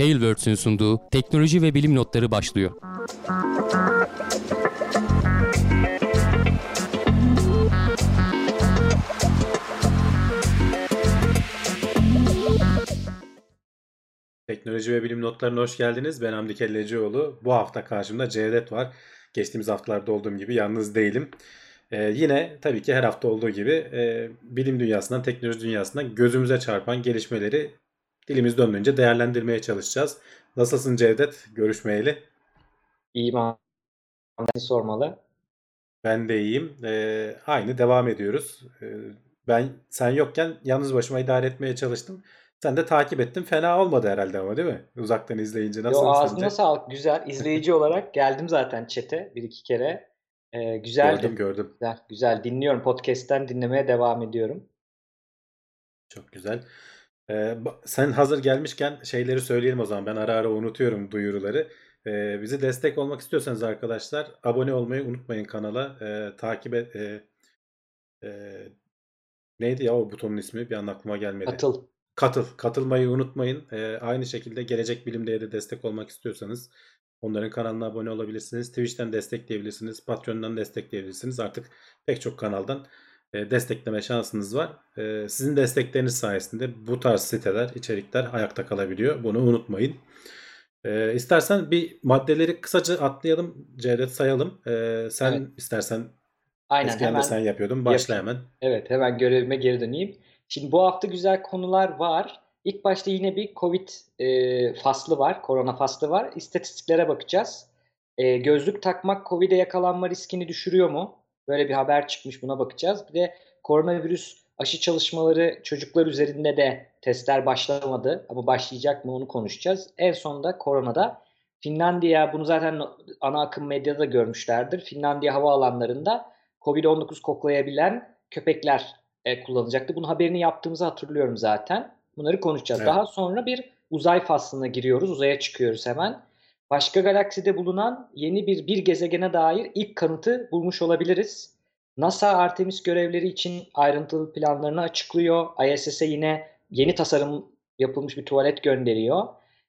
Tailwords'ün sunduğu teknoloji ve bilim notları başlıyor. Teknoloji ve bilim notlarına hoş geldiniz. Ben Hamdi Kellecioğlu. Bu hafta karşımda Cevdet var. Geçtiğimiz haftalarda olduğum gibi yalnız değilim. Yine tabii ki her hafta olduğu gibi bilim dünyasından, teknoloji dünyasından gözümüze çarpan gelişmeleri dilimiz döndüğünce değerlendirmeye çalışacağız. Nasılsın Cevdet? Görüşmeyeli. İyiyim abi, sormalı. Ben de iyiyim. Aynı devam ediyoruz. Ben sen yokken yalnız başıma idare etmeye çalıştım. Sen de takip ettin. Fena olmadı herhalde ama değil mi? Uzaktan izleyince Yo, nasıl ağzına sence? sağlık. Güzel. İzleyici olarak geldim zaten chat'e bir iki kere. Gördüm Güzeldi. gördüm. Güzel, güzel. Dinliyorum. Podcast'ten dinlemeye devam ediyorum. Çok güzel. Sen hazır gelmişken şeyleri söyleyelim o zaman. Ben ara ara unutuyorum duyuruları. Bizi destek olmak istiyorsanız arkadaşlar abone olmayı unutmayın kanala. Takip et. E, Neydi ya o butonun ismi? Bir an aklıma gelmedi. Katıl. Katılmayı unutmayın. Aynı şekilde Gelecek Bilim'de de destek olmak istiyorsanız onların kanalına abone olabilirsiniz. Twitch'ten destekleyebilirsiniz. Patreon'dan destekleyebilirsiniz. Artık pek çok kanaldan destekleme şansınız var. Sizin destekleriniz sayesinde bu tarz siteler, içerikler ayakta kalabiliyor. Bunu unutmayın. İstersen bir maddeleri kısaca atlayalım. Cevdet sayalım. Evet. Sen istersen Aynen eskiden de sen hemen yapıyordun. Başla yapayım. hemen. Evet, hemen görevime geri döneyim. Şimdi bu hafta güzel konular var. İlk başta yine bir Covid faslı var, korona faslı var. İstatistiklere bakacağız. Gözlük takmak Covid'e yakalanma riskini düşürüyor mu? Böyle bir haber çıkmış, buna bakacağız. Bir de koronavirüs aşı çalışmaları çocuklar üzerinde de testler başlamadı. Ama başlayacak mı onu konuşacağız. En sonunda koronada Finlandiya, bunu zaten ana akım medyada da görmüşlerdir. Finlandiya havaalanlarında Covid-19 koklayabilen köpekler kullanılacaktı. Bunun haberini yaptığımızı hatırlıyorum zaten. Bunları konuşacağız. Evet. Daha sonra bir uzay faslına giriyoruz. Uzaya çıkıyoruz hemen. Başka galakside bulunan yeni bir gezegene dair ilk kanıtı bulmuş olabiliriz. NASA Artemis görevleri için ayrıntılı planlarını açıklıyor. ISS'e yine yeni tasarım yapılmış bir tuvalet gönderiyor.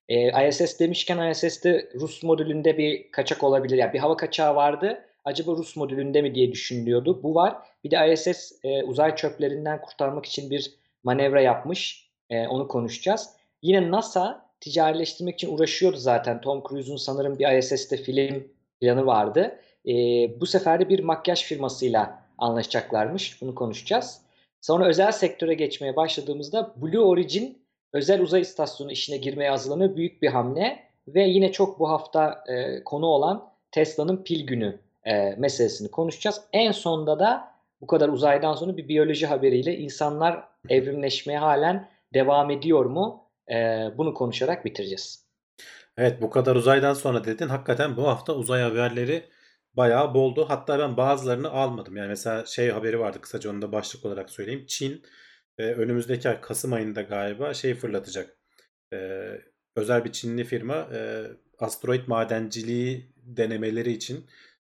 ISS demişken ISS'te Rus modülünde bir kaçak olabilir. Yani bir hava kaçağı vardı. Acaba Rus modülünde mi diye düşünülüyordu. Bu var. Bir de ISS uzay çöplerinden kurtarmak için bir manevra yapmış. Onu konuşacağız. Yine NASA ticarileştirmek için uğraşıyordu zaten. Tom Cruise'un sanırım bir ISS'te film planı vardı. Bu sefer de bir makyaj firmasıyla anlaşacaklarmış. Bunu konuşacağız. Sonra özel sektöre geçmeye başladığımızda Blue Origin özel uzay istasyonu işine girmeye hazırlanıyor. Büyük bir hamle. Ve yine çok bu hafta konu olan Tesla'nın pil günü meselesini konuşacağız. En sonda da bu kadar uzaydan sonra bir biyoloji haberiyle insanlar evrimleşmeye halen devam ediyor mu? Bunu konuşarak bitireceğiz. Evet, bu kadar uzaydan sonra dedin. Hakikaten bu hafta uzay haberleri bayağı boldu. Hatta ben bazılarını almadım. Yani mesela şey haberi vardı, kısaca onu da başlık olarak söyleyeyim. Çin önümüzdeki ay Kasım ayında galiba şey fırlatacak. E, Özel bir Çinli firma asteroid madenciliği denemeleri için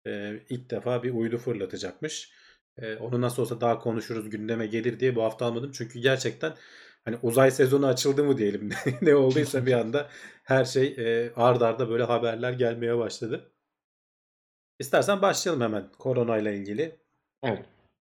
ilk defa bir uydu fırlatacakmış. Onu nasıl olsa daha konuşuruz, gündeme gelir diye bu hafta almadım. Çünkü gerçekten hani uzay sezonu açıldı mı diyelim, ne olduysa bir anda her şey ard arda böyle haberler gelmeye başladı. İstersen başlayalım hemen korona ile ilgili. Evet.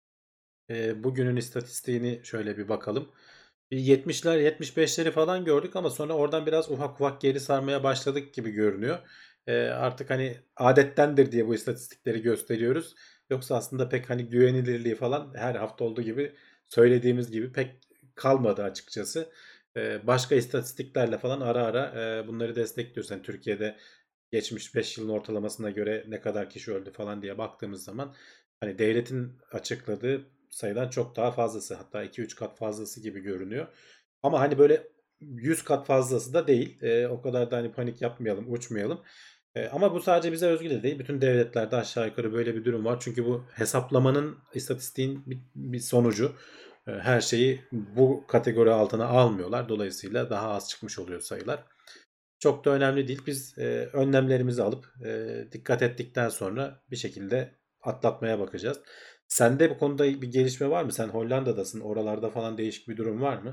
Bugünün istatistiğini şöyle bir bakalım. Bir 70'ler 75'leri falan gördük ama sonra oradan biraz ufak ufak geri sarmaya başladık gibi görünüyor. Artık hani adettendir diye bu istatistikleri gösteriyoruz. Yoksa aslında pek hani güvenilirliği falan her hafta olduğu gibi söylediğimiz gibi pek kalmadı açıkçası. Başka istatistiklerle falan ara ara bunları destekliyoruz. Yani Türkiye'de geçmiş 5 yılın ortalamasına göre ne kadar kişi öldü falan diye baktığımız zaman hani devletin açıkladığı sayıdan çok daha fazlası, hatta 2-3 kat fazlası gibi görünüyor. Ama hani böyle 100 kat fazlası da değil. O kadar da hani panik yapmayalım, uçmayalım. Ama bu sadece bize özgü de değil. Bütün devletlerde aşağı yukarı böyle bir durum var. Çünkü bu hesaplamanın, istatistiğin bir sonucu. Her şeyi bu kategori altına almıyorlar. Dolayısıyla daha az çıkmış oluyor sayılar. Çok da önemli değil. Biz önlemlerimizi alıp dikkat ettikten sonra bir şekilde atlatmaya bakacağız. Sende bu konuda bir gelişme var mı? Sen Hollanda'dasın. Oralarda falan değişik bir durum var mı?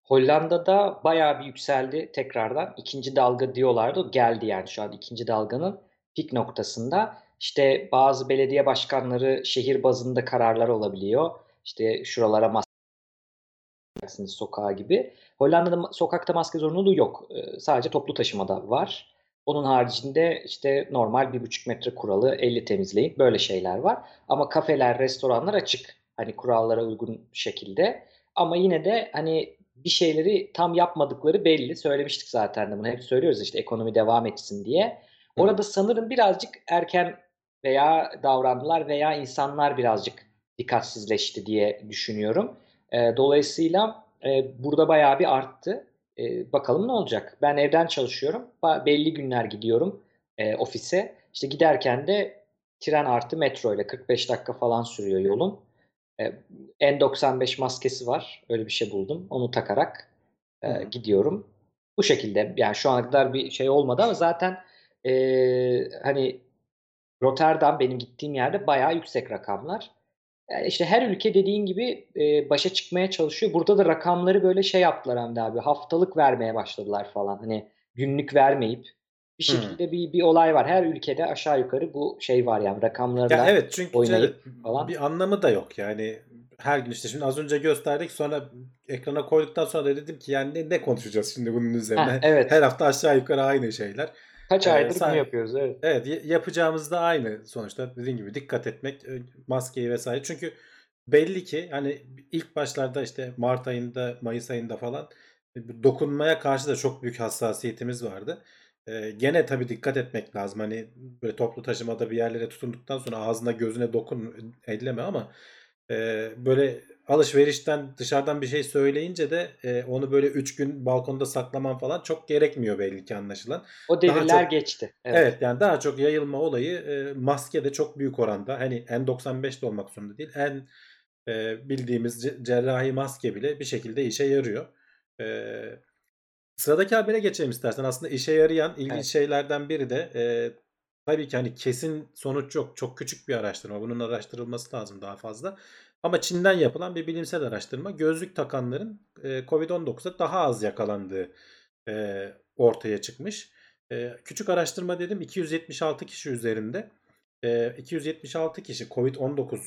Hollanda'da bayağı bir yükseldi tekrardan. İkinci dalga diyorlardı. O geldi yani şu an ikinci dalganın pik noktasında. İşte bazı belediye başkanları şehir bazında kararlar olabiliyor. İşte şuralara maske takacaksınız sokağa gibi. Hollanda'da sokakta maske zorunluluğu yok. Sadece toplu taşımada var. Onun haricinde işte normal 1,5 metre kuralı, 50 temizleyin, böyle şeyler var. Ama kafeler, restoranlar açık. Hani kurallara uygun şekilde. Ama yine de hani bir şeyleri tam yapmadıkları belli. Söylemiştik zaten de bunu. Hep söylüyoruz işte ekonomi devam etsin diye. Hı hı. Orada sanırım birazcık erken veya davrandılar veya insanlar birazcık dikkatsizleşti diye düşünüyorum. Dolayısıyla burada bayağı bir arttı. Bakalım ne olacak? Ben evden çalışıyorum. Belli günler gidiyorum ofise. İşte giderken de tren artı metro ile 45 dakika falan sürüyor yolum. E, N95 maskesi var. Öyle bir şey buldum. Onu takarak Hı hı. gidiyorum. Bu şekilde yani şu ana kadar bir şey olmadı ama zaten hani Rotterdam benim gittiğim yerde bayağı yüksek rakamlar. Yani işte her ülke dediğin gibi başa çıkmaya çalışıyor. Burada da rakamları böyle şey yaptılar Hamdi abi. Haftalık vermeye başladılar falan. Hani günlük vermeyip bir Hı. şekilde bir olay var. Her ülkede aşağı yukarı bu şey var yani Ya rakamlarla evet, çünkü evet, oynayıp falan. bir anlamı da yok yani, her gün işte şimdi az önce gösterdik, sonra ekrana koyduktan sonra da dedim ki yani ne konuşacağız şimdi bunun Heh, üzerine, her evet. hafta aşağı yukarı aynı şeyler. Kaç Ee, aydır bunu sa- yapıyoruz, evet. evet, yapacağımız da aynı sonuçta, dediğim gibi dikkat etmek, maskeyi vesaire, çünkü belli ki hani ilk başlarda işte Mart ayında, Mayıs ayında falan bu dokunmaya karşı da çok büyük hassasiyetimiz vardı. Gene tabii dikkat etmek lazım. Hani böyle toplu taşımada bir yerlere tutunduktan sonra ağzına gözüne dokun, elleme, ama böyle alışverişten dışarıdan bir şey söyleyince de onu böyle 3 gün balkonda saklaman falan çok gerekmiyor belli ki, anlaşılan. O Daha devirler çok, geçti. Evet. evet, yani daha çok yayılma olayı maske de çok büyük oranda. Hani N95 de olmak zorunda değil. Bildiğimiz cerrahi maske bile bir şekilde işe yarıyor. Eee, Sıradaki habere geçelim istersen. Aslında işe yarayan ilginç Evet. şeylerden biri de tabii ki hani kesin sonuç yok. Çok küçük bir araştırma. Bunun araştırılması lazım daha fazla. Ama Çin'den yapılan bir bilimsel araştırma, gözlük takanların COVID-19'a daha az yakalandığı ortaya çıkmış. Küçük araştırma dedim, 276 kişi üzerinde. 276 kişi COVID-19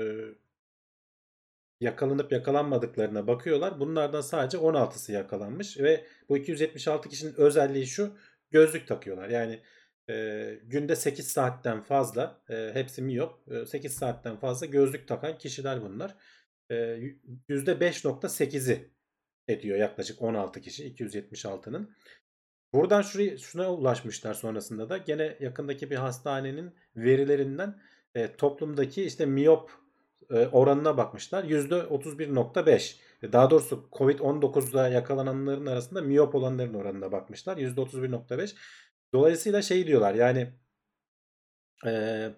yakalanıp yakalanmadıklarına bakıyorlar. Bunlardan sadece 16'sı yakalanmış ve bu 276 kişinin özelliği şu: gözlük takıyorlar. Yani günde 8 saatten fazla, hepsi miyop, 8 saatten fazla gözlük takan kişiler bunlar. E, %5,8'i ediyor yaklaşık 16 kişi 276'nın. Buradan şuna ulaşmışlar sonrasında da, gene yakındaki bir hastanenin verilerinden toplumdaki işte miyop oranına bakmışlar. %31,5. Daha doğrusu Covid-19'da yakalananların arasında miyop olanların oranına bakmışlar. %31,5. Dolayısıyla şey diyorlar yani, e,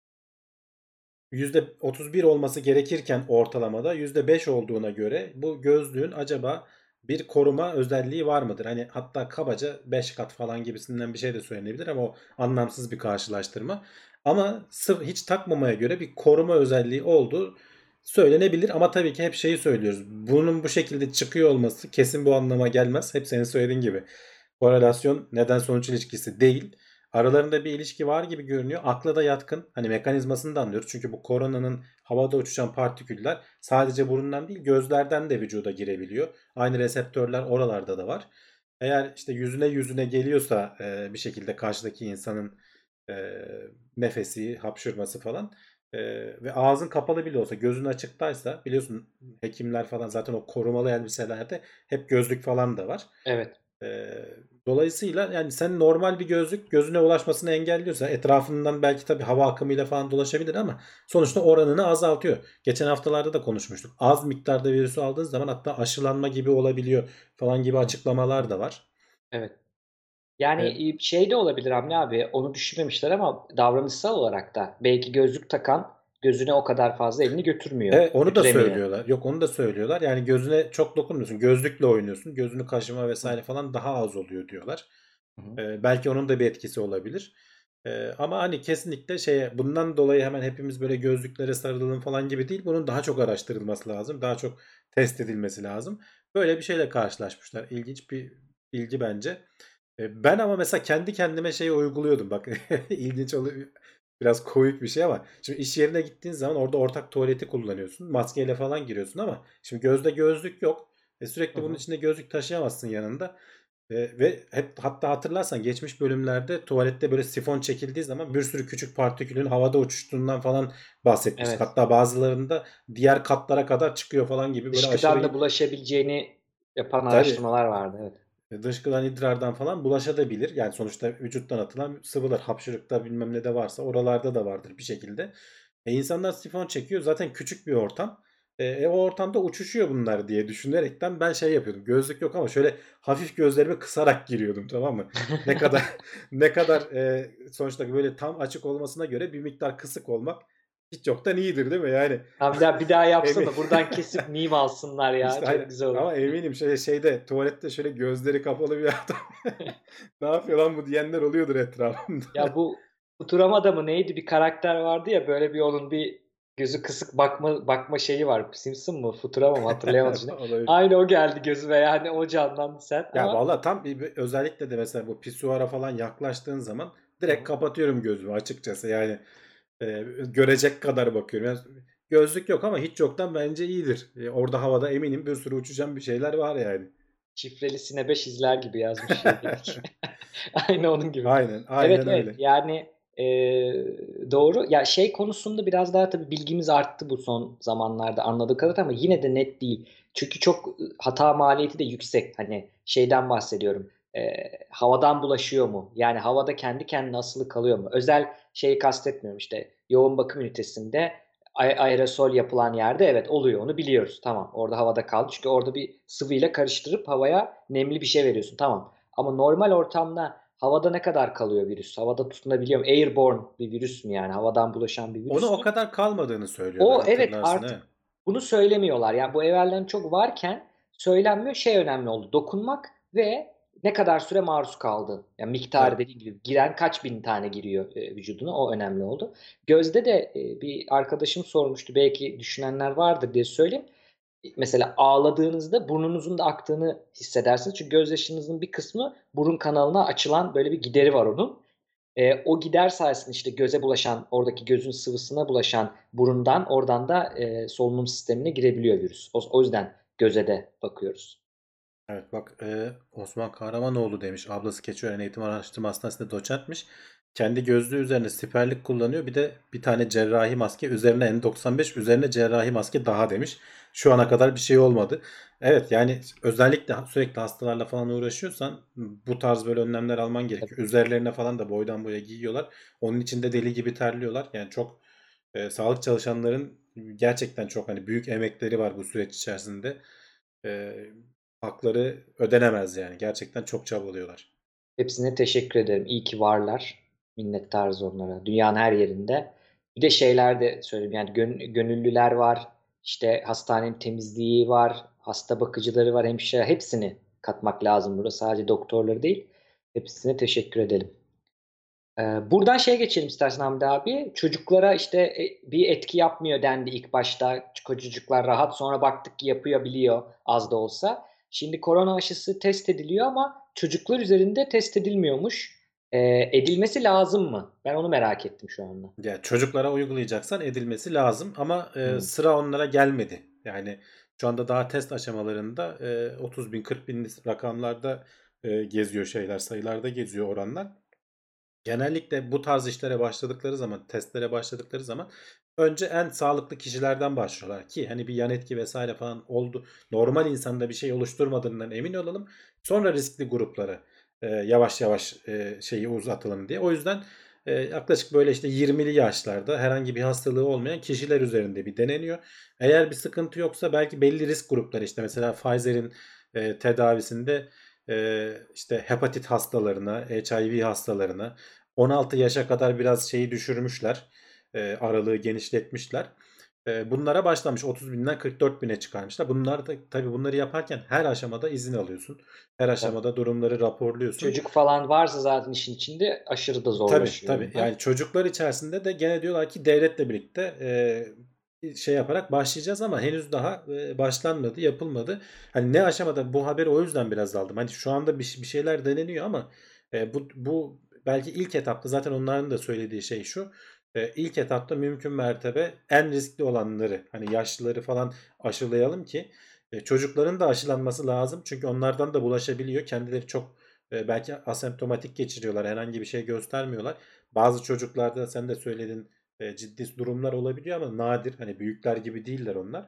%31 olması gerekirken ortalamada %5 olduğuna göre bu gözlüğün acaba bir koruma özelliği var mıdır? Hani hatta kabaca 5 kat falan gibisinden bir şey de söylenebilir, ama o anlamsız bir karşılaştırma. Ama sırf hiç takmamaya göre bir koruma özelliği olduğu söylenebilir, ama tabii ki hep şeyi söylüyoruz. Bunun bu şekilde çıkıyor olması kesin bu anlama gelmez. Hep senin söylediğin gibi korelasyon neden sonuç ilişkisi değil. Aralarında bir ilişki var gibi görünüyor. Akla da yatkın. Hani mekanizmasını da anlıyoruz. Çünkü bu koronanın havada uçuşan partiküller sadece burundan değil, gözlerden de vücuda girebiliyor. Aynı reseptörler oralarda da var. Eğer işte yüzüne geliyorsa bir şekilde karşıdaki insanın e, nefesi, hapşırması falan, ve ağzın kapalı bile olsa, gözün açıktaysa, biliyorsun hekimler falan zaten o korumalı elbiselerde hep gözlük falan da var. Evet. Dolayısıyla yani sen normal bir gözlük gözüne ulaşmasını engelliyorsa, etrafından belki tabii hava akımıyla falan dolaşabilir, ama sonuçta oranını azaltıyor. Geçen haftalarda da konuşmuştuk. Az miktarda virüsü aldığın zaman hatta aşılanma gibi olabiliyor falan gibi açıklamalar da var. Evet. Yani şey de olabilir Hamdi abi, onu düşünmemişler ama davranışsal olarak da belki gözlük takan gözüne o kadar fazla elini götürmüyor, Evet, onu da götüremiyor. söylüyorlar. Yok, onu da söylüyorlar. Yani gözüne çok dokunmuyorsun. Gözlükle oynuyorsun. Gözünü kaşıma Hı vesaire falan daha az oluyor diyorlar. hı. Belki onun da bir etkisi olabilir. Ama hani kesinlikle bundan dolayı hemen hepimiz böyle gözlüklere sarılalım falan gibi değil. Bunun daha çok araştırılması lazım. Daha çok test edilmesi lazım. Böyle bir şeyle karşılaşmışlar. İlginç bir bilgi bence. Ben ama mesela kendi kendime şeyi uyguluyordum. Bak ilginç oluyor. Biraz komik bir şey ama şimdi iş yerine gittiğin zaman orada ortak tuvaleti kullanıyorsun. Maskeyle falan giriyorsun ama şimdi gözde gözlük yok. Hı Sürekli bunun hı. içinde gözlük taşıyamazsın yanında. Ve hep hatta hatırlarsan geçmiş bölümlerde tuvalette böyle sifon çekildiği zaman bir sürü küçük partikülün havada uçuştuğundan falan bahsetmiştik. Evet. Hatta bazılarında diğer katlara kadar çıkıyor falan gibi böyle Dışkıdan aşırı da bulaşabileceğini yapan tabii araştırmalar vardı. Evet. dışkıdan idrardan falan bulaşabilir. Yani sonuçta vücuttan atılan sıvılar hapşırıkta bilmem ne de varsa oralarda da vardır bir şekilde. İnsanlar sifon çekiyor. Zaten küçük bir ortam. O ortamda uçuşuyor bunlar diye düşünerekten ben şey yapıyordum. Gözlük yok ama şöyle hafif gözlerimi kısarak giriyordum, tamam mı? Ne kadar ne kadar sonuçta böyle tam açık olmasına göre bir miktar kısık olmak hiç yoktan iyidir değil mi? Yani Ha, bir daha emin yapsana. Buradan kesip meme alsınlar ya. işte Çok hayır güzel olur. ama eminim şeyde tuvalette şöyle gözleri kapalı bir adam ne yapıyor lan bu diyenler oluyordur etrafımda. Ya bu Futurama'da mı neydi bir karakter vardı ya böyle bir onun bir gözü kısık bakma şeyi var. Simpson mı Futurama mı hatırlayamadım şimdi. Olabilir. Aynı o geldi gözüme yani o canlandı sen Ya ama valla tam özellikle de mesela bu pisuara falan yaklaştığın zaman hı direkt hı. kapatıyorum gözümü açıkçası. Yani görecek kadar bakıyorum. Yani gözlük yok ama hiç yoktan bence iyidir. Orada havada eminim bir sürü uçacağım bir şeyler var yani. Şifreli Sine 5 izler gibi yazmış şey dedik. Aynı onun gibi. Aynen, Evet aynen evet öyle. yani doğru. Ya şey konusunda biraz daha tabii bilgimiz arttı bu son zamanlarda anladık kadarıyla ama yine de net değil. Çünkü çok hata maliyeti de yüksek. Hani şeyden bahsediyorum. Havadan bulaşıyor mu? Yani havada kendi kendine asılı kalıyor mu? Özel şeyi kastetmiyorum işte yoğun bakım ünitesinde aerosol yapılan yerde evet oluyor onu biliyoruz. Tamam orada havada kaldı. Çünkü orada bir sıvıyla karıştırıp havaya nemli bir şey veriyorsun. Tamam. Ama normal ortamda havada ne kadar kalıyor virüs? Havada tutunabiliyor mu? Airborne bir virüs mü yani? Havadan bulaşan bir Onu virüs o mü? kadar kalmadığını söylüyorlar O evet hatırlarsın he. artık bunu söylemiyorlar. Yani bu evvelden çok varken söylenmiyor. Şey önemli oldu. Dokunmak ve ne kadar süre maruz kaldığın. Yani miktarı Evet. dediğim gibi giren kaç bin tane giriyor vücuduna o önemli oldu. Gözde de bir arkadaşım sormuştu. Belki düşünenler vardır diye söyleyeyim. Mesela ağladığınızda burnunuzun da aktığını hissedersiniz. Çünkü gözyaşınızın bir kısmı burun kanalına açılan böyle bir gideri var onun. O gider sayesinde işte göze bulaşan, oradaki gözün sıvısına bulaşan burundan oradan da solunum sistemine girebiliyor virüs. O yüzden göze de bakıyoruz. Evet bak Osman Kahramanoğlu demiş. Ablası Keçiören Eğitim Araştırma Hastanesi'nde doçentmiş. Kendi gözlüğü üzerine siperlik kullanıyor. Bir de bir tane cerrahi maske üzerine N95 üzerine cerrahi maske daha demiş. Şu ana kadar bir şey olmadı. Evet yani özellikle sürekli hastalarla falan uğraşıyorsan bu tarz böyle önlemler alman Tabii. gerekiyor. Üzerlerine falan da boydan boya giyiyorlar. Onun içinde deli gibi terliyorlar. Yani çok sağlık çalışanların gerçekten çok hani büyük emekleri var bu süreç içerisinde. E, Hakları ödenemez yani. Gerçekten çok çabalıyorlar. Hepsine teşekkür ederim. İyi ki varlar. Minnettarız onlara. Dünyanın her yerinde. Bir de şeyler de söyleyeyim. Yani gönüllüler var. İşte hastanenin temizliği var. Hasta bakıcıları var. Hemşire. Hepsini katmak lazım burada. Sadece doktorları değil. Hepsine teşekkür edelim. Buradan şeye geçelim istersen Hamdi abi. Çocuklara işte bir etki yapmıyor dendi ilk başta. Çocuklar rahat. Sonra baktık ki yapıyor biliyor az da olsa. Şimdi korona aşısı test ediliyor ama çocuklar üzerinde test edilmiyormuş. Edilmesi lazım mı? Ben onu merak ettim şu anda. Ya çocuklara uygulayacaksan edilmesi lazım ama Hmm. sıra onlara gelmedi. Yani şu anda daha test aşamalarında 30 bin 40 bin rakamlarda geziyor şeyler, sayılarda geziyor oranlar. Genellikle bu tarz işlere başladıkları zaman, testlere başladıkları zaman önce en sağlıklı kişilerden başlıyorlar ki hani bir yan etki vesaire falan oldu. Normal insanda bir şey oluşturmadığından emin olalım. Sonra riskli gruplara yavaş yavaş şeyi uzatalım diye. O yüzden yaklaşık böyle işte 20'li yaşlarda herhangi bir hastalığı olmayan kişiler üzerinde bir deneniyor. Eğer bir sıkıntı yoksa belki belli risk grupları işte mesela Pfizer'in tedavisinde işte hepatit hastalarına, HIV hastalarına 16 yaşa kadar biraz şeyi düşürmüşler. Aralığı genişletmişler. Bunlara başlamış 30 binden 44 bine çıkarmışlar. Bunlar da tabii bunları yaparken her aşamada izin alıyorsun. Her Tabii. aşamada durumları raporluyorsun. Çocuk falan varsa zaten işin içinde aşırı da Tabii zorlaşıyor tabii onlar. yani çocuklar içerisinde de gene diyorlar ki devletle birlikte şey yaparak başlayacağız ama henüz daha başlanmadı, yapılmadı. Hani ne aşamada bu haberi o yüzden biraz aldım. Hani şu anda bir şeyler deneniyor ama bu belki ilk etapta zaten onların da söylediği şey şu. İlk etapta mümkün mertebe en riskli olanları hani yaşlıları falan aşılayalım ki çocukların da aşılanması lazım. Çünkü onlardan da bulaşabiliyor. Kendileri çok belki asemptomatik geçiriyorlar. Herhangi bir şey göstermiyorlar. Bazı çocuklarda sen de söyledin ciddi durumlar olabiliyor ama nadir. Hani büyükler gibi değiller onlar.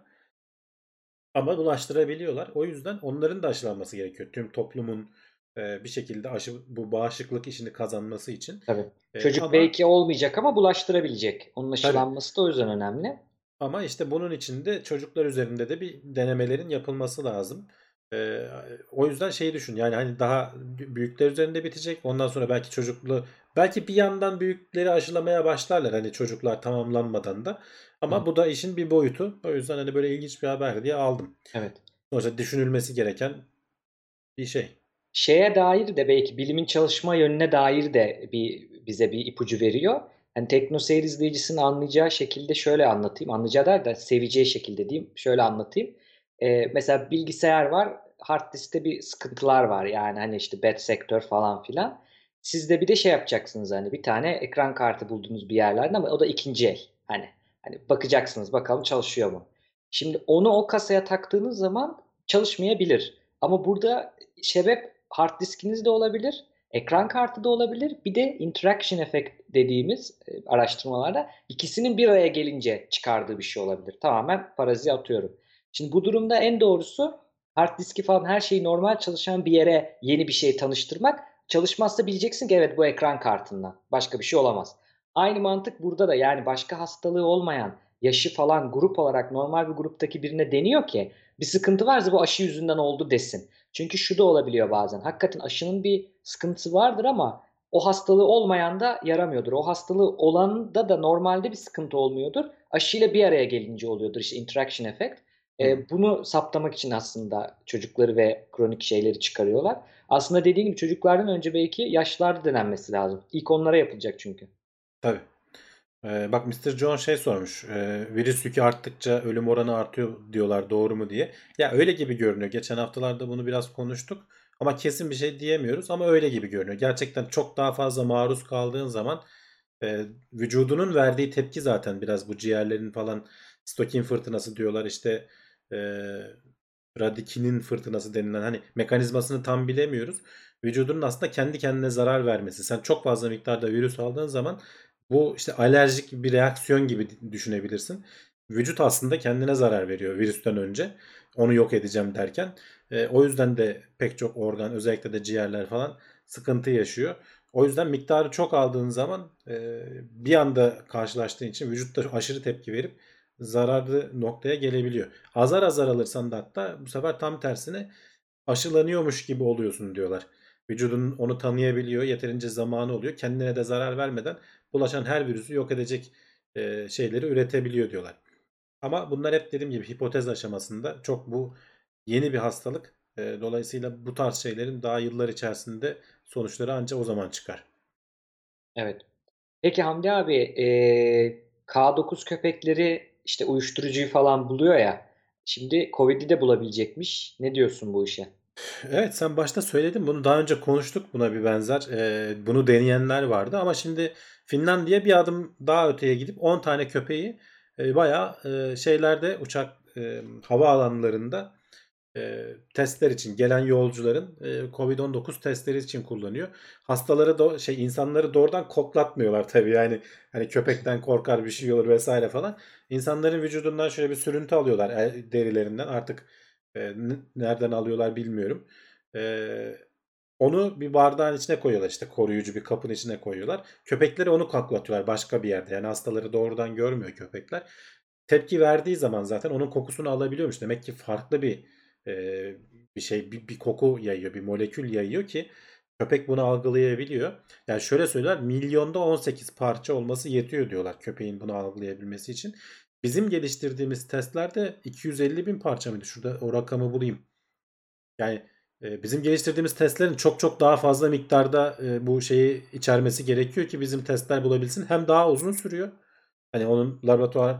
Ama bulaştırabiliyorlar. O yüzden onların da aşılanması gerekiyor. Tüm toplumun bir şekilde bu bağışıklık işini kazanması için. Tabii. Çocuk Ama belki olmayacak ama bulaştırabilecek. Onun tabii. aşılanması da o yüzden önemli. Ama işte bunun için de çocuklar üzerinde de bir denemelerin yapılması lazım. Ee, O yüzden şeyi düşün yani hani daha büyükler üzerinde bitecek. Ondan sonra belki belki bir yandan büyükleri aşılamaya başlarlar hani çocuklar tamamlanmadan da. Hı hı. Ama bu da işin bir boyutu. O yüzden hani böyle ilginç bir haber diye aldım. Evet. Sonuçta düşünülmesi gereken bir şey. Şeye dair de belki bilimin çalışma yönüne dair de bize bir ipucu veriyor. Hani teknoseyir izleyicisinin anlayacağı şekilde şöyle anlatayım. Anlayacağı der de seveceği şekilde diyeyim. Şöyle anlatayım. Mesela bilgisayar var. Hard diskte bir sıkıntılar var. Yani hani işte bad sektör falan filan. Siz de bir de şey yapacaksınız hani bir tane ekran kartı buldunuz bir yerlerden ama o da ikinci el. Hani bakacaksınız bakalım çalışıyor mu? Şimdi onu o kasaya taktığınız zaman çalışmayabilir. Ama burada sebep hard diskiniz de olabilir, ekran kartı da olabilir. Bir de interaction effect dediğimiz araştırmalarda ikisinin bir araya gelince çıkardığı bir şey olabilir. Tamamen farazi atıyorum. Şimdi bu durumda en doğrusu hard diski falan her şeyi normal çalışan bir yere yeni bir şey tanıştırmak. Çalışmazsa bileceksin ki evet bu ekran kartından. Başka bir şey olamaz. Aynı mantık burada da yani başka hastalığı olmayan, yaşı falan grup olarak normal bir gruptaki birine deniyor ki bir sıkıntı varsa bu aşı yüzünden oldu desin. Çünkü şu da olabiliyor bazen. Hakikaten aşının bir sıkıntısı vardır ama o hastalığı olmayan da yaramıyordur. O hastalığı olanda da normalde bir sıkıntı olmuyordur. Aşıyla bir araya gelince oluyordur işte interaction effect. Hı. Bunu saptamak için aslında çocukları ve kronik şeyleri çıkarıyorlar. Aslında dediğim gibi çocuklardan önce belki yaşlarda denenmesi lazım. İlk onlara yapılacak çünkü. Tabii. Bak Mr. John şey sormuş. Virüs yükü arttıkça ölüm oranı artıyor diyorlar doğru mu diye. Ya öyle gibi görünüyor. Geçen haftalarda bunu biraz konuştuk. Ama kesin bir şey diyemiyoruz ama öyle gibi görünüyor. Gerçekten çok daha fazla maruz kaldığın zaman vücudunun verdiği tepki zaten biraz bu ciğerlerin falan stokin fırtınası diyorlar işte e, radikinin fırtınası denilen hani mekanizmasını tam bilemiyoruz. Vücudunun aslında kendi kendine zarar vermesi. Sen çok fazla miktarda virüs aldığın zaman bu işte alerjik bir reaksiyon gibi düşünebilirsin. Vücut aslında kendine zarar veriyor virüsten önce. Onu yok edeceğim derken. O yüzden de pek çok organ özellikle de ciğerler falan sıkıntı yaşıyor. O yüzden miktarı çok aldığın zaman bir anda karşılaştığın için vücutta aşırı tepki verip zararlı noktaya gelebiliyor. Azar azar alırsan da hatta bu sefer tam tersine aşılanıyormuş gibi oluyorsun diyorlar. Vücudun onu tanıyabiliyor, yeterince zamanı oluyor. Kendine de zarar vermeden bulaşan her virüsü yok edecek şeyleri üretebiliyor diyorlar. Ama bunlar hep dediğim gibi hipotez aşamasında. Çok bu yeni bir hastalık. Dolayısıyla bu tarz şeylerin daha yıllar içerisinde sonuçları ancak o zaman çıkar. Evet. Peki Hamdi abi K9 köpekleri işte uyuşturucuyu falan buluyor ya. Şimdi Covid'i de bulabilecekmiş. Ne diyorsun bu işe? Evet sen başta söyledin bunu daha önce konuştuk buna bir benzer. Bunu deneyenler vardı ama şimdi Finlandiya bir adım daha öteye gidip 10 tane köpeği bayağı şeylerde hava alanlarında testler için gelen yolcuların Covid-19 testleri için kullanıyor. Hastaları da insanları doğrudan koklatmıyorlar tabii yani hani köpekten korkar bir şey olur vesaire falan. İnsanların vücudundan şöyle bir sürüntü alıyorlar derilerinden artık nereden alıyorlar bilmiyorum. E, Onu bir bardağın içine koyuyorlar işte koruyucu bir kapın içine koyuyorlar. Köpekleri onu koklatıyorlar başka bir yerde yani hastaları doğrudan görmüyor köpekler. Tepki verdiği zaman zaten onun kokusunu alabiliyormuş. Demek ki farklı e, bir şey bir koku yayıyor, bir molekül yayıyor ki köpek bunu algılayabiliyor. Yani şöyle söyler milyonda 18 parça olması yetiyor diyorlar köpeğin bunu algılayabilmesi için. Bizim geliştirdiğimiz testlerde 250 bin parça mıydı? Şurada o rakamı bulayım. Yani bizim geliştirdiğimiz testlerin çok çok daha fazla miktarda bu şeyi içermesi gerekiyor ki bizim testler bulabilsin. Hem daha uzun sürüyor. Hani onun laboratuvar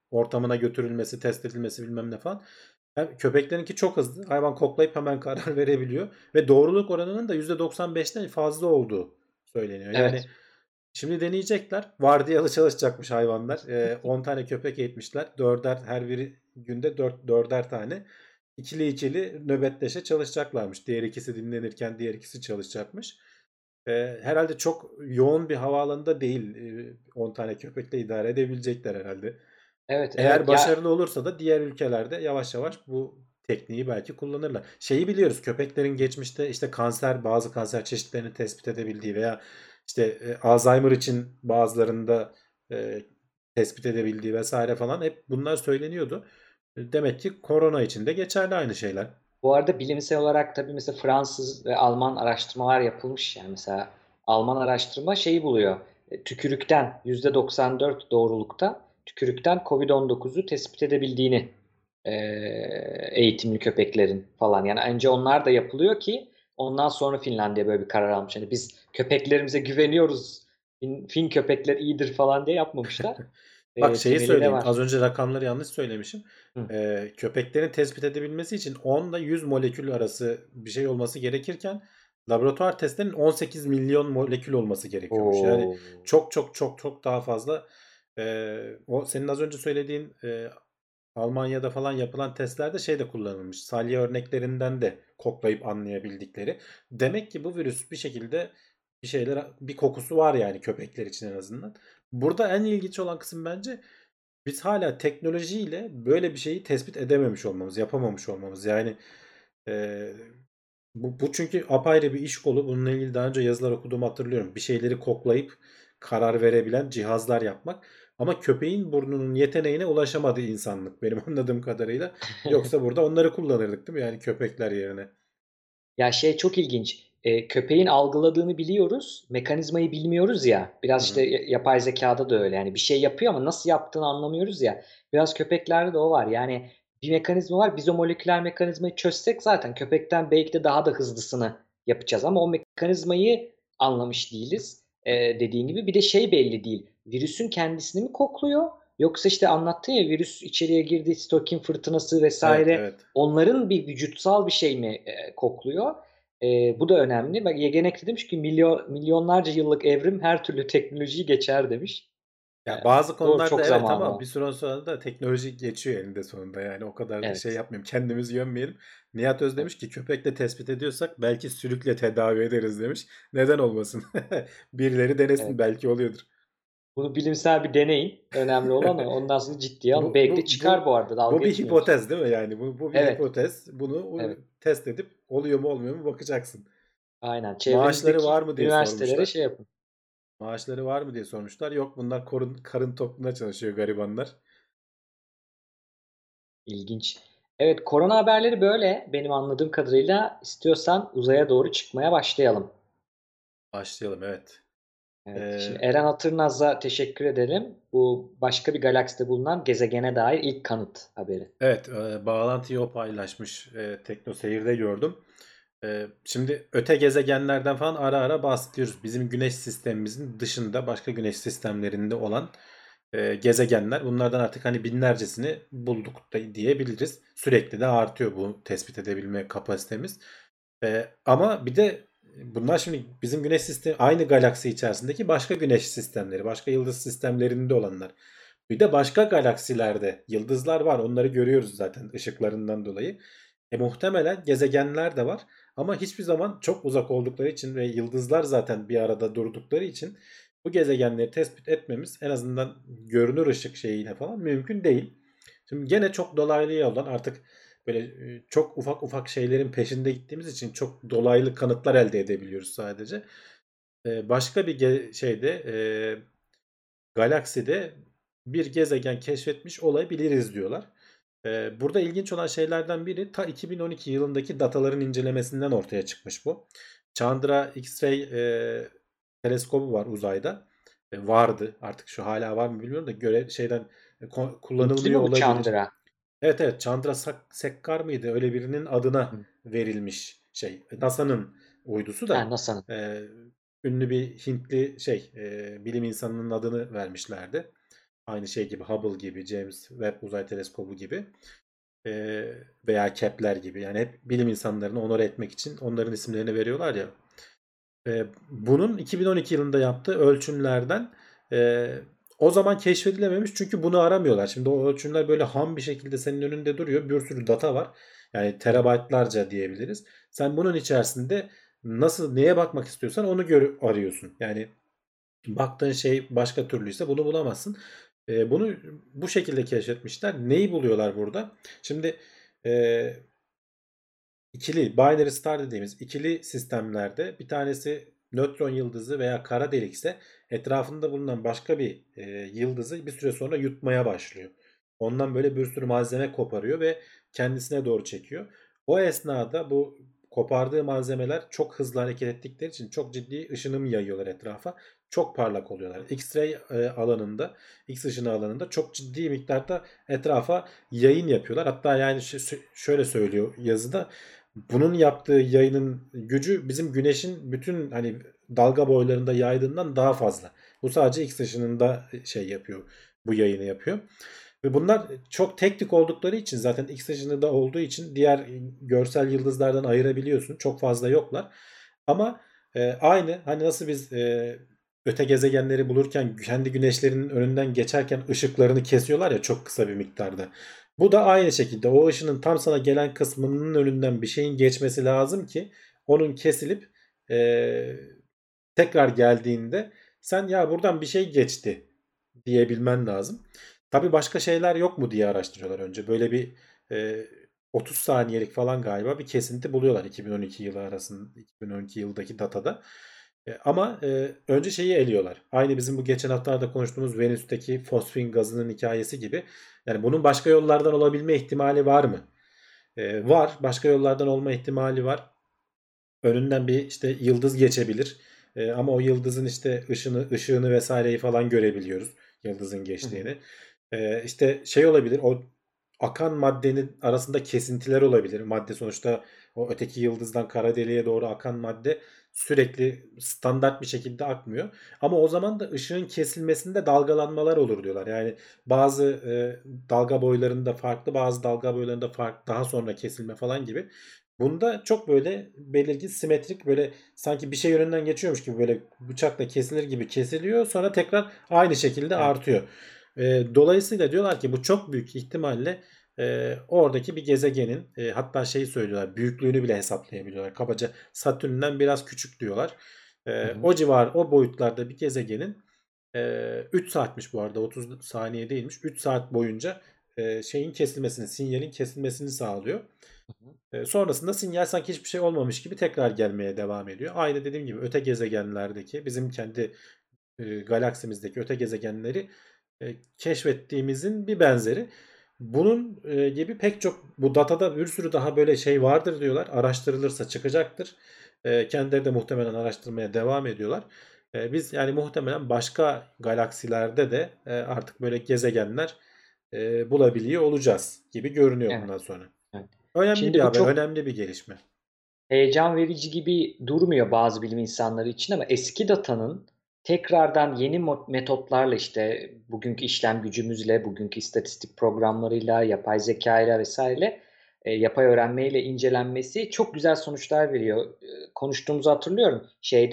ortamına götürülmesi, test edilmesi bilmem ne falan. Köpeklerinki çok hızlı. Hayvan koklayıp hemen karar verebiliyor. Ve doğruluk oranının da %95'ten fazla olduğu söyleniyor. Yani Evet. şimdi deneyecekler. Vardiyalı çalışacakmış hayvanlar. 10 tane köpek eğitmişler. Her biri günde dörder tane. İkili ikili nöbetleşe çalışacaklarmış. Diğer ikisi dinlenirken diğer ikisi çalışacakmış. Herhalde çok yoğun bir havaalanında değil. 10 tane köpekle idare edebilecekler herhalde. Evet, Eğer evet. Ya başarılı olursa da diğer ülkelerde yavaş yavaş bu tekniği belki kullanırlar. Şeyi biliyoruz, köpeklerin geçmişte işte bazı kanser çeşitlerini tespit edebildiği veya işte Alzheimer için bazılarında e, tespit edebildiği vesaire falan hep bunlar söyleniyordu. Demek ki korona için de geçerli aynı şeyler. bu arada bilimsel olarak tabii mesela Fransız ve Alman araştırmalar yapılmış. Yani mesela Alman araştırma şeyi buluyor. Tükürükten %94 doğrulukta tükürükten COVID-19'u tespit edebildiğini e, eğitimli köpeklerin falan. Yani önce onlar da yapılıyor ki ondan sonra Finlandiya böyle bir karar almış. Yani biz köpeklerimize güveniyoruz. Fin köpekler iyidir falan diye yapmamışlar. Bak şeyi Temeli de söyleyeyim. var. Az önce rakamları yanlış söylemişim. Hı. Köpeklerin tespit edebilmesi için 10 ile 100 molekül arası bir şey olması gerekirken laboratuvar testlerinin 18 milyon molekül olması gerekiyormuş. Yani Oo. çok çok çok çok daha fazla. O senin az önce söylediğin Almanya'da falan yapılan testlerde şey de kullanılmış. Salya örneklerinden de koklayıp anlayabildikleri. Demek ki bu virüs bir şekilde bir kokusu var yani köpekler için en azından. Burada en ilginç olan kısım bence biz hala teknolojiyle böyle bir şeyi tespit edememiş olmamız, yapamamış olmamız. Yani e, bu çünkü apayrı bir iş kolu. Bununla ilgili daha önce yazılar okuduğumu hatırlıyorum. Bir şeyleri koklayıp karar verebilen cihazlar yapmak. Ama köpeğin burnunun yeteneğine ulaşamadı insanlık benim anladığım kadarıyla. Yoksa burada onları kullanırdık değil mi? Yani köpekler yerine. Ya şey çok ilginç. Köpeğin algıladığını biliyoruz. Mekanizmayı bilmiyoruz ya. Hı Biraz işte hı. yapay zekada da öyle. Yani bir şey yapıyor ama nasıl yaptığını anlamıyoruz ya. Biraz köpeklerde de o var. Yani bir mekanizma var. Biz o moleküler mekanizmayı çözsek zaten köpekten belki de daha da hızlısını yapacağız. Ama o mekanizmayı anlamış değiliz. Dediğin gibi bir de şey belli değil. Virüsün kendisini mi kokluyor? Yoksa işte anlattın ya virüs içeriye girdi, sitokin fırtınası Evet, vesaire. evet. Onların bir vücutsal bir şey mi kokluyor? Bu da önemli. Bak Yegenek demiş ki milyonlarca yıllık evrim her türlü teknolojiyi geçer demiş. E, Ya bazı doğru konularda çok evet zamanı ama bir var. süre sonra da teknoloji geçiyor eninde sonunda. Yani o kadar da şey Evet. yapmayayım. Kendimizi gömmeyelim. Nihat Öz Evet. demiş ki köpekle tespit ediyorsak belki sülükle tedavi ederiz demiş. Neden olmasın? Birileri denesin Evet. belki oluyordur. Bunu bilimsel bir deneyin. Önemli olan o. Ondan sonra ciddiye alın. Belki de çıkar bu arada. Bu Dalga bir geçmiyoruz. hipotez değil mi yani? Bu bir Evet. hipotez. Bunu Evet. test edip oluyor mu olmuyor mu bakacaksın. Aynen. Maaşları Çevrenizdeki var mı diye üniversitelere sormuşlar. şey yapın. Maaşları var mı diye sormuşlar. Yok bunlar karın tokluğuna çalışıyor garibanlar. İlginç. Evet, korona haberleri böyle. Benim anladığım kadarıyla istiyorsan uzaya doğru çıkmaya başlayalım. Başlayalım evet. Evet. Şimdi Ee, Eren Atırnaz'a teşekkür edelim. Bu başka bir galakside bulunan gezegene dair ilk kanıt haberi. Evet, bağlantıyı o paylaşmış. Tekno Seyir'de gördüm. Şimdi öte gezegenlerden falan ara ara bahsediyoruz. Bizim güneş sistemimizin dışında başka güneş sistemlerinde olan gezegenler. Bunlardan artık hani binlercesini bulduk da diyebiliriz. Sürekli de artıyor bu tespit edebilme kapasitemiz. Ama bir de bunlar şimdi bizim güneş sistemi aynı galaksi içerisindeki başka güneş sistemleri, başka yıldız sistemlerinde olanlar. Bir de başka galaksilerde yıldızlar var. Onları görüyoruz zaten ışıklarından dolayı. Muhtemelen gezegenler de var. Ama hiçbir zaman çok uzak oldukları için ve yıldızlar zaten bir arada durdukları için bu gezegenleri tespit etmemiz en azından görünür ışık şeyiyle falan mümkün değil. Şimdi gene çok dolaylı yoldan artık böyle çok ufak ufak şeylerin peşinde gittiğimiz için çok dolaylı kanıtlar elde edebiliyoruz sadece. Başka bir galakside bir gezegen keşfetmiş olabiliriz diyorlar. Burada ilginç olan şeylerden biri ta 2012 yılındaki dataların incelemesinden ortaya çıkmış bu. Chandra X-ray teleskobu var uzayda. Vardı. Artık şu hala var mı bilmiyorum da Hintli kullanılmıyor mi bu olabilir. Chandra? Evet evet Chandra Sekkar mıydı? Öyle birinin adına Hı. verilmiş şey. NASA'nın uydusu Ha, da NASA'nın. ünlü bir Hintli bilim insanının adını vermişlerdi. Aynı şey gibi Hubble gibi, James Webb Uzay Teleskobu gibi veya Kepler gibi. Yani hep bilim insanlarını onore etmek için onların isimlerini veriyorlar ya. Bunun 2012 yılında yaptığı ölçümlerden e, o zaman keşfedilememiş çünkü bunu aramıyorlar. Şimdi o ölçümler böyle ham bir şekilde senin önünde duruyor. Bir sürü data var. Yani terabaytlarca diyebiliriz. Sen bunun içerisinde nasıl neye bakmak istiyorsan onu arıyorsun. Yani baktığın şey başka türlüyse bunu bulamazsın. Bunu bu şekilde keşfetmişler. Neyi buluyorlar burada? Şimdi e, İkili binary star dediğimiz ikili sistemlerde bir tanesi nötron yıldızı veya kara delikse etrafında bulunan başka bir yıldızı bir süre sonra yutmaya başlıyor. Ondan böyle bir sürü malzeme koparıyor ve kendisine doğru çekiyor. O esnada bu kopardığı malzemeler çok hızlı hareket ettikleri için çok ciddi ışınım yayıyorlar etrafa. Çok parlak oluyorlar. X-ray alanında, X ışını alanında çok ciddi miktarda etrafa yayın yapıyorlar. Hatta yani şöyle söylüyor yazıda, bunun yaptığı yayının gücü bizim güneşin bütün hani dalga boylarında yaydığından daha fazla. Bu sadece X ışınında şey yapıyor. Bu yayını yapıyor. Ve bunlar çok teknik oldukları için zaten X ışınında olduğu için diğer görsel yıldızlardan ayırabiliyorsun. Çok fazla yoklar. Ama aynı hani nasıl biz öte gezegenleri bulurken kendi güneşlerinin önünden geçerken ışıklarını kesiyorlar ya çok kısa bir miktarda. Bu da aynı şekilde o ışının tam sana gelen kısmının önünden bir şeyin geçmesi lazım ki onun kesilip e, tekrar geldiğinde sen ya buradan bir şey geçti diyebilmen lazım. Tabii başka şeyler yok mu diye araştırıyorlar önce. Böyle bir e, 30 saniyelik falan galiba bir kesinti buluyorlar 2012 yılı arasında 2012 yıldaki datada. Ama önce şeyi eliyorlar. Aynı bizim bu geçen haftalarda konuştuğumuz Venüs'teki fosfin gazının hikayesi gibi. Yani bunun başka yollardan olabilme ihtimali var mı? Var. Başka yollardan olma ihtimali var. Önünden bir işte yıldız geçebilir. Ama o yıldızın işte ışığını vesaireyi falan görebiliyoruz. Yıldızın Hı hı. geçtiğini. İşte şey olabilir. O akan maddenin arasında kesintiler olabilir. Madde sonuçta o öteki yıldızdan kara deliğe doğru akan madde sürekli standart bir şekilde akmıyor. Ama o zaman da ışığın kesilmesinde dalgalanmalar olur diyorlar. Yani bazı dalga boylarında farklı, bazı dalga boylarında farklı, daha sonra kesilme falan gibi. Bunda çok böyle belirgin simetrik böyle sanki bir şey yönünden geçiyormuş gibi böyle bıçakla kesilir gibi kesiliyor. Sonra tekrar aynı şekilde Evet. artıyor. Dolayısıyla diyorlar ki bu çok büyük ihtimalle oradaki bir gezegenin hatta şeyi söylüyorlar büyüklüğünü bile hesaplayabiliyorlar. Kabaca Satürn'den biraz küçük diyorlar. Hı hı. O civar o boyutlarda bir gezegenin 3 saatmiş bu arada 30 saniye değilmiş. 3 saat boyunca şeyin kesilmesini, sinyalin kesilmesini sağlıyor. Hı hı. Sonrasında sinyal sanki hiçbir şey olmamış gibi tekrar gelmeye devam ediyor. Aynı dediğim gibi öte gezegenlerdeki bizim kendi galaksimizdeki öte gezegenleri keşfettiğimizin bir benzeri. Bunun gibi pek çok bu datada bir sürü daha böyle şey vardır diyorlar. Araştırılırsa çıkacaktır. Kendileri de muhtemelen araştırmaya devam ediyorlar. Biz yani muhtemelen başka galaksilerde de artık böyle gezegenler bulabiliyor olacağız gibi görünüyor Evet. bundan sonra. Evet. Önemli bir Şimdi bu haber, çok önemli bir gelişme. heyecan verici gibi durmuyor bazı bilim insanları için ama eski datanın tekrardan yeni metotlarla işte bugünkü işlem gücümüzle, bugünkü istatistik programlarıyla, yapay zekayla vesaireyle yapay öğrenmeyle incelenmesi çok güzel sonuçlar veriyor. Konuştuğumuzu hatırlıyorum.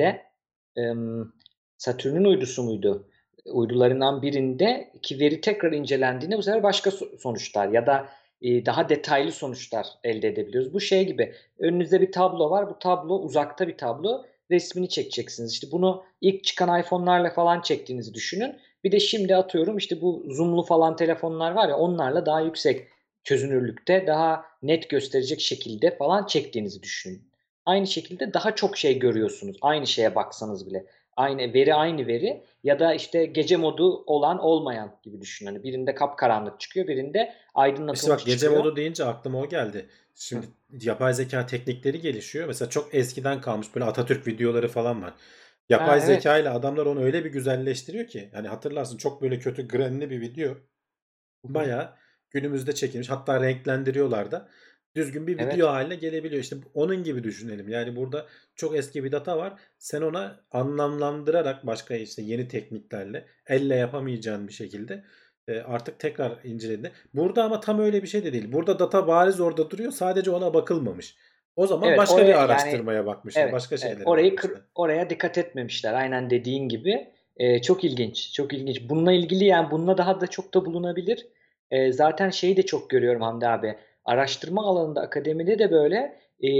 Satürn'ün uydusu muydu? Uydularından birindeki veri tekrar incelendiğinde bu sefer başka sonuçlar ya da daha detaylı sonuçlar elde edebiliyoruz. Bu şey gibi önünüzde bir tablo var. Bu tablo uzakta bir tablo. Resmini çekeceksiniz. İşte bunu ilk çıkan iPhone'larla falan çektiğinizi düşünün. Bir de şimdi atıyorum işte bu zoom'lu falan telefonlar var ya onlarla daha yüksek çözünürlükte daha net gösterecek şekilde falan çektiğinizi düşünün. Aynı şekilde daha çok şey görüyorsunuz. Aynı şeye baksanız bile. Aynı veri ya da işte gece modu olan olmayan gibi düşünün. Hani birinde kapkaranlık çıkıyor, birinde İşte bak aydınlatılmış gece çıkıyor. modu deyince aklıma o geldi. Hı. Şimdi yapay zeka teknikleri gelişiyor. Mesela çok eskiden kalmış böyle Atatürk videoları falan var. Ha, Yapay evet. zeka ile adamlar onu öyle bir güzelleştiriyor ki. Hani hatırlarsın çok böyle kötü grainli bir video. Hı hı. Bayağı günümüzde çekilmiş. Hatta renklendiriyorlar da. Düzgün bir video Evet. haline gelebiliyor. İşte onun gibi düşünelim. Yani burada çok eski bir data var. Sen ona anlamlandırarak başka işte yeni tekniklerle elle yapamayacağın bir şekilde artık tekrar inceledi. Burada ama tam öyle bir şey de değil. Burada data bariz orada duruyor. Sadece ona bakılmamış. O zaman Evet, başka oraya bir yani araştırmaya bakmışlar. evet, Başka evet şeylere bakmışlar. oraya dikkat etmemişler. Aynen dediğin gibi. Çok ilginç, çok ilginç. Bununla ilgili yani bununla daha da çok da bulunabilir. Zaten şeyi de çok görüyorum Hamdi abi. Araştırma alanında akademide de böyle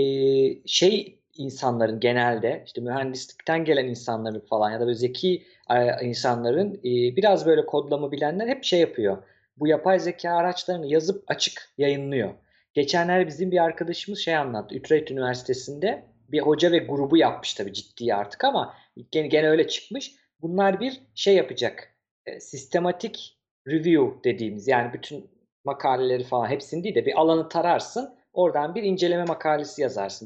şey insanların genelde işte mühendislikten gelen insanların falan ya da böyle zeki insanların biraz böyle kodlama bilenler hep şey yapıyor. Bu yapay zeka araçlarını yazıp açık yayınlıyor. Geçenler bizim bir arkadaşımız şey anlattı. Utrecht Üniversitesi'nde bir hoca ve grubu yapmış tabii ciddi artık ama gene öyle çıkmış. Bunlar bir şey yapacak. Sistematik review dediğimiz yani bütün makaleleri falan hepsini değil de bir alanı tararsın. Oradan bir inceleme makalesi yazarsın.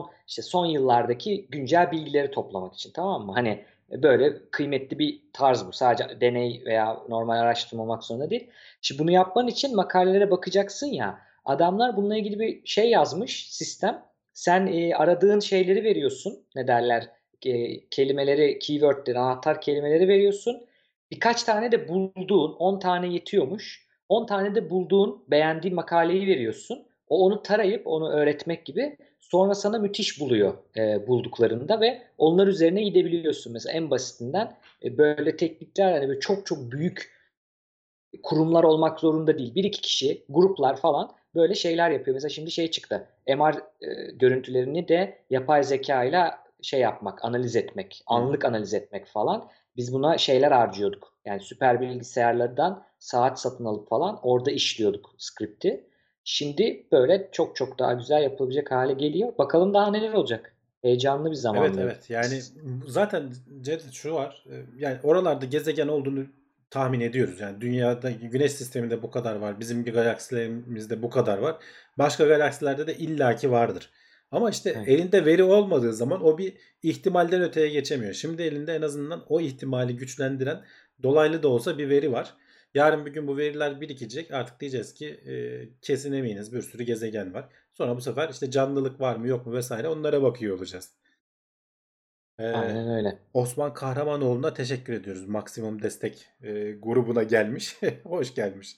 Son yıllardaki güncel bilgileri toplamak için, tamam mı? Hani böyle kıymetli bir tarz bu. Sadece deney veya normal araştırma olmak zorunda değil. Şimdi bunu yapman için makalelere bakacaksın ya. Adamlar bununla ilgili bir şey yazmış sistem. Sen aradığın şeyleri veriyorsun. Ne derler? Kelimeleri, keywordleri, anahtar kelimeleri veriyorsun. Birkaç tane de bulduğun, 10 tane yetiyormuş. 10 tane de bulduğun, beğendiğin makaleyi veriyorsun. O onu tarayıp onu öğretmek gibi sonra sana müthiş buluyor bulduklarında ve onlar üzerine gidebiliyorsun. Mesela en basitinden böyle teknikler hani böyle çok çok büyük kurumlar olmak zorunda değil. Bir iki kişi, gruplar falan böyle şeyler yapıyor. Mesela şimdi şey çıktı. MR görüntülerini de yapay zeka ile şey yapmak, analiz etmek, Hı hı. anlık analiz etmek falan. Biz buna şeyler harcıyorduk. Yani süper bilgisayarlardan saat satın alıp falan orada işliyorduk skripti. Şimdi böyle çok çok daha güzel yapılabilecek hale geliyor. Bakalım daha neler olacak. Heyecanlı bir Evet, zamandayız. evet, yani zaten Cevdet şu var, yani oralarda gezegen olduğunu tahmin ediyoruz. Yani dünyada, güneş sisteminde bu kadar var, bizim galaksilerimizde bu kadar var, başka galaksilerde de illaki vardır. Ama işte Evet. elinde veri olmadığı zaman o bir ihtimalden öteye geçemiyor. Şimdi elinde en azından o ihtimali güçlendiren, dolaylı da olsa bir veri var. Yarın bir gün bu veriler birikecek, artık diyeceğiz ki kesin eminiz bir sürü gezegen var. Sonra bu sefer işte canlılık var mı yok mu vesaire, onlara bakıyor olacağız. Ee, Aynen öyle. Osman Kahramanoğlu'na teşekkür ediyoruz. Maksimum Destek grubuna gelmiş. Hoş gelmiş.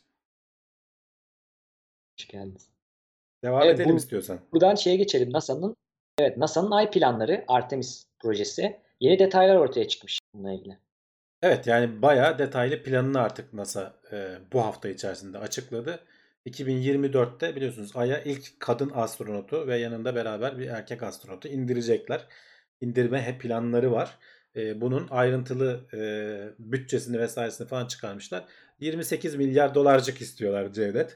Hoş geldiniz. Devam Evet, edelim istiyorsan. buradan şeye geçelim. NASA'nın Ay planları, Artemis projesi. Yeni detaylar ortaya çıkmış bununla ilgili. Evet, yani bayağı detaylı planını artık NASA bu hafta içerisinde açıkladı. 2024'te biliyorsunuz Ay'a ilk kadın astronotu ve yanında beraber bir erkek astronotu indirecekler. İndirme planları var. Bunun ayrıntılı bütçesini vesairesini falan çıkarmışlar. 28 milyar dolarcık istiyorlar Cevdet.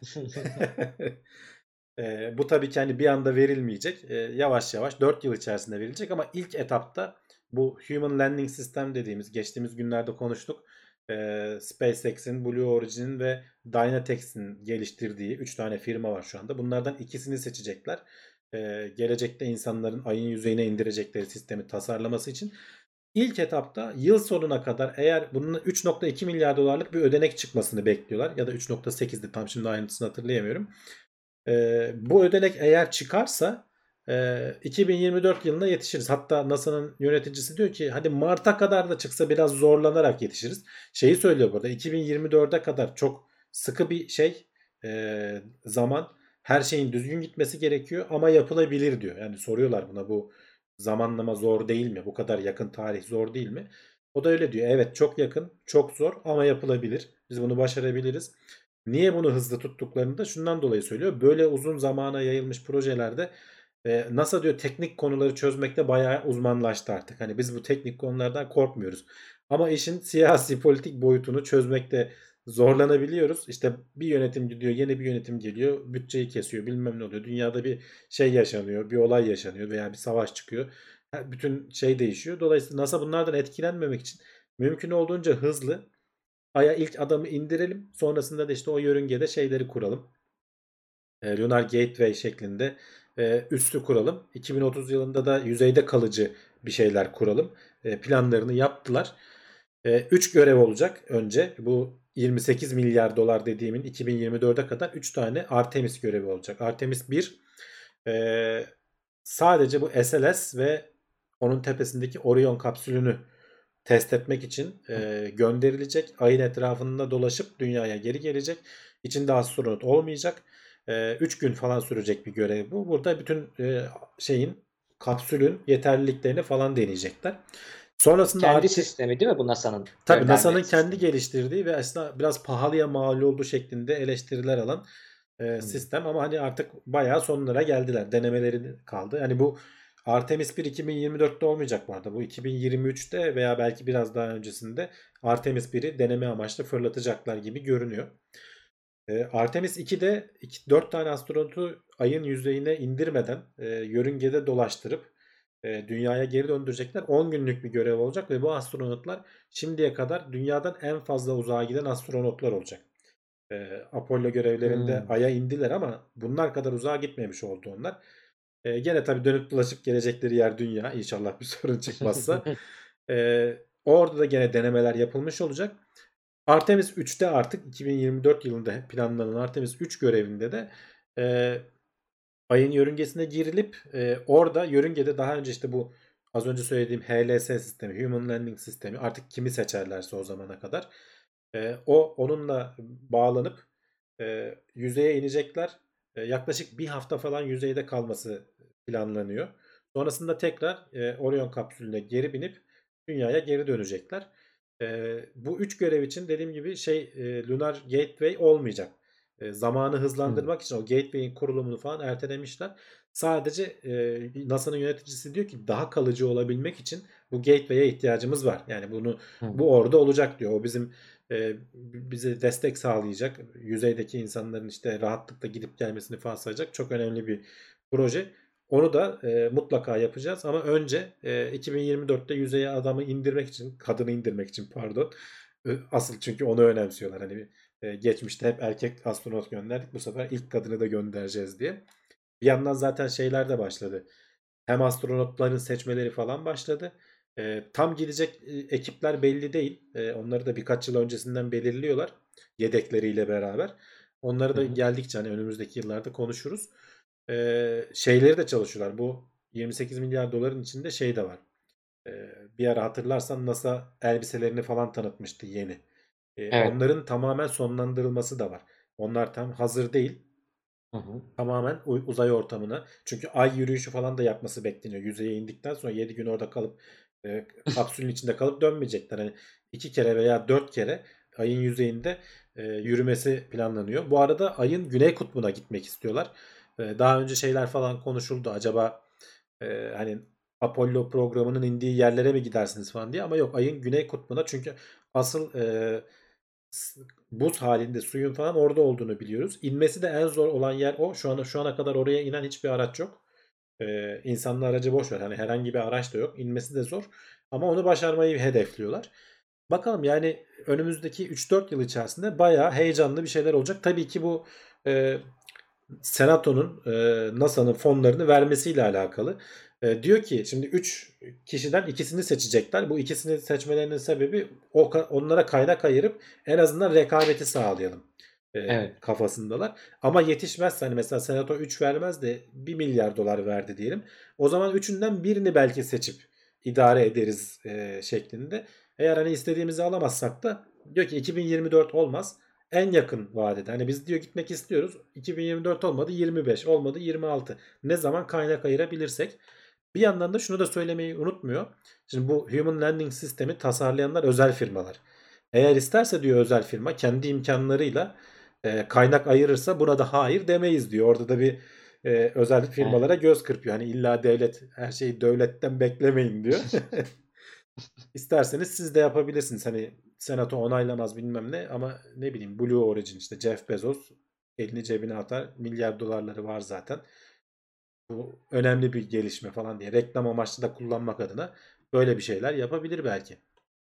Bu tabii ki hani bir anda verilmeyecek. Yavaş yavaş 4 yıl içerisinde verilecek ama ilk etapta bu Human Landing System dediğimiz geçtiğimiz günlerde konuştuk. SpaceX'in, Blue Origin'in ve Dynatex'in geliştirdiği 3 tane firma var şu anda. Bunlardan ikisini seçecekler. Gelecekte insanların ayın yüzeyine indirecekleri sistemi tasarlaması için. İlk etapta yıl sonuna kadar eğer bunun 3,2 milyar dolarlık bir ödenek çıkmasını bekliyorlar. Ya da 3,8'di, tam şimdi ayrıntısını hatırlayamıyorum. Bu ödenek eğer çıkarsa 2024 yılına yetişiriz. Hatta NASA'nın yöneticisi diyor ki hadi Mart'a kadar da çıksa biraz zorlanarak yetişiriz. Şeyi söylüyor burada, 2024'e kadar çok sıkı bir zaman, her şeyin düzgün gitmesi gerekiyor ama yapılabilir diyor. Yani soruyorlar buna, bu zamanlama zor değil mi? Bu kadar yakın tarih zor değil mi? O da öyle diyor. Evet, çok yakın, çok zor ama yapılabilir. Biz bunu başarabiliriz. Niye bunu hızlı tuttuklarını da şundan dolayı söylüyor. Böyle uzun zamana yayılmış projelerde NASA diyor teknik konuları çözmekte bayağı uzmanlaştı artık. Hani biz bu teknik konulardan korkmuyoruz. Ama işin siyasi politik boyutunu çözmekte zorlanabiliyoruz. İşte bir yönetim gidiyor, yeni bir yönetim geliyor, bütçeyi kesiyor, bilmem ne oluyor. Dünyada bir şey yaşanıyor, bir olay yaşanıyor veya bir savaş çıkıyor. Bütün şey değişiyor. Dolayısıyla NASA bunlardan etkilenmemek için mümkün olduğunca hızlı Ay'a ilk adamı indirelim. Sonrasında da işte o yörüngede şeyleri kuralım. Lunar Gateway şeklinde üssü kuralım. 2030 yılında da yüzeyde kalıcı bir şeyler kuralım. Planlarını yaptılar. 3 görev olacak önce. Bu 28 milyar dolar dediğimin 2024'e kadar 3 tane Artemis görevi olacak. Artemis 1 sadece bu SLS ve onun tepesindeki Orion kapsülünü test etmek için gönderilecek. Ayın etrafında dolaşıp dünyaya geri gelecek. İçinde astronot olmayacak. 3 gün falan sürecek bir görev bu. Burada bütün kapsülün yeterliliklerini falan deneyecekler. Sonrasında Kendi sistemi değil mi bu NASA'nın? tabii Gönderme NASA'nın kendi sistemi. geliştirdiği ve aslında biraz pahalıya mal olduğu şeklinde eleştiriler alan sistem, ama hani artık bayağı sonlara geldiler. Denemeleri kaldı. Yani bu Artemis 1 2024'te olmayacak bu arada. Bu 2023'te veya belki biraz daha öncesinde Artemis 1'i deneme amaçlı fırlatacaklar gibi görünüyor. Artemis 2'de 4 tane astronotu ayın yüzeyine indirmeden yörüngede dolaştırıp dünyaya geri döndürecekler. 10 günlük bir görev olacak ve bu astronotlar şimdiye kadar dünyadan en fazla uzağa giden astronotlar olacak. Apollo görevlerinde Ay'a indiler ama bunlar kadar uzağa gitmemiş oldu onlar. Gene tabii dönüp dolaşıp gelecekleri yer dünya. İnşallah bir sorun çıkmazsa. Orada da gene denemeler yapılmış olacak. Artemis 3'te artık 2024 yılında planlanan Artemis 3 görevinde de Ay'ın yörüngesine girilip orada yörüngede daha önce işte bu az önce söylediğim HLS sistemi, Human Landing sistemi, artık kimi seçerlerse o zamana kadar onunla bağlanıp yüzeye inecekler. Yaklaşık bir hafta falan yüzeyde kalması planlanıyor. Sonrasında tekrar Orion kapsülüne geri binip dünyaya geri dönecekler. Bu 3 görev için dediğim gibi Lunar Gateway olmayacak. Zamanı hızlandırmak için o Gateway'in kurulumunu falan ertelemişler. Sadece NASA'nın yöneticisi diyor ki daha kalıcı olabilmek için bu Gateway'e ihtiyacımız var. Yani bu orada olacak diyor. O bize destek sağlayacak. Yüzeydeki insanların işte rahatlıkla gidip gelmesini sağlayacak çok önemli bir proje. Onu da mutlaka yapacağız ama önce 2024'te yüzeye adamı indirmek için, kadını indirmek için pardon. Asıl çünkü onu önemsiyorlar. Hani geçmişte hep erkek astronot gönderdik. Bu sefer ilk kadını da göndereceğiz diye. Bir yandan zaten şeyler de başladı. Hem astronotların seçmeleri falan başladı. Tam gidecek ekipler belli değil. Onları da birkaç yıl öncesinden belirliyorlar. Yedekleriyle beraber. Onları da geldikçe hani önümüzdeki yıllarda konuşuruz. Şeyleri de çalışıyorlar. Bu 28 milyar doların içinde şey de var. Bir ara hatırlarsan NASA elbiselerini falan tanıtmıştı yeni. Evet. Onların tamamen sonlandırılması da var. Onlar tam hazır değil. Tamamen uzay ortamına. Çünkü ay yürüyüşü falan da yapması bekleniyor. Yüzeye indikten sonra 7 gün orada kalıp kapsülün içinde kalıp dönmeyecekler. Hani 2 kere veya 4 kere ayın yüzeyinde yürümesi planlanıyor. Bu arada ayın güney kutbuna gitmek istiyorlar. Daha önce şeyler falan konuşuldu. Acaba hani Apollo programının indiği yerlere mi gidersiniz falan diye, ama yok, ayın güney kutbuna, çünkü asıl buz halinde suyun falan orada olduğunu biliyoruz. İnmesi de en zor olan yer o. Şu ana kadar oraya inen hiçbir araç yok. İnsanlı aracı boş ver. Hani herhangi bir araç da yok. İnmesi de zor. Ama onu başarmayı hedefliyorlar. Bakalım, yani önümüzdeki 3-4 yıl içerisinde bayağı heyecanlı bir şeyler olacak. Tabii ki bu Senato'nun NASA'nın fonlarını vermesiyle alakalı. Diyor ki şimdi 3 kişiden ikisini seçecekler. Bu ikisini seçmelerinin sebebi onlara kaynak ayırıp en azından rekabeti sağlayalım Evet. kafasındalar. Ama yetişmezse, hani mesela Senato 3 vermez de 1 milyar dolar verdi diyelim. O zaman üçünden birini belki seçip idare ederiz şeklinde. Eğer hani istediğimizi alamazsak da diyor ki 2024 olmaz. En yakın vadede. Hani biz diyor gitmek istiyoruz. 2024 olmadı, 25 olmadı, 26. Ne zaman kaynak ayırabilirsek. Bir yandan da şunu da söylemeyi unutmuyor. Şimdi bu Human Landing sistemi tasarlayanlar özel firmalar. Eğer isterse diyor özel firma kendi imkanlarıyla kaynak ayırırsa buna da hayır demeyiz diyor. Orada da bir özel firmalara göz kırpıyor. Hani illa devlet, her şeyi devletten beklemeyin diyor. İsterseniz siz de yapabilirsiniz. Hani Senato onaylamaz bilmem ne, ama ne bileyim Blue Origin, işte Jeff Bezos elini cebine atar. Milyar dolarları var zaten. Bu önemli bir gelişme falan diye reklam amaçlı da kullanmak adına böyle bir şeyler yapabilir belki.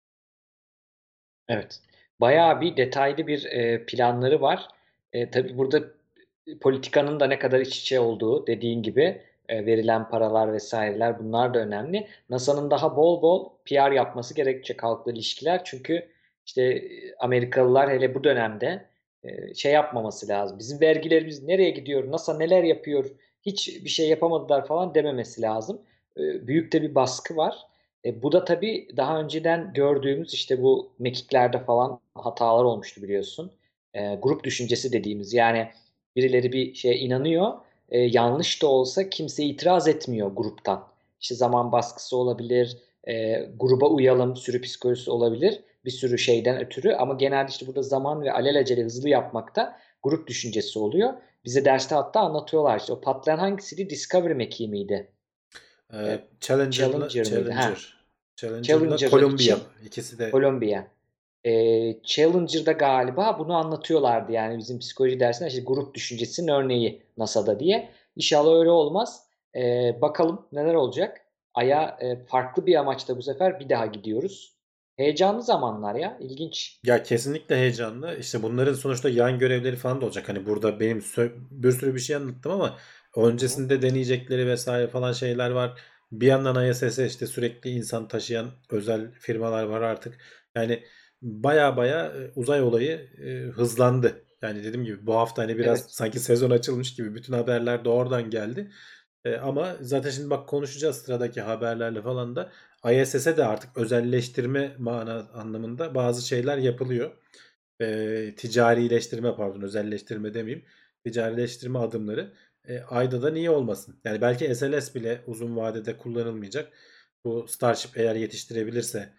Evet. Bayağı bir detaylı bir planları var. Tabii burada politikanın da ne kadar iç içe olduğu, dediğin gibi verilen paralar vesaireler, bunlar da önemli. NASA'nın daha bol bol PR yapması gerekecek, halkla ilişkiler. Çünkü işte Amerikalılar hele bu dönemde şey yapmaması lazım. Bizim vergilerimiz nereye gidiyor? NASA neler yapıyor? Hiç bir şey yapamadılar falan dememesi lazım. Büyük de bir baskı var. Bu da tabii daha önceden gördüğümüz işte bu mekiklerde falan hatalar olmuştu biliyorsun. Grup düşüncesi dediğimiz yani birileri bir şeye inanıyor. Yanlış da olsa kimse itiraz etmiyor gruptan. İşte zaman baskısı olabilir, gruba uyalım, sürü psikolojisi olabilir bir sürü şeyden ötürü. Ama genelde işte burada zaman ve alelacele hızlı yapmakta grup düşüncesi oluyor. Bize derste hatta anlatıyorlar işte o patlayan hangisiydi? Discovery mekiği miydi? Challenger'la Challenger mıydı? Ha. Challenger'la Challenger Columbia, için ikisi de Kolombiya. Challenger'da galiba bunu anlatıyorlardı yani bizim psikoloji dersinde işte grup düşüncesinin örneği NASA'da diye. İnşallah öyle olmaz. Bakalım neler olacak. Ay'a farklı bir amaçla bu sefer bir daha gidiyoruz. Heyecanlı zamanlar ya. İlginç. ya kesinlikle heyecanlı. İşte bunların sonuçta yan görevleri falan da olacak. Hani burada benim bir sürü bir şey anlattım ama Hı hı. öncesinde deneyecekleri vesaire falan şeyler var. Bir yandan ISS'e işte sürekli insan taşıyan özel firmalar var artık. Yani baya baya uzay olayı hızlandı. Yani dediğim gibi bu hafta hani biraz Evet. sanki sezon açılmış gibi bütün haberler de oradan geldi. Ama zaten şimdi bak konuşacağız sıradaki haberlerle falan da ISS'e de artık özelleştirme anlamında bazı şeyler yapılıyor. Ticarileştirme pardon özelleştirme demeyeyim. Ticarileştirme adımları. Ayda da niye olmasın? Yani belki SLS bile uzun vadede kullanılmayacak. Bu Starship eğer yetiştirebilirse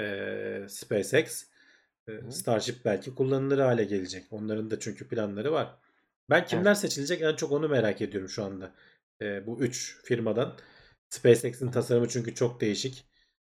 SpaceX Hı hı. Starship belki kullanılır hale gelecek. Onların da çünkü planları var. Ben kimler Evet. seçilecek en çok onu merak ediyorum şu anda. Bu 3 firmadan. SpaceX'in Hı hı. tasarımı çünkü çok değişik.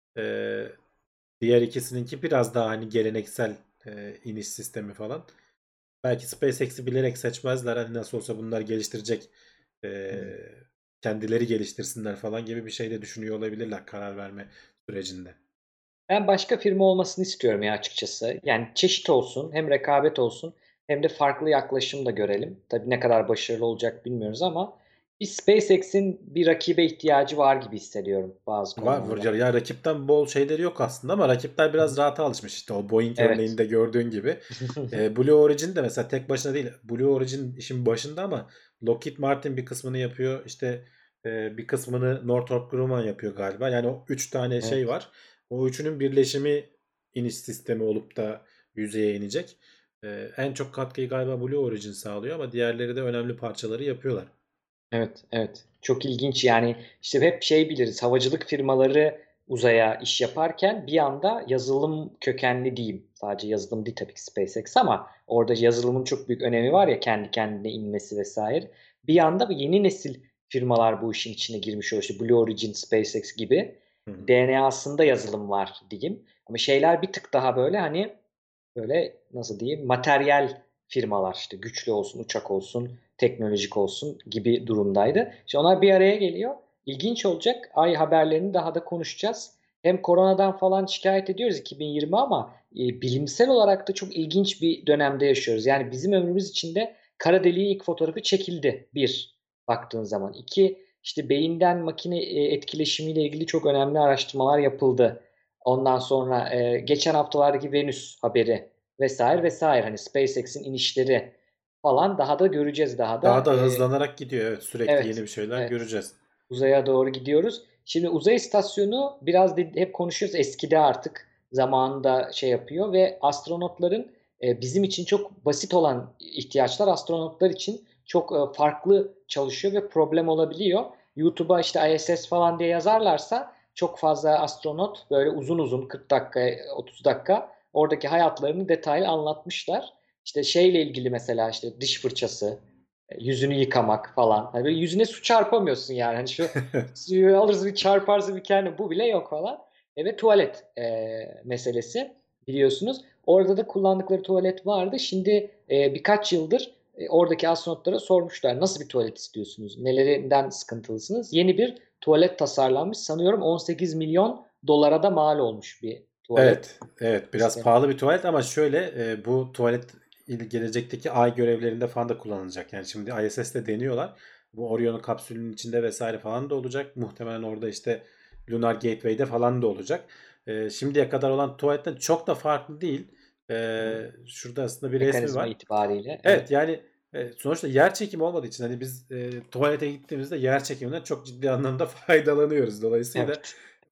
Ee, Diğer ikisininki biraz daha hani geleneksel iniş sistemi falan. Belki SpaceX'i bilerek seçmezler. Hani nasıl olsa bunlar geliştirecek. Hı. e, Kendileri geliştirsinler falan gibi bir şey de düşünüyor olabilirler karar verme sürecinde. Ben başka firma olmasını istiyorum ya açıkçası. Yani çeşit olsun, hem rekabet olsun, hem de farklı yaklaşım da görelim. Tabii ne kadar başarılı olacak bilmiyoruz ama bir SpaceX'in bir rakibe ihtiyacı var gibi hissediyorum bazı Var konularda. ya rakipten bol şeyleri yok aslında ama rakipler Hı biraz hı. rahata alışmış işte o Boeing Evet. örneğinde gördüğün gibi. Blue Origin de mesela tek başına değil. Blue Origin işin başında ama Lockheed Martin bir kısmını yapıyor. İşte bir kısmını Northrop Grumman yapıyor galiba. Yani o 3 tane şey Evet. var. O üçünün birleşimi iniş sistemi olup da yüzeye inecek. En çok katkıyı galiba Blue Origin sağlıyor ama diğerleri de önemli parçaları yapıyorlar. Evet, evet. Çok ilginç yani işte hep şey biliriz havacılık firmaları uzaya iş yaparken bir anda yazılım kökenli diyeyim. Sadece yazılım değil tabii ki SpaceX ama orada yazılımın çok büyük önemi var ya kendi kendine inmesi vesaire. Bir anda bu yeni nesil firmalar bu işin içine girmiş oluyor. İşte Blue Origin, SpaceX gibi Hı hı. DNA'sında yazılım var diyeyim. Ama şeyler bir tık daha böyle hani böyle nasıl diyeyim materyal firmalar işte güçlü olsun, uçak olsun, teknolojik olsun gibi durumdaydı. İşte onlar bir araya geliyor. İlginç olacak. Ay haberlerini daha da konuşacağız. Hem koronadan falan şikayet ediyoruz 2020 ama bilimsel olarak da çok ilginç bir dönemde yaşıyoruz. Yani bizim ömrümüz içinde kara deliğin ilk fotoğrafı çekildi. Bir, baktığın zaman. İki, işte beyinden makine etkileşimiyle ilgili çok önemli araştırmalar yapıldı. Ondan sonra geçen haftalardaki Venüs haberi vesaire vesaire hani SpaceX'in inişleri falan daha da göreceğiz daha Daha da. da hızlanarak gidiyor. Evet, sürekli yeni Evet, bir şeyler evet. göreceğiz. Uzaya doğru gidiyoruz. Şimdi uzay istasyonu biraz hep konuşuyoruz eskide artık zamanında şey yapıyor ve astronotların bizim için çok basit olan ihtiyaçlar astronotlar için çok farklı çalışıyor ve problem olabiliyor. YouTube'a işte ISS falan diye yazarlarsa çok fazla astronot böyle uzun uzun 40 dakika 30 dakika oradaki hayatlarını detaylı anlatmışlar. İşte şeyle ilgili mesela işte diş fırçası, yüzünü yıkamak falan. Hani böyle yüzüne su çarpamıyorsun yani. Hani şu suyu alırsın bir çarparsın bir kendi bu bile yok falan. Ve tuvalet meselesi biliyorsunuz. Orada da kullandıkları tuvalet vardı. Şimdi birkaç yıldır oradaki astronotlara sormuşlar. Nasıl bir tuvalet istiyorsunuz? Nelerinden sıkıntılısınız? Yeni bir tuvalet tasarlanmış. Sanıyorum 18 milyon dolara da mal olmuş bir tuvalet Evet, evet biraz sistemi. pahalı bir tuvalet ama şöyle bu tuvalet gelecekteki ay görevlerinde falan da kullanılacak. Yani şimdi ISS'te deniyorlar. Bu Orion kapsülünün içinde vesaire falan da olacak. Muhtemelen orada işte Lunar Gateway'de falan da olacak. Şimdiye kadar olan tuvaletten çok da farklı değil. Hı hı. Şurada aslında bir resmi Mekanizma var. itibariyle. Evet Evet. yani sonuçta yer çekimi olmadığı için hani biz tuvalete gittiğimizde yer çekiminden çok ciddi anlamda faydalanıyoruz. Dolayısıyla Evet.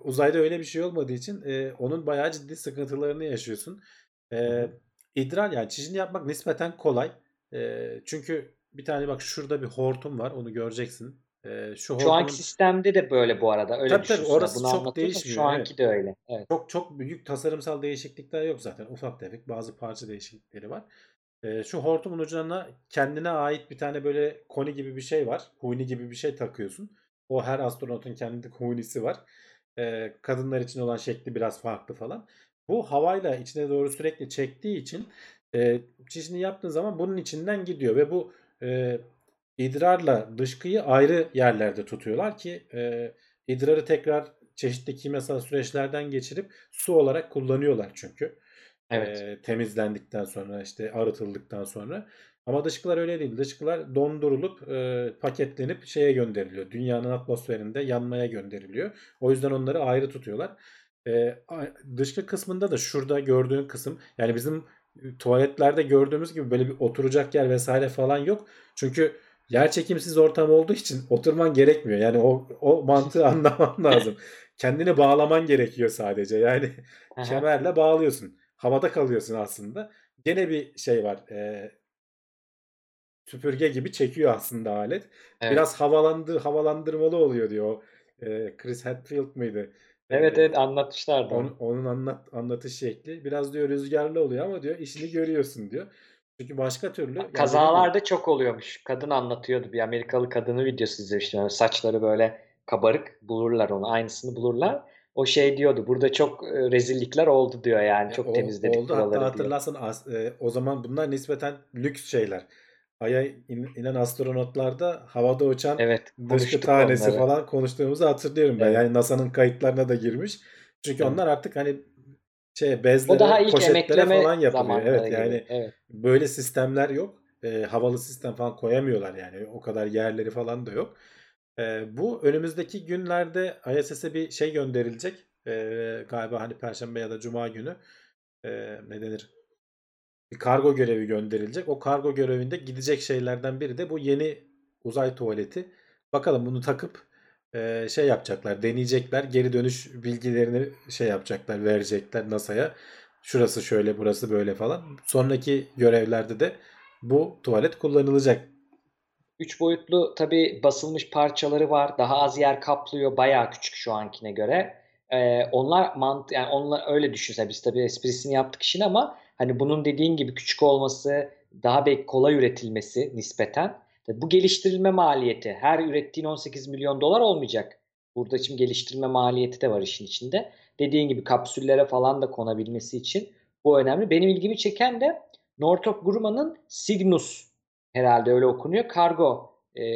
uzayda öyle bir şey olmadığı için onun bayağı ciddi sıkıntılarını yaşıyorsun. Hı E, hı. idrar yani çişini yapmak nispeten kolay. Çünkü bir tane bak şurada bir hortum var, onu göreceksin. Şu Şu anki hortumun sistemde de böyle bu arada. Öyle tabii tabii düşünsünler. orası Bunu çok anlatıyordum. Şu değişmiyor. Evet. anki de öyle. Evet. Çok büyük tasarımsal değişiklikler yok zaten. Ufak tefek bazı parça değişiklikleri var. Şu hortumun ucuna kendine ait bir tane böyle koni gibi bir şey var. Huni gibi bir şey takıyorsun. O her astronotun kendi hunisi var. Kadınlar için olan şekli biraz farklı falan. Bu havayla içine doğru sürekli çektiği için çişini yaptığın zaman bunun içinden gidiyor ve bu e, idrarla dışkıyı ayrı yerlerde tutuyorlar ki idrarı tekrar çeşitli kimyasal süreçlerden geçirip su olarak kullanıyorlar çünkü. Evet. Temizlendikten sonra işte arıtıldıktan sonra. Ama dışkılar öyle değil. Dışkılar dondurulup paketlenip şeye gönderiliyor. Dünyanın atmosferinde yanmaya gönderiliyor. O yüzden onları ayrı tutuyorlar. Dışkı kısmında da şurada gördüğün kısım yani bizim tuvaletlerde gördüğümüz gibi böyle bir oturacak yer vesaire falan yok. Çünkü yer çekimsiz ortam olduğu için oturman gerekmiyor. Yani o mantığı anlaman lazım. Kendini bağlaman gerekiyor sadece. Yani Aha. kemerle bağlıyorsun. Havada kalıyorsun aslında. Gene bir şey var. Süpürge gibi çekiyor aslında alet. Evet. Biraz havalandırmalı oluyor diyor. Chris Hadfield mıydı? Evet, evet, anlatmışlardı onu. Onun anlatış şekli. Biraz diyor rüzgarlı oluyor ama diyor işini görüyorsun diyor. Çünkü başka türlü yani dediğim gibi Kazalarda çok oluyormuş. Kadın anlatıyordu. Bir Amerikalı kadını videosu izlemiştim. Yani saçları böyle kabarık, bulurlar onu. Aynısını bulurlar. O şey diyordu. Burada çok rezillikler oldu diyor yani. Çok O temizledik oldu. Hatta buraları diyor. hatırlarsan o zaman bunlar nispeten lüks şeyler. Ay'a inen astronotlarda havada uçan Evet, dışkı konuştuk tanesi onları. falan konuştuğumuzu hatırlıyorum ben. Evet, Yani NASA'nın kayıtlarına da girmiş. Çünkü evet. onlar artık hani O daha bezlere, ilk poşetlere falan emekleme yapılıyor. zamanları Evet gibi. yani Evet. böyle sistemler yok. Havalı sistem falan koyamıyorlar yani. O kadar yerleri falan da yok. Bu önümüzdeki günlerde ISS'e bir şey gönderilecek. Galiba hani Perşembe ya da Cuma günü. Ne denir? Bir kargo görevi gönderilecek. O kargo görevinde gidecek şeylerden biri de bu yeni uzay tuvaleti. Bakalım bunu takıp şey yapacaklar, deneyecekler. Geri dönüş bilgilerini şey yapacaklar, verecekler NASA'ya. Şurası şöyle, burası böyle falan. Sonraki görevlerde de bu tuvalet kullanılacak. 3 boyutlu tabii basılmış parçaları var. Daha az yer kaplıyor. Bayağı küçük şu ankine göre. Onlar yani onlar öyle düşünse biz tabii esprisini yaptık işin ama hani bunun dediğin gibi küçük olması, daha belki kolay üretilmesi nispeten. Tabii bu geliştirilme maliyeti her ürettiğin 18 milyon dolar olmayacak. Burada şimdi geliştirme maliyeti de var işin içinde. Dediğin gibi kapsüllere falan da konabilmesi için bu önemli. Benim ilgimi çeken de Northrop Grumman'ın Cygnus, herhalde öyle okunuyor. Kargo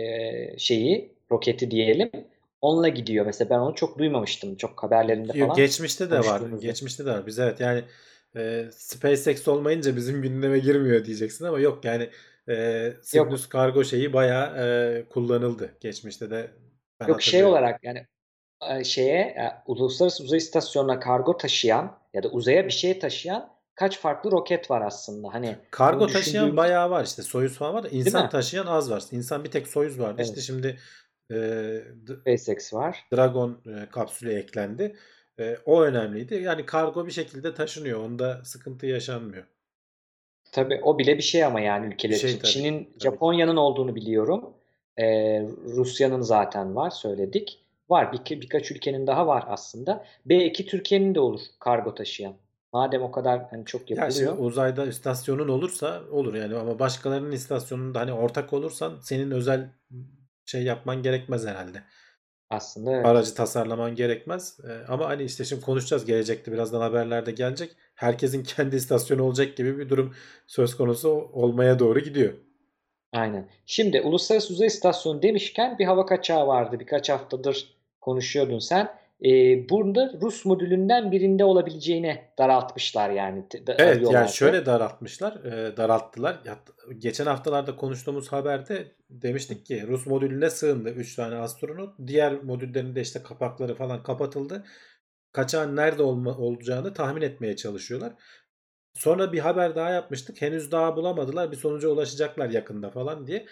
roketi diyelim. Onunla gidiyor. Mesela ben onu çok duymamıştım. Çok haberlerinde falan Geçmişte de var. konuştuğumuzda. Geçmişte de var. Biz evet yani SpaceX olmayınca bizim gündeme girmiyor diyeceksin ama yok yani Yok. Cygnus kargo şeyi bayağı kullanıldı. Geçmişte de ben Yok, şey hatırlıyorum. olarak yani Uluslararası Uzay İstasyonu'na kargo taşıyan ya da uzaya bir şey taşıyan kaç farklı roket var aslında. Hani bunu Kargo taşıyan düşündüğümüz, bayağı var işte. Soyuz falan var da değil insan mi? taşıyan az var. İnsan bir tek Soyuz vardı. İşte Evet. şimdi e, SpaceX var. Dragon kapsülü eklendi. O önemliydi. Yani kargo bir şekilde taşınıyor. Onda sıkıntı yaşanmıyor. Tabii o bile bir şey ama yani Bir ülkeler şey için. tabii ki. Çin'in, Tabii ki. Japonya'nın olduğunu biliyorum. Rusya'nın zaten var, söyledik. Var, birkaç ülkenin daha var aslında. Belki Türkiye'nin de olur kargo taşıyan. Madem o kadar hani çok Ya şimdi yapılıyor uzayda istasyonun olursa olur yani ama başkalarının istasyonunda hani ortak olursan senin özel şey yapman gerekmez herhalde. aslında, evet. Aracı tasarlaman gerekmez. Ama hani işte şimdi konuşacağız gelecekte birazdan haberlerde gelecek. Herkesin kendi istasyonu olacak gibi bir durum söz konusu olmaya doğru gidiyor. Aynen. Şimdi Uluslararası Uzay İstasyonu demişken bir hava kaçağı vardı. Birkaç haftadır konuşuyordun sen. Burada Rus modülünden birinde olabileceğini daraltmışlar yani. Evet yani Arıyorlardı. şöyle daraltmışlar, daralttılar. Geçen haftalarda konuştuğumuz haberde Hı. demiştik ki Rus modülüne sığındı 3 tane astronot. Diğer modüllerin de işte kapakları falan kapatıldı. Kaçağın nerede olacağını tahmin etmeye çalışıyorlar. Sonra bir haber daha yapmıştık. Henüz daha bulamadılar. Bir sonuca ulaşacaklar yakında falan diye.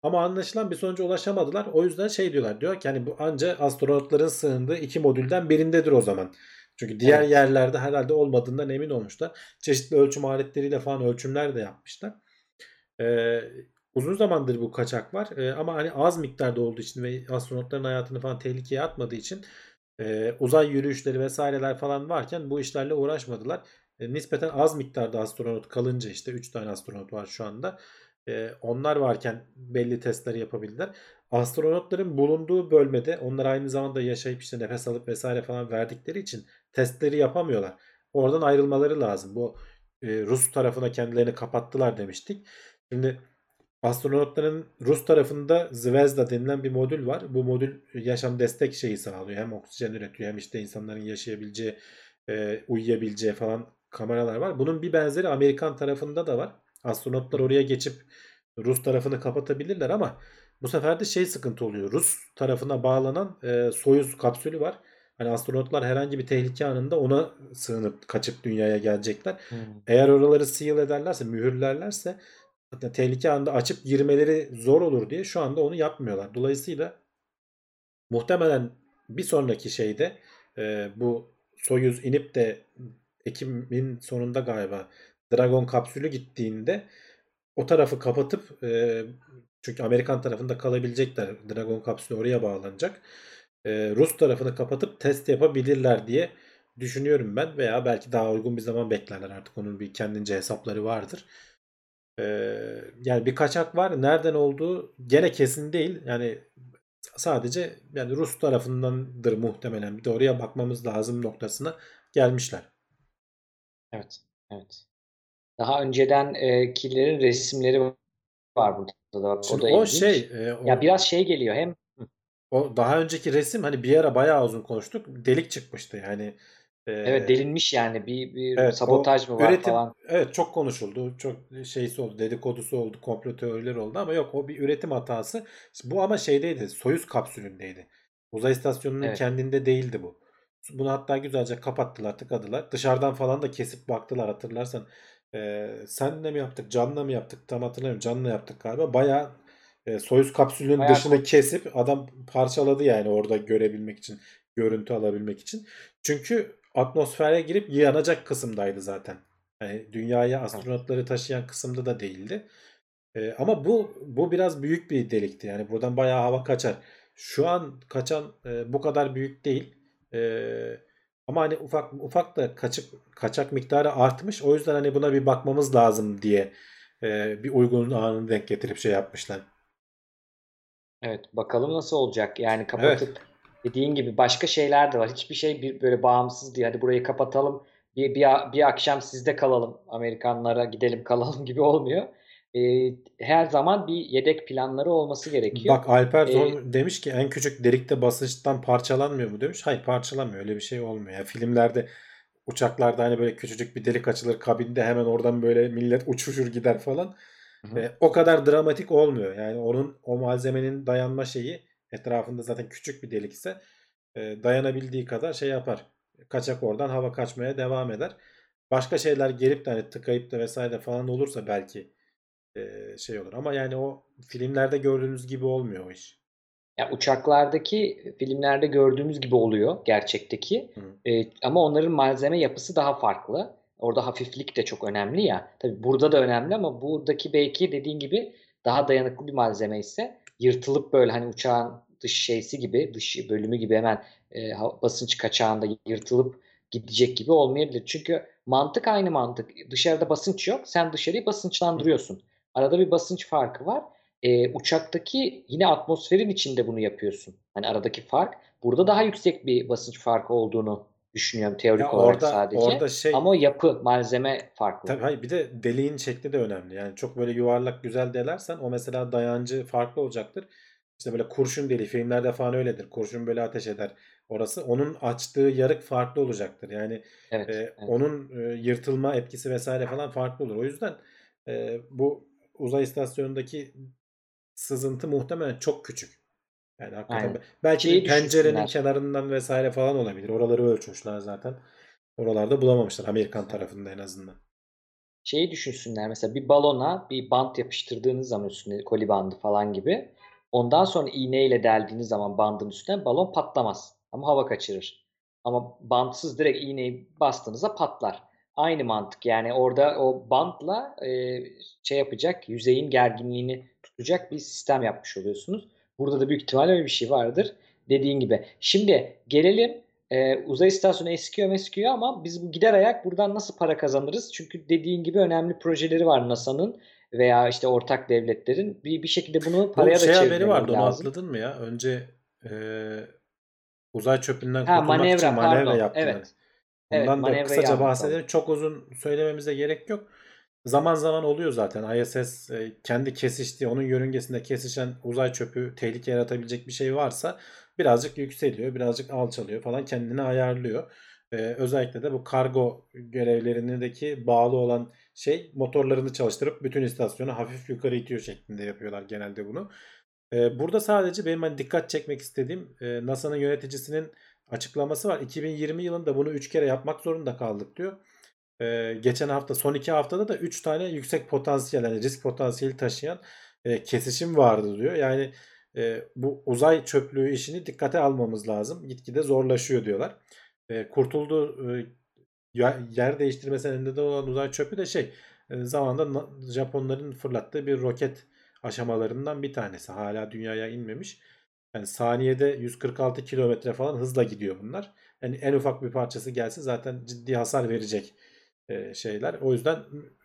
Ama anlaşılan bir sonuca ulaşamadılar. O yüzden şey diyorlar. Diyor ki hani bu anca astronotların sığındığı 2 modülden birindedir o zaman. Çünkü diğer Evet. yerlerde herhalde olmadığından emin olmuşlar. Çeşitli ölçüm aletleriyle falan ölçümler de yapmışlar. Ee, Uzun zamandır bu kaçak var. Ama hani az miktarda olduğu için ve astronotların hayatını falan tehlikeye atmadığı için uzay yürüyüşleri vesaireler falan varken bu işlerle uğraşmadılar. Nispeten az miktarda astronot kalınca işte 3 tane astronot var şu anda. Onlar varken belli testleri yapabildiler. Astronotların bulunduğu bölmede onlar aynı zamanda yaşayıp işte nefes alıp vesaire falan verdikleri için testleri yapamıyorlar. Oradan ayrılmaları lazım. Bu Rus tarafına kendilerini kapattılar demiştik. Şimdi astronotların Rus tarafında Zvezda denilen bir modül var. Bu modül yaşam destek şeyi sağlıyor. Hem oksijen üretiyor hem işte insanların yaşayabileceği, uyuyabileceği falan kameralar var. Bunun bir benzeri Amerikan tarafında da var. Astronotlar oraya geçip Rus tarafını kapatabilirler ama bu sefer de şey sıkıntı oluyor. Rus tarafına bağlanan Soyuz kapsülü var. Hani astronotlar herhangi bir tehlike anında ona sığınıp kaçıp dünyaya gelecekler. Hmm. Eğer oraları seal ederlerse, mühürlerlerse hatta tehlike anında açıp girmeleri zor olur diye şu anda onu yapmıyorlar. Dolayısıyla muhtemelen bir sonraki şeyde bu Soyuz inip de Ekim'in sonunda galiba Dragon kapsülü gittiğinde o tarafı kapatıp çünkü Amerikan tarafında kalabilecekler. Dragon kapsülü oraya bağlanacak. Rus tarafını kapatıp test yapabilirler diye düşünüyorum ben veya belki daha uygun bir zaman beklerler artık onun bir kendince hesapları vardır. Yani bir kaçak var. Nereden olduğu gene kesin değil. Yani sadece yani Rus tarafındandır muhtemelen. Bir de oraya bakmamız lazım noktasına gelmişler. Evet. Evet. Daha önceden kilerin resimleri var burada da. Bak, o Şimdi da o ilginç. Ya o biraz şey geliyor hem. Hı. o daha önceki resim hani bir ara bayağı uzun konuştuk. Delik çıkmıştı. Yani Evet, e, delinmiş yani bir evet o sabotaj mı var üretim falan. evet çok konuşuldu. Çok şeysi oldu. Dedikodusu oldu. Komplo teorileri oldu ama yok o bir üretim hatası. Bu ama şeydeydi. Soyuz kapsülündeydi. Uzay istasyonunun Evet. kendinde değildi bu. Bunu hatta güzelce kapattılar, tıkadılar. Dışarıdan falan da kesip baktılar hatırlarsan. Senle mi yaptık, Can'la mı yaptık tam hatırlamıyorum. Can'la yaptık galiba. Bayağı Soyuz kapsülünün Bayağı dışını kesip adam parçaladı yani orada görebilmek için, görüntü alabilmek için. Çünkü atmosfere girip yanacak kısımdaydı zaten. Yani dünyaya evet. astronotları taşıyan kısımda da değildi. Ama bu biraz büyük bir delikti. Yani buradan bayağı hava kaçar. Şu an kaçan bu kadar büyük değil. Ama hani ufak ufak da kaçak miktarı artmış. O yüzden hani buna bir bakmamız lazım diye bir uygun anını denk getirip şey yapmışlar. Evet, bakalım nasıl olacak. Yani Evet. kapatıp dediğin gibi başka şeyler de var. Hiçbir şey böyle bağımsız değil. Hadi burayı kapatalım. Bir akşam sizde kalalım. Amerikanlara gidelim kalalım gibi olmuyor. Her zaman bir yedek planları olması gerekiyor. Bak Alper Ee, Demiş ki en küçük delikte basınçtan parçalanmıyor mu demiş. Hayır parçalanmıyor öyle bir şey olmuyor. Yani filmlerde uçaklarda hani böyle küçücük bir delik açılır kabinde hemen oradan böyle millet uçuşur gider falan. hı hı. O kadar dramatik olmuyor. Yani o malzemenin dayanma şeyi etrafında zaten küçük bir delik ise dayanabildiği kadar şey yapar. Kaçak oradan hava kaçmaya devam eder. Başka şeyler gelip de hani tıkayıp da vesaire falan olursa belki şey olur. Ama yani o filmlerde gördüğünüz gibi olmuyor o iş. Ya uçaklardaki filmlerde gördüğümüz gibi oluyor gerçekteki. Hı. Ama onların malzeme yapısı daha farklı. Orada hafiflik de çok önemli ya. Tabii burada da önemli ama buradaki belki dediğin gibi daha dayanıklı bir malzeme ise yırtılıp böyle hani uçağın dış şeysi gibi, dış bölümü gibi hemen basınç kaçağında yırtılıp gidecek gibi olmayabilir. Çünkü mantık aynı mantık. Dışarıda basınç yok. Sen dışarıyı Hı. basınçlandırıyorsun. Arada bir basınç farkı var. Uçaktaki yine atmosferin içinde bunu yapıyorsun. Hani aradaki fark. Burada daha yüksek bir basınç farkı olduğunu düşünüyorum Ya teorik olarak orada sadece. Ama o yapı, malzeme farklı. tabii hayır bir de deliğin şekli de önemli. Yani çok böyle yuvarlak güzel delersen o mesela dayancı farklı olacaktır. İşte böyle kurşun deliği filmlerde falan öyledir. Kurşun böyle ateş eder orası. Onun açtığı yarık farklı olacaktır. Yani Evet, evet. onun yırtılma etkisi vesaire falan farklı olur. O yüzden bu uzay istasyonundaki sızıntı muhtemelen çok küçük. Yani hakikaten Aynen. belki bir Şeyi pencerenin düşünsünler. kenarından vesaire falan olabilir. Oraları ölçmüşler zaten. Oralarda bulamamışlar Amerikan Evet. tarafında en azından. şeyi düşünsünler. Mesela bir balona bir bant yapıştırdığınız zaman üstüne koli bandı falan gibi. Ondan sonra iğneyle deldiğiniz zaman bandın üstüne balon patlamaz. Ama hava kaçırır. Ama bantsız direkt iğneyi bastığınızda patlar. Aynı mantık. Yani orada o bantla şey yapacak, yüzeyin gerginliğini tutacak bir sistem yapmış oluyorsunuz. Burada da büyük ihtimalle öyle bir şey vardır. Dediğin gibi. Şimdi gelelim uzay istasyonu eskiyor ama biz bu gider ayak buradan nasıl para kazanırız? Çünkü dediğin gibi önemli projeleri var NASA'nın veya işte ortak devletlerin. Bir şekilde bunu Bu paraya da şey haberi çevirmeleri vardı, onu lazım. atladın mı ya? Önce uzay çöpünden Ha, kurtulmak için manevra, manevra pardon. yaptılar. Evet. Evet, Ondan da manevrayı kısaca anlatalım. bahsedelim. Çok uzun söylememize gerek yok. Zaman zaman oluyor zaten. ISS kendi kesiştiği, onun yörüngesinde kesişen uzay çöpü tehlike yaratabilecek bir şey varsa birazcık yükseliyor, birazcık alçalıyor falan, kendini ayarlıyor. Özellikle de bu kargo görevlerindeki bağlı olan şey motorlarını çalıştırıp bütün istasyonu hafif yukarı itiyor şeklinde yapıyorlar genelde bunu. Burada sadece benim hani dikkat çekmek istediğim NASA'nın yöneticisinin açıklaması var. 2020 yılında bunu 3 kere yapmak zorunda kaldık diyor. Geçen hafta, son 2 haftada da 3 tane yüksek potansiyel, yani risk potansiyeli taşıyan kesişim vardı diyor. Yani bu uzay çöplüğü işini dikkate almamız lazım. Gitgide zorlaşıyor diyorlar. Kurtulduğu yer değiştirmesine neden olan uzay çöpü de zamanında Japonların fırlattığı bir roket aşamalarından bir tanesi. Hala dünyaya inmemiş. Yani saniyede 146 kilometre falan hızla gidiyor bunlar. Yani en ufak bir parçası gelse zaten ciddi hasar verecek şeyler. O yüzden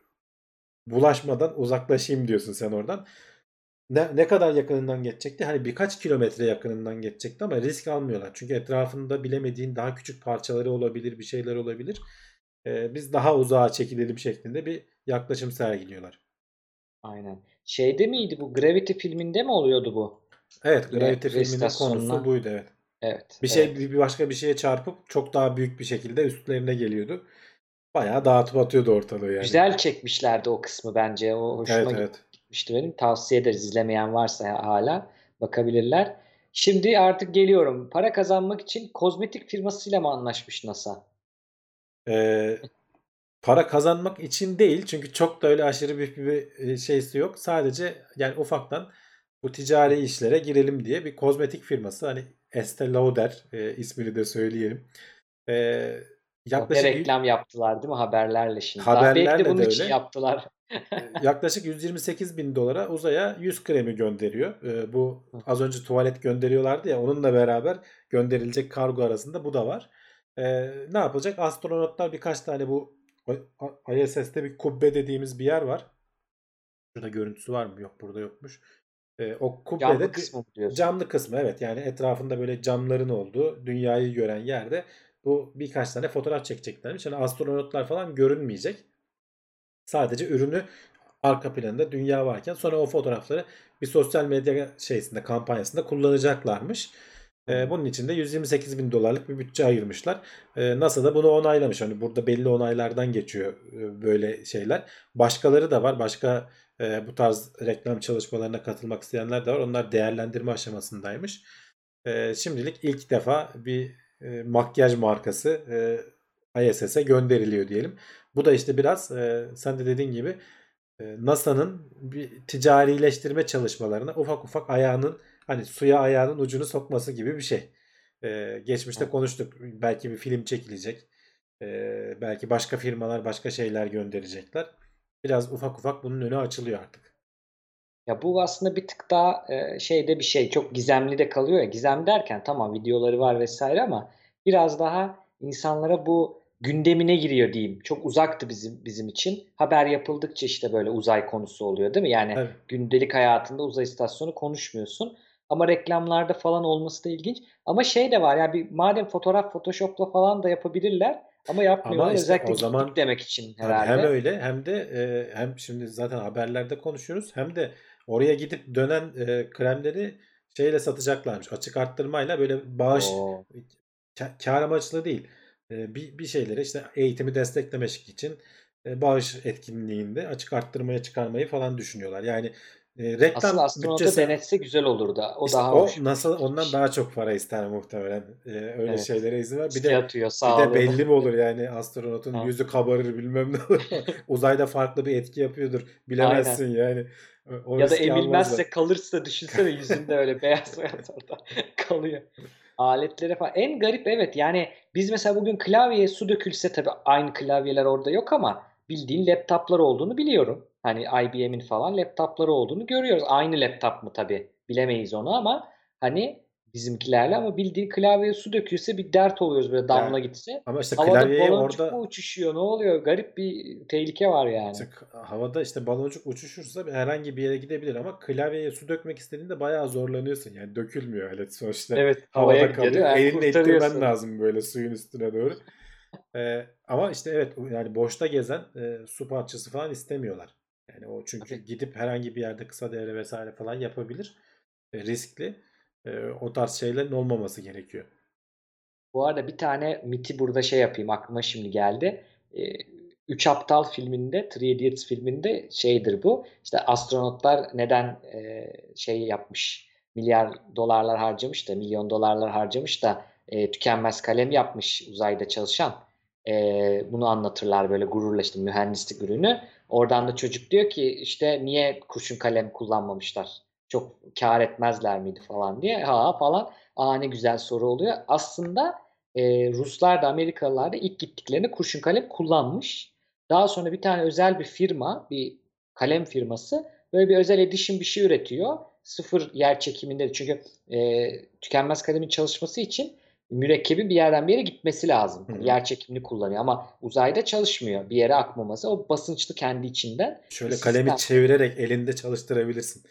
bulaşmadan uzaklaşayım diyorsun sen oradan. Ne kadar yakınından geçecekti? Hani birkaç kilometre yakınından geçecekti ama risk almıyorlar. Çünkü etrafında bilemediğin daha küçük parçaları olabilir, bir şeyler olabilir. Biz daha uzağa çekilelim şeklinde bir yaklaşım sergiliyorlar. Aynen. Şeyde miydi bu? Gravity filminde mi oluyordu bu? Evet, Yine Gravity uzay filminin konusu istasyonuna. buydu, evet. Evet, Bir şey evet. bir başka bir şeye çarpıp çok daha büyük bir şekilde üstlerine geliyordu. Bayağı dağıtıp atıyordu ortalığı yani. Güzel çekmişlerdi o kısmı bence. O hoşuma Evet, evet. gitmişti benim. Tavsiye ederiz, izlemeyen varsa hala bakabilirler. Şimdi artık geliyorum. Para kazanmak için kozmetik firmasıyla mı anlaşmış NASA? Ee, Para kazanmak için değil, çünkü çok da öyle aşırı büyük bir şeysi yok. Sadece yani ufaktan bu ticari işlere girelim diye bir kozmetik firması, hani Estée Lauder ismini de söyleyelim. E, Oh, ne yaklaşık reklam yaptılar değil mi haberlerle şimdi? Daha belki de haberlerle bunun de için öyle. yaptılar. Yaklaşık 128 bin dolara uzaya yüz kremi gönderiyor. Bu az önce tuvalet gönderiyorlardı ya, onunla beraber gönderilecek kargo arasında bu da var. Ne yapacak? Astronotlar birkaç tane, bu ISS'te bir kubbe dediğimiz bir yer var. Şurada görüntüsü var mı? Yok, burada yokmuş. O Camlı kubbede kısmı mı diyorsun? camlı kısmı, evet, yani etrafında böyle camların olduğu, dünyayı gören yerde bu birkaç tane fotoğraf çekeceklermiş. Yani astronotlar falan görünmeyecek. Sadece ürünü arka planında dünya varken sonra o fotoğrafları bir sosyal medya kampanyasında kullanacaklarmış. Hı. Bunun için de 128 bin dolarlık bir bütçe ayırmışlar. NASA da bunu onaylamış. Hani burada belli onaylardan geçiyor böyle şeyler. Başkaları da var. Başka bu tarz reklam çalışmalarına katılmak isteyenler de var. Onlar değerlendirme aşamasındaymış. Şimdilik ilk defa bir makyaj markası ISS'e gönderiliyor diyelim. Bu da işte biraz sen de dediğin gibi NASA'nın bir ticarileştirme çalışmalarına ufak ufak ayağının, hani suya ayağının ucunu sokması gibi bir şey. Geçmişte Evet. konuştuk. Belki bir film çekilecek. Belki başka firmalar başka şeyler gönderecekler. Biraz ufak ufak bunun önü açılıyor artık. Ya bu aslında bir tık daha şeyde bir şey, çok gizemli de kalıyor ya. Gizem derken tamam videoları var vesaire ama biraz daha insanlara bu gündemine giriyor diyeyim. Çok uzaktı bizim için. Haber yapıldıkça işte böyle uzay konusu oluyor değil mi? Yani Tabii. gündelik hayatında uzay istasyonu konuşmuyorsun. Ama reklamlarda falan olması da ilginç. Ama şey de var ya, bir madem fotoğraf Photoshop'la falan da yapabilirler ama Ama yapmıyorlar. işte Özellikle o gittik zaman demek için tabii hem herhalde. öyle hem de hem şimdi zaten haberlerde konuşuyoruz, hem de oraya gidip dönen kremleri şeyle satacaklarmış. Açık arttırmayla, böyle bağış, Oo. kar amaçlı değil. Bir şeyleri işte eğitimi desteklemek için bağış etkinliğinde açık arttırmaya çıkarmayı falan düşünüyorlar. Yani Asıl reklam astronota bütçesi denetse güzel olurdu. O işte daha o hoş bir NASA ondan fikirmiş. daha çok para ister muhtemelen. Öyle Evet. şeylere izin ver. Riske atıyor Bir de sağlığını. belli mi olur yani astronotun Ha, yüzü kabarır bilmem ne olur falan. Uzayda farklı bir etki yapıyordur. aynen. Bilemezsin yani. O Ya da riski almazlar. emilmezse kalırsa düşünsene yüzünde öyle beyaz beyaz orada kalıyor. Aletlere falan. En garip evet yani biz mesela bugün klavyeye su dökülse tabii aynı klavyeler orada yok ama bildiğin laptoplar olduğunu biliyorum. Hani IBM'in falan laptopları olduğunu görüyoruz. Aynı laptop mu tabii bilemeyiz onu ama hani bizimkilerle ama bildiğin klavyeye su dökülse bir dert oluyoruz böyle damla Ya gitse. ama işte Havada klavyeyi baloncuk mu orada uçuşuyor ne oluyor? Garip bir tehlike var yani. işte havada işte baloncuk uçuşursa herhangi bir yere gidebilir ama klavyeye su dökmek istediğinde bayağı zorlanıyorsun. Yani dökülmüyor alet sonuçta Evet havaya havada gidiyor kalıyor. değil mi? Yani Elinle ittirmen kurtarıyorsun. lazım böyle suyun üstüne doğru. Ama işte evet yani boşta gezen su parçası falan istemiyorlar. Yani o çünkü Tabii. gidip herhangi bir yerde kısa devre vesaire falan yapabilir. Riskli. O tarz şeylerin olmaması gerekiyor. Bu arada bir tane miti burada şey yapayım aklıma şimdi geldi. Ee, Üç Aptal filminde, Three Idiots filminde şeydir bu. İşte astronotlar neden şey yapmış, milyar dolarlar harcamış da, milyon dolarlar harcamış da tükenmez kalem yapmış uzayda çalışan. Bunu anlatırlar böyle gururla işte mühendislik ürünü. Oradan da çocuk diyor ki işte niye kurşun kalem kullanmamışlar? Çok kâr etmezler miydi falan diye. Ha falan. Aa ne güzel soru oluyor. Aslında Ruslar da Amerikalılar da ilk gittiklerinde kurşun kalem kullanmış. Daha sonra bir tane özel bir firma, bir kalem firması böyle bir özel edition bir şey üretiyor. Sıfır yer çekiminde çünkü tükenmez kalemin çalışması için mürekkebin bir yerden bir yere gitmesi lazım. Hı Hani hı. yer çekimini kullanıyor ama uzayda çalışmıyor. Bir yere akmaması. O basınçlı kendi içinden bir Şöyle kalemi sistem. çevirerek elinde çalıştırabilirsin.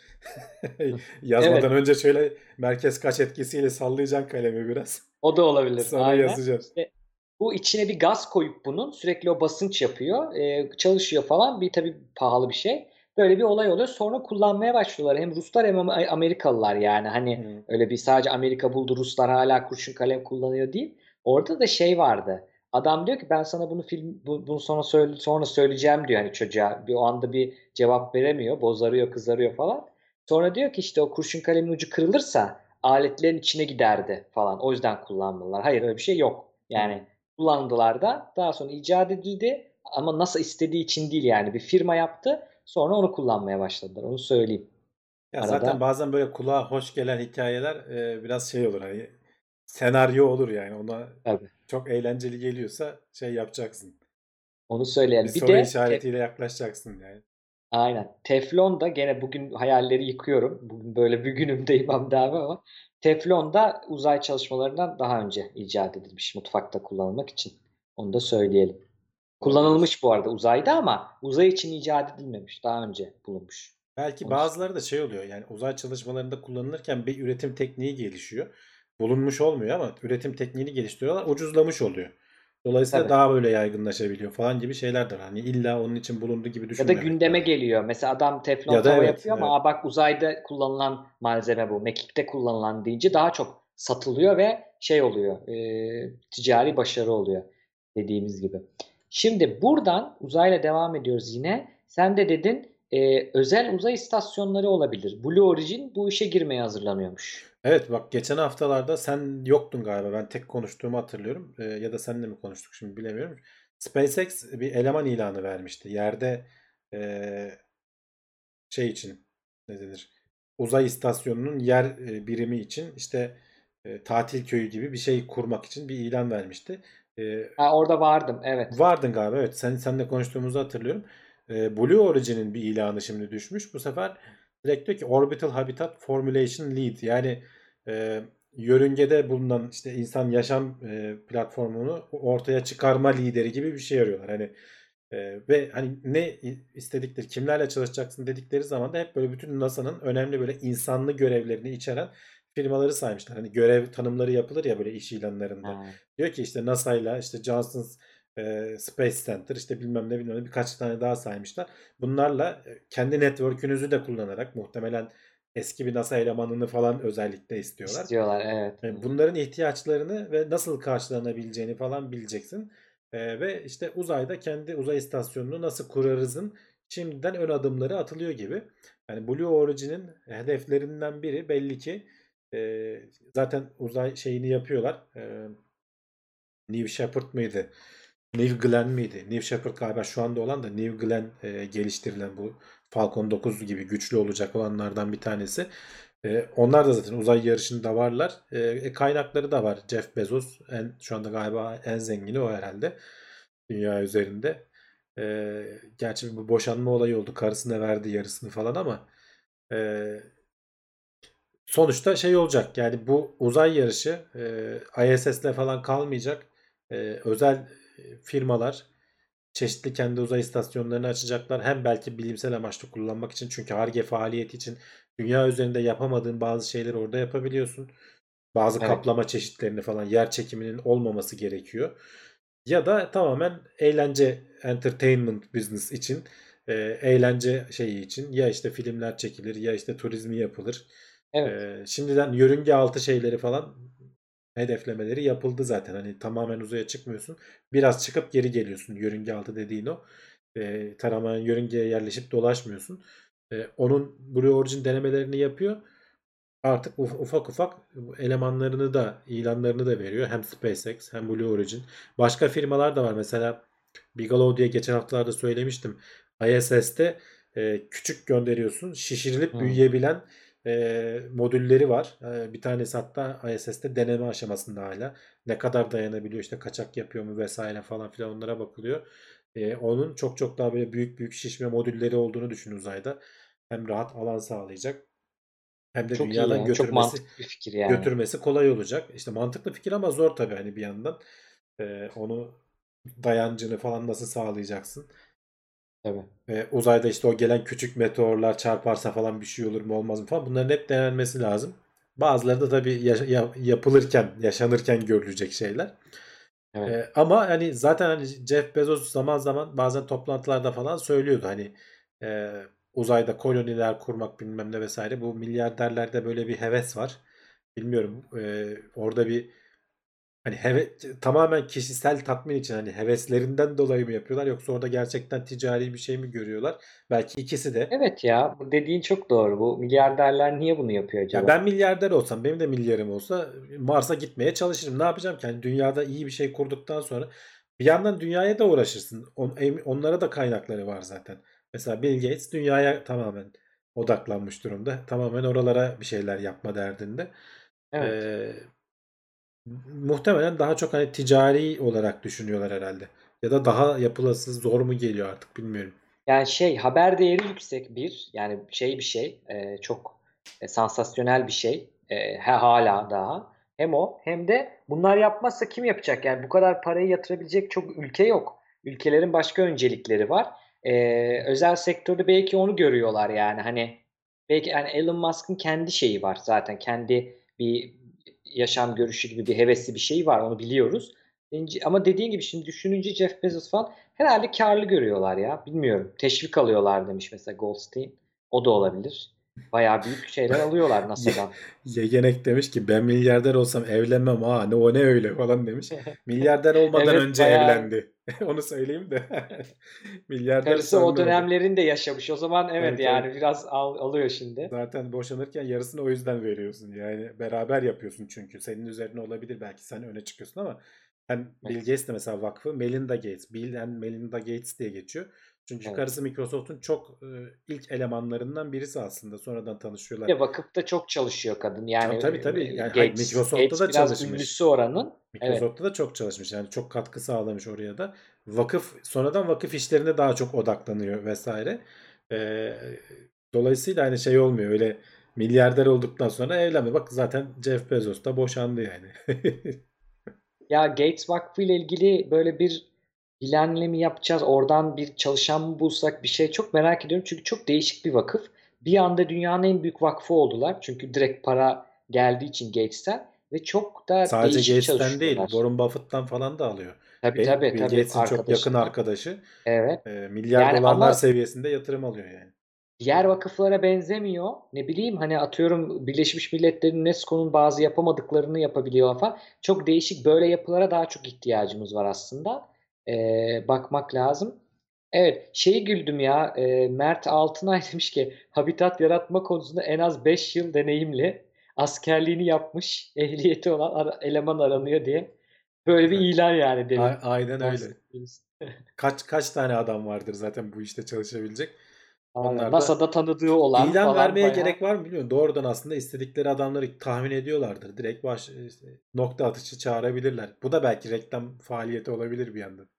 Hı. Yazmadan Evet, önce şöyle merkez kaç etkisiyle sallayacaksın kalemi biraz. o da olabilir. Sonra Aynen. yazacaksın. İşte bu içine bir gaz koyup bunun sürekli o basınç yapıyor. Çalışıyor falan. Bir tabii pahalı bir şey. Böyle bir olay oluyor. Sonra kullanmaya başlıyorlar. Hem Ruslar hem Amerikalılar yani. Hani Hı. öyle bir sadece Amerika buldu Ruslar hala kurşun kalem kullanıyor değil. Orada da şey vardı. Adam diyor ki ben sana bunu bunu sonra söyleyeceğim diyor hani çocuğa. Bir o anda bir cevap veremiyor. Bozarıyor, kızarıyor falan. Sonra diyor ki işte o kurşun kalemin ucu kırılırsa aletlerin içine giderdi falan. O yüzden kullanmadılar. Hayır öyle bir şey yok. Hı. Yani kullandılar da daha sonra icat edildi ama NASA istediği için değil yani. Bir firma yaptı sonra onu kullanmaya başladılar. Onu söyleyeyim. Ya zaten Arada bazen böyle kulağa hoş gelen hikayeler biraz şey olur hani senaryo olur yani ona tabii çok eğlenceli geliyorsa şey yapacaksın. onu Bir söyleyelim. Bir soru de işaretiyle yaklaşacaksın yani. aynen. Teflon da gene bugün hayalleri yıkıyorum. Bugün böyle bir günümdeyim abi ama Teflon da uzay çalışmalarından daha önce icat edilmiş mutfakta kullanılmak için. Onu da söyleyelim. Olabilir. Kullanılmış bu arada uzayda ama uzay için icat edilmemiş. Daha önce bulunmuş. Belki Onu bazıları söyleyeyim. da şey oluyor yani uzay çalışmalarında kullanılırken bir üretim tekniği gelişiyor. Bulunmuş olmuyor ama üretim tekniğini geliştiriyorlar. Ucuzlamış oluyor. Dolayısıyla Tabii. daha böyle yaygınlaşabiliyor falan gibi şeyler de var. Hani illa onun için bulunduğu gibi Ya da düşünmemek gündeme lazım. geliyor. Mesela adam teflon Ya da tava evet, yapıyor ama evet. aa bak uzayda kullanılan malzeme bu. Mekik'te kullanılan deyince daha çok satılıyor ve şey oluyor. Ticari başarı oluyor dediğimiz gibi. Şimdi buradan uzayla devam ediyoruz yine. Sen de dedin özel uzay istasyonları olabilir. Blue Origin bu işe girmeye hazırlanıyormuş. Evet bak geçen haftalarda sen yoktun galiba. Ben tek konuştuğumu hatırlıyorum. Ya da seninle mi konuştuk şimdi bilemiyorum. SpaceX bir eleman ilanı vermişti. Yerde e, şey için ne denir? Uzay istasyonunun yer birimi için işte tatil köyü gibi bir şey kurmak için bir ilan vermişti. E, Ha, orada vardım evet. Vardın galiba evet. Seninle konuştuğumuzu hatırlıyorum. Blue Origin'in bir ilanı şimdi düşmüş. Bu sefer direkt diyor ki Orbital Habitat Formulation Lead yani yörüngede bulunan işte insan yaşam platformunu ortaya çıkarma lideri gibi bir şey arıyorlar. Hani ve hani ne istedikleri, kimlerle çalışacaksın dedikleri zaman da hep böyle bütün NASA'nın önemli böyle insanlı görevlerini içeren firmaları saymışlar. Hani görev tanımları yapılır ya böyle iş ilanlarında. Ha, Diyor ki işte NASA'yla işte Johnson Space Center işte bilmem ne birkaç tane daha saymışlar. Bunlarla kendi network'ünüzü de kullanarak muhtemelen eski bir NASA elemanını falan özellikle istiyorlar. istiyorlar evet. Bunların ihtiyaçlarını ve nasıl karşılanabileceğini falan bileceksin. Ve işte uzayda kendi uzay istasyonunu nasıl kurarızın şimdiden ön adımları atılıyor gibi. Yani Blue Origin'in hedeflerinden biri belli ki zaten uzay şeyini yapıyorlar. New Shepard mıydı? New Glenn miydi? New Shepard galiba şu anda olan da New Glenn geliştirilen bu Falcon 9 gibi güçlü olacak olanlardan bir tanesi. Onlar da zaten uzay yarışında varlar. Kaynakları da var. Jeff Bezos şu anda galiba en zengini o herhalde dünya üzerinde. Gerçi bu boşanma olayı oldu. Karısına verdi yarısını falan ama sonuçta şey olacak. Yani bu uzay yarışı ISS'le falan kalmayacak. Özel firmalar çeşitli kendi uzay istasyonlarını açacaklar. Hem belki bilimsel amaçlı kullanmak için, çünkü Ar-Ge faaliyeti için dünya üzerinde yapamadığın bazı şeyleri orada yapabiliyorsun. Bazı Evet. kaplama çeşitlerini falan, yer çekiminin olmaması gerekiyor. Ya da tamamen eğlence, entertainment business için, eğlence şeyi için ya işte filmler çekilir ya işte turizmi yapılır. Evet. Şimdiden yörünge altı şeyleri falan hedeflemeleri yapıldı zaten. Hani tamamen uzaya çıkmıyorsun. Biraz çıkıp geri geliyorsun. Yörünge altı dediğin o. Tamamen yörüngeye yerleşip dolaşmıyorsun. Onun Blue Origin denemelerini yapıyor. Artık ufak ufak elemanlarını da, ilanlarını da veriyor. Hem SpaceX hem Blue Origin. Başka firmalar da var. Mesela Bigelow diye geçen haftalarda söylemiştim. ISS'te küçük gönderiyorsun. Şişirilip Hmm. büyüyebilen modülleri var. Bir tanesi hatta ISS'te deneme aşamasında hala. Ne kadar dayanabiliyor, işte kaçak yapıyor mu vesaire falan filan, onlara bakılıyor. Onun çok çok daha böyle büyük büyük şişme modülleri olduğunu düşün uzayda. Hem rahat alan sağlayacak hem de Çok iyi dünyadan ya. Çok götürmesi mantıklı bir fikir yani. götürmesi kolay olacak. İşte mantıklı fikir ama zor tabii, hani bir yandan. Onu dayancını falan nasıl sağlayacaksın? Tabii. Uzayda işte o gelen küçük meteorlar çarparsa falan bir şey olur mu olmaz mı falan. Bunların hep denenmesi lazım. Bazıları da tabii yapılırken, yaşanırken görülecek şeyler. Evet. Ama hani zaten hani Jeff Bezos zaman zaman bazen toplantılarda falan söylüyordu, hani e, uzayda koloniler kurmak bilmem ne vesaire. Bu milyarderlerde böyle bir heves var. Bilmiyorum, orada bir hani tamamen kişisel tatmin için, hani heveslerinden dolayı mı yapıyorlar, yoksa orada gerçekten ticari bir şey mi görüyorlar? Belki ikisi de. Evet ya. Bu dediğin çok doğru. Bu milyarderler niye bunu yapıyor Ya acaba? ben milyarder olsam, benim de milyarım olsa Mars'a gitmeye çalışırım. Ne yapacağım ki? Hani dünyada iyi bir şey kurduktan sonra bir yandan dünyaya da uğraşırsın. Onlara da kaynakları var zaten. Mesela Bill Gates dünyaya tamamen odaklanmış durumda. Tamamen oralara bir şeyler yapma derdinde. Evet. Ee, Muhtemelen daha çok hani ticari olarak düşünüyorlar herhalde. Ya da daha yapılası zor mu geliyor artık, bilmiyorum. Yani şey, haber değeri yüksek bir, yani şey bir şey, çok sansasyonel bir şey, hala daha. Hem o hem de bunlar yapmazsa kim yapacak? Yani bu kadar parayı yatırabilecek çok ülke yok. Ülkelerin başka öncelikleri var. Özel sektörde belki onu görüyorlar yani, hani belki yani Elon Musk'ın kendi şeyi var zaten, kendi bir yaşam görüşü gibi bir hevesli bir şey var, onu biliyoruz. Ama dediğin gibi şimdi düşününce Jeff Bezos falan herhalde karlı görüyorlar ya. Bilmiyorum. Teşvik alıyorlar demiş mesela Goldstein. O da olabilir. Bayağı büyük şeyler alıyorlar Ye- NASA'dan. Yegenek demiş ki ben milyarder olsam evlenmem, ha ne o ne öyle falan demiş. Milyarder olmadan Evet, önce bayağı evlendi. Onu söyleyeyim de. Milyarder karısı o sonra oldu. dönemlerini de yaşamış. O zaman evet, Tabii tabii. yani biraz alıyor şimdi. Zaten boşanırken yarısını o yüzden veriyorsun. Yani beraber yapıyorsun çünkü. Senin üzerine olabilir, belki sen öne çıkıyorsun ama hem Bill Evet, Gates de mesela vakfı Melinda Gates, Bill and Melinda Gates diye geçiyor. Çünkü evet. karısı Microsoft'un çok ilk elemanlarından birisi aslında. Sonradan tanışıyorlar. Bir de vakıfta çok çalışıyor kadın. Yani Tabii tabii. Yani hayır, Gates. Microsoft'ta Gates da biraz çalışmış. ünlüsü oranın. Evet. Microsoft'ta da çok çalışmış. Yani çok katkı sağlamış oraya da. Vakıf sonradan vakıf işlerine daha çok odaklanıyor vesaire. Ee, Dolayısıyla hani şey olmuyor. Öyle milyarder olduktan sonra evlenme. Bak zaten Jeff Bezos da boşandı yani. Ya Gates Vakfı ile ilgili böyle bir bilenle mi yapacağız? Oradan bir çalışan mı bulsak, bir şey çok merak ediyorum. Çünkü çok değişik bir vakıf. Bir anda dünyanın en büyük vakfı oldular. Çünkü direkt para geldiği için Gates'ten ve çok da Sadece değişik Gates'ten değil, çalışıyorlar. Warren Buffett'tan falan da alıyor. Tabii tabii Bill tabii, Gates'in çok yakın arkadaşından. arkadaşı. Evet. Milyar Yani dolarlar ama seviyesinde yatırım alıyor yani. diğer vakıflara benzemiyor. Ne bileyim, hani atıyorum Birleşmiş Milletler'in, UNESCO'nun bazı yapamadıklarını yapabiliyor falan. Çok değişik böyle yapılara daha çok ihtiyacımız var aslında. Bakmak lazım. Evet, şeyi güldüm ya. Mert Altınay demiş ki habitat yaratma konusunda en az 5 yıl deneyimli, askerliğini yapmış, ehliyeti olan eleman aranıyor diye. Böyle bir ilan yani demin. Aynen öyle. Bahsettiğimiz. Kaç tane adam vardır zaten bu işte çalışabilecek. Aynen. Onlar da NASA'da tanıdığı olan ilan falan vermeye bayağı. gerek var mı bilmiyorum. Doğrudan aslında istedikleri adamları tahmin ediyorlardır. Direkt işte nokta atışı çağırabilirler. Bu da belki reklam faaliyeti olabilir bir yandan.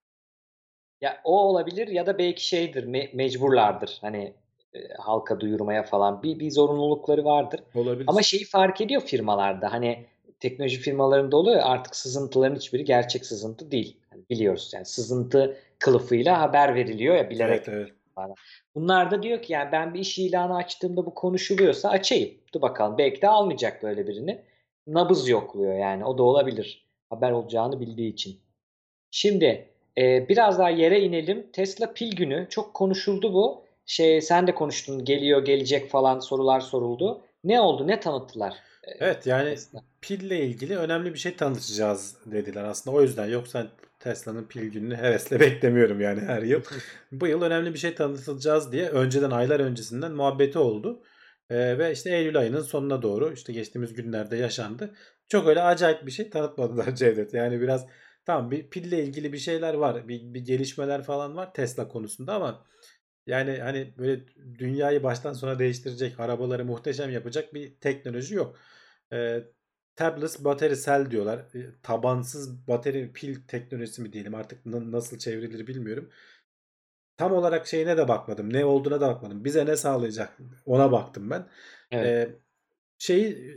Ya o olabilir ya da belki şeydir, mecburlardır. Hani halka duyurmaya falan bir zorunlulukları vardır. Ama Olabilir. şeyi fark ediyor firmalarda. Hani teknoloji firmalarında oluyor artık sızıntıların hiçbiri gerçek sızıntı değil. Hani biliyoruz yani sızıntı kılıfıyla haber veriliyor ya Evet, bilerek. evet. Falan. Bunlar da diyor ki yani ben bir iş ilanı açtığımda bu konuşuluyorsa açayım. Dur bakalım belki de almayacak böyle birini. Nabız yokluyor yani o da olabilir. Haber olacağını bildiği için. Şimdi biraz daha yere inelim. Tesla pil günü çok konuşuldu bu. Sen de konuştun. Geliyor, gelecek falan sorular soruldu. Ne oldu? Ne tanıttılar Evet, yani Tesla? pille ilgili önemli bir şey tanıtacağız dediler aslında. O yüzden yoksa Tesla'nın pil gününü hevesle beklemiyorum yani her yıl. Bu yıl önemli bir şey tanıtacağız diye önceden aylar öncesinden muhabbeti oldu. Ve işte Eylül ayının sonuna doğru işte geçtiğimiz günlerde yaşandı. Çok öyle acayip bir şey tanıtmadılar Cevdet. Yani biraz tamam, bir pille ilgili bir şeyler var. Bir gelişmeler falan var Tesla konusunda ama yani hani böyle dünyayı baştan sona değiştirecek, arabaları muhteşem yapacak bir teknoloji yok. Ee, Tabless battery cell diyorlar. Tabansız batarya pil teknolojisi mi diyelim artık, nasıl çevrilir bilmiyorum. Tam olarak şeyine de bakmadım. Ne olduğuna da bakmadım. Bize ne sağlayacak ona baktım ben. Evet. Ee, şeyi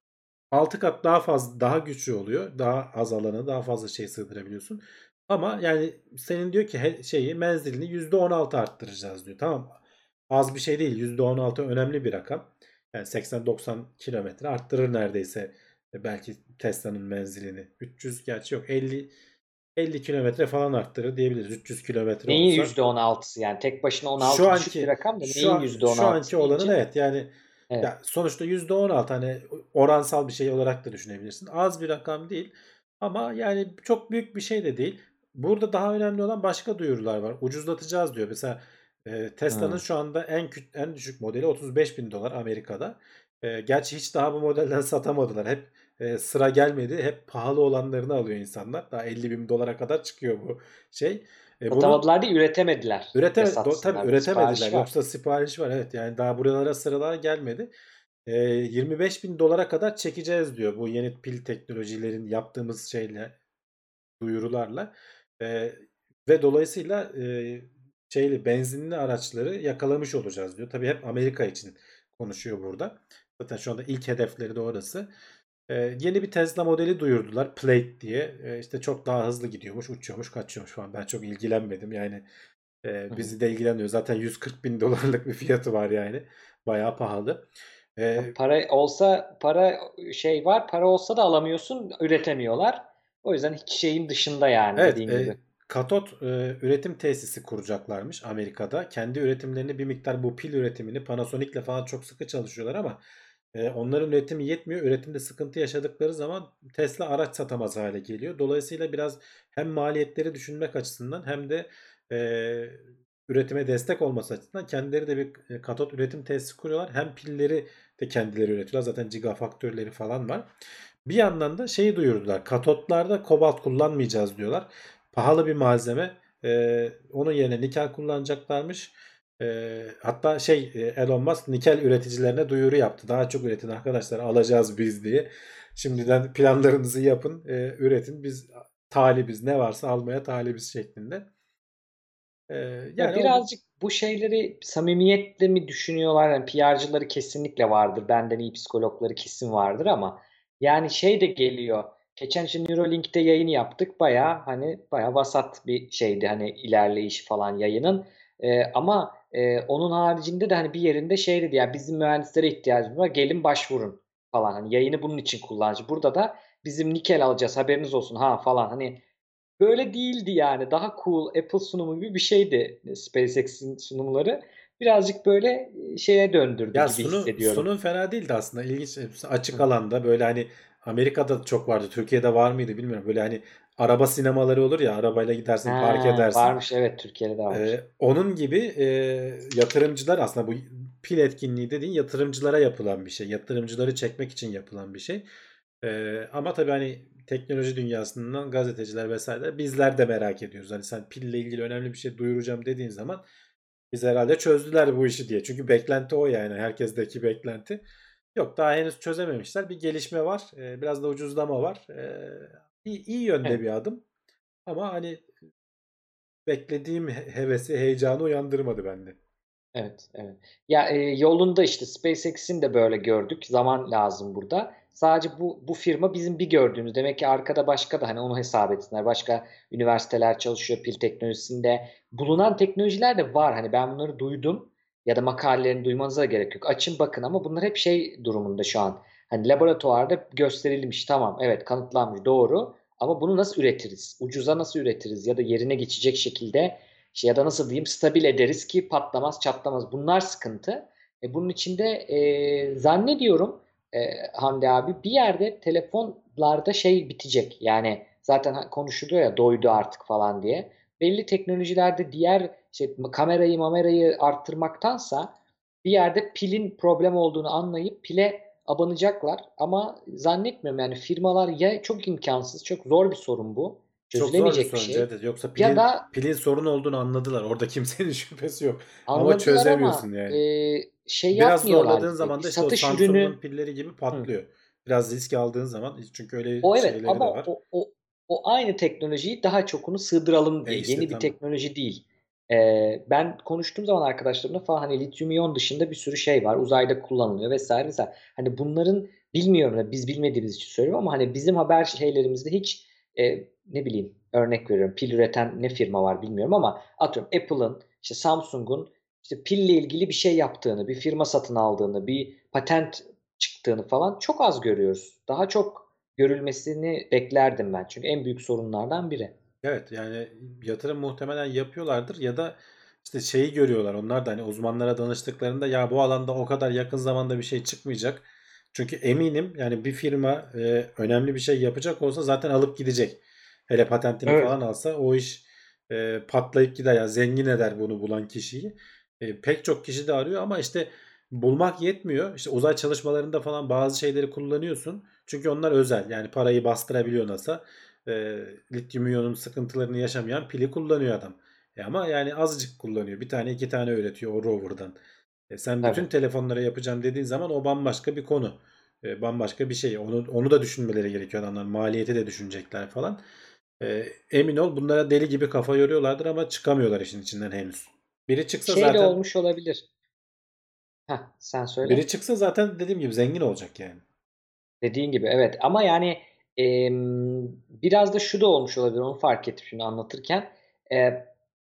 6 kat daha fazla, daha güçlü oluyor. Daha az alana daha fazla şey sığdırabiliyorsun. Ama yani senin diyor ki şeyi, menzilini %16 arttıracağız diyor. Tamam. Az bir şey değil. %16 önemli bir rakam. Yani 80-90 kilometre arttırır neredeyse. Belki Tesla'nın menzilini. 300, gerçi yok, 50 kilometre falan arttırır diyebiliriz. 300 kilometre Neyin olsa. %16'sı yani? Tek başına Şu 16 düşük bir anki rakam da şu neyin an, şu anki %16'sı olanın, deyince evet, yani evet. ya sonuçta %16, hani oransal bir şey olarak da düşünebilirsin. Az bir rakam değil ama yani çok büyük bir şey de değil. Burada daha önemli olan başka duyurular var. Ucuzlatacağız diyor. Mesela Tesla'nın Hmm. şu anda en düşük modeli 35 bin dolar Amerika'da. Gerçi hiç daha bu modelden satamadılar. Hep sıra gelmedi. Hep pahalı olanlarını alıyor insanlar. Daha 50 bin dolara kadar çıkıyor bu şey. Bunun Satamadılar değil, üretemediler de Tabii satsınlar. üretemediler. Sipariş var. Yoksa sipariş var. Evet, yani daha buralara sıralar gelmedi. 25 bin dolara kadar çekeceğiz diyor bu yeni pil teknolojilerin yaptığımız şeyle, duyurularla. Ee, ve dolayısıyla benzinli araçları yakalamış olacağız diyor. Tabii hep Amerika için konuşuyor burada. Zaten şu anda ilk hedefleri de orası. Yeni bir Tesla modeli duyurdular. Plaid diye. İşte çok daha hızlı gidiyormuş, uçuyormuş, kaçıyormuş falan. Ben çok ilgilenmedim. Yani Hı hı. bizi de ilgileniyor. Zaten 140 bin dolarlık bir fiyatı var yani. Bayağı pahalı. Ya Ee, para olsa var. Para olsa da alamıyorsun, üretemiyorlar. O yüzden hiç şeyin dışında yani evet, dediğin gibi. katot üretim tesisi kuracaklarmış Amerika'da. Kendi üretimlerini bir miktar, bu pil üretimini Panasonic'le falan çok sıkı çalışıyorlar ama onların üretimi yetmiyor. Üretimde sıkıntı yaşadıkları zaman Tesla araç satamaz hale geliyor. Dolayısıyla biraz hem maliyetleri düşünmek açısından hem de e, üretime destek olması açısından kendileri de bir katot üretim tesisi kuruyorlar. Hem pilleri de kendileri üretiyorlar. Zaten gigafaktörleri falan var. Bir yandan da şeyi duyurdular. Katotlarda kobalt kullanmayacağız diyorlar. Pahalı bir malzeme. Onun yerine nikel kullanacaklarmış. Hatta Elon Musk nikel üreticilerine duyuru yaptı. Daha çok üretin arkadaşlar, alacağız biz diye. Şimdiden planlarınızı yapın, üretin. Biz talibiz, ne varsa almaya talibiz şeklinde. Ya Yani o birazcık bu şeyleri samimiyetle mi düşünüyorlar? Yani PR'cıları kesinlikle vardır. Benden iyi psikologları kesin vardır ama yani şey de geliyor. Geçen işte Neuralink'te yayın yaptık. Baya vasat bir şeydi hani ilerleyiş falan yayının. Ama onun haricinde de hani bir yerinde şey dedi ya bizim mühendislere ihtiyacımız var. Gelin başvurun falan. Hani yayını bunun için kullanıcı. Burada da bizim nikel alacağız haberiniz olsun ha falan. Hani böyle değildi yani. Daha cool Apple sunumu gibi bir şeydi SpaceX'in sunumları. Birazcık böyle şeye döndürdü Ya gibi hissediyorum. sunum fena değildi aslında. İlginç. Açık Hı. alanda böyle, hani Amerika'da çok vardı. Türkiye'de var mıydı bilmiyorum. Böyle hani araba sinemaları olur ya, arabayla gidersin, park edersin. Varmış, evet, Türkiye'de de varmış. Onun gibi yatırımcılar, aslında bu pil etkinliği dediğin yatırımcılara yapılan bir şey. Yatırımcıları çekmek için yapılan bir şey. Ama tabii hani teknoloji dünyasından gazeteciler vesaire bizler de merak ediyoruz. Hani sen pille ilgili önemli bir şey duyuracağım dediğin zaman biz herhalde çözdüler bu işi diye. Çünkü beklenti o yani. Herkesteki beklenti. Yok, daha henüz çözememişler. Bir gelişme var. Biraz da ucuzlama var. İyi yönde Evet. bir adım. Ama hani beklediğim hevesi, heyecanı uyandırmadı bende. Evet, evet. Ya yolunda işte SpaceX'in de böyle gördük. Zaman lazım burada. Sadece bu firma bizim bir gördüğümüz. Demek ki arkada başka da, hani onu hesap etsinler. Başka üniversiteler çalışıyor pil teknolojisinde. Bulunan teknolojiler de var. Hani ben bunları duydum ya da makalelerini duymanıza da gerek yok. Açın bakın, ama bunlar hep şey durumunda şu an. Hani laboratuvarda gösterilmiş, tamam, evet, kanıtlanmış, doğru. Ama bunu nasıl üretiriz? Ucuza nasıl üretiriz? Ya da yerine geçecek şekilde ya da nasıl diyeyim, stabil ederiz ki patlamaz çatlamaz. Bunlar sıkıntı. Bunun içinde zannediyorum Hande abi, bir yerde telefonlarda şey bitecek. Yani zaten konuşuluyor ya, doydu artık falan diye. Belli teknolojilerde diğer işte kamerayı arttırmaktansa bir yerde pilin problem olduğunu anlayıp pile abanacaklar. Ama zannetmiyorum, yani firmalar, ya çok imkansız, çok zor bir sorun bu. Çok zor bir Çözülemeyecek bir sorun şey. Cevdet. Yoksa Ya da pilin sorun olduğunu anladılar. Orada kimsenin şüphesi yok. Ama anladılar ama çözemiyorsun yani. şey Biraz yapmıyorlar zorladığın gibi. Bir zaman da işte o satış Samsung'un ürünü. pilleri gibi Hı. patlıyor. Biraz risk aldığın zaman, çünkü öyle O evet, şeyleri ama de var. o aynı teknolojiyi daha çokunu sığdıralım diye. İşte Yeni bir tamam. teknoloji değil. Ben konuştuğum zaman arkadaşlarımla falan, hani lityum iyon dışında bir sürü şey var. Uzayda kullanılıyor vesaire vesaire. Hani bunların, bilmiyorum da biz bilmediğimiz için söylüyorum, ama hani bizim haber şeylerimizde hiç ne bileyim, örnek veriyorum, pil üreten ne firma var bilmiyorum, ama atıyorum Apple'ın, işte Samsung'un işte pille ilgili bir şey yaptığını, bir firma satın aldığını, bir patent çıktığını falan çok az görüyoruz. Daha çok görülmesini beklerdim ben. Çünkü en büyük sorunlardan biri. Evet, yani yatırım muhtemelen yapıyorlardır ya da işte şeyi görüyorlar. Onlar da hani uzmanlara danıştıklarında ya bu alanda o kadar yakın zamanda bir şey çıkmayacak. Çünkü eminim yani bir firma önemli bir şey yapacak olsa zaten alıp gidecek. Hele patentini Evet. falan alsa o iş patlayıp gider ya, zengin eder bunu bulan kişiyi. Pek çok kişi de arıyor ama işte bulmak yetmiyor. İşte uzay çalışmalarında falan bazı şeyleri kullanıyorsun. Çünkü onlar özel. Yani parayı bastırabiliyor NASA, lityum iyonun sıkıntılarını yaşamayan pili kullanıyor adam. Ama yani azıcık kullanıyor. Bir tane iki tane üretiyor o rover'dan. Sen bütün Tabii. telefonlara yapacağım dediğin zaman o bambaşka bir konu. Bambaşka bir şey. Onu da düşünmeleri gerekiyor adamlar. Maliyeti de düşünecekler falan. Emin ol bunlara deli gibi kafa yoruyorlardır ama çıkamıyorlar işin içinden henüz. Biri çıksa Şeyle zaten olmuş olabilir. Sen biri söyle. çıksa zaten dediğim gibi zengin olacak yani. Dediğin gibi, evet. Ama yani biraz da şu da olmuş olabilir. Onu fark ettim şimdi anlatırken. E,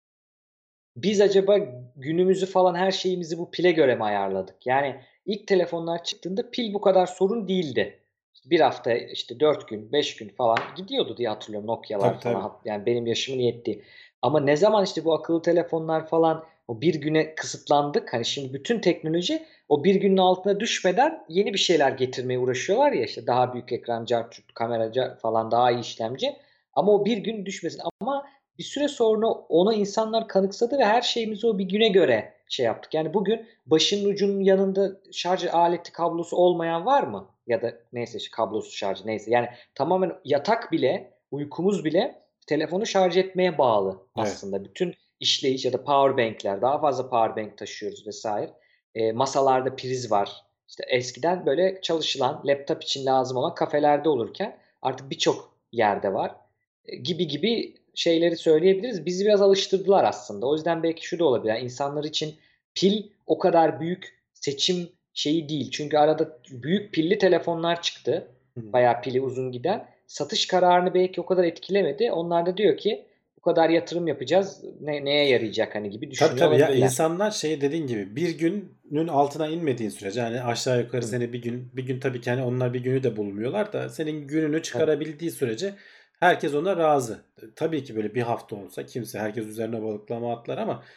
Biz acaba günümüzü falan, her şeyimizi bu pile göre mi ayarladık? Yani ilk telefonlar çıktığında pil bu kadar sorun değildi. İşte bir hafta, işte 4 gün, 5 gün falan gidiyordu diye hatırlıyorum, Tabii Nokia'lar tabii. falan. Yani benim yaşımın yettiği. Ama ne zaman işte bu akıllı telefonlar falan, o bir güne kısıtlandık. Hani şimdi bütün teknoloji o bir günün altına düşmeden yeni bir şeyler getirmeye uğraşıyorlar ya, işte daha büyük ekran, kamera falan, daha iyi işlemci. Ama o bir gün düşmesin. Ama bir süre sonra ona insanlar kanıksadı ve her şeyimizi o bir güne göre şey yaptık. Yani bugün başının ucunun yanında şarj aleti, kablosu olmayan var mı? Ya da neyse, işte kablosuz şarj, neyse. Yani tamamen yatak bile, uykumuz bile telefonu şarj etmeye bağlı Evet. aslında. Bütün işleyiş ya da power bank'ler, daha fazla power bank taşıyoruz vesaire. Masalarda priz var. İşte eskiden böyle çalışılan, laptop için lazım olan kafelerde olurken artık birçok yerde var. Gibi gibi şeyleri söyleyebiliriz. Bizi biraz alıştırdılar aslında. O yüzden belki şu da olabilir. Yani insanlar için pil o kadar büyük seçim şeyi değil. Çünkü arada büyük pilli telefonlar çıktı. Hı. Bayağı pili uzun giden. Satış kararını belki o kadar etkilemedi. Onlar da diyor ki bu kadar yatırım yapacağız, neye yarayacak hani gibi Tabii düşünüyor tabii ya, olabilirler. insanlar şey dediğin gibi bir günün altına inmediğin sürece hani aşağı yukarı Hı, seni bir gün tabii ki hani onlar bir günü de bulmuyorlar da senin gününü tabii. çıkarabildiği sürece herkes ona razı. Tabii ki böyle bir hafta olsa kimse, herkes üzerine balıklama atlar ama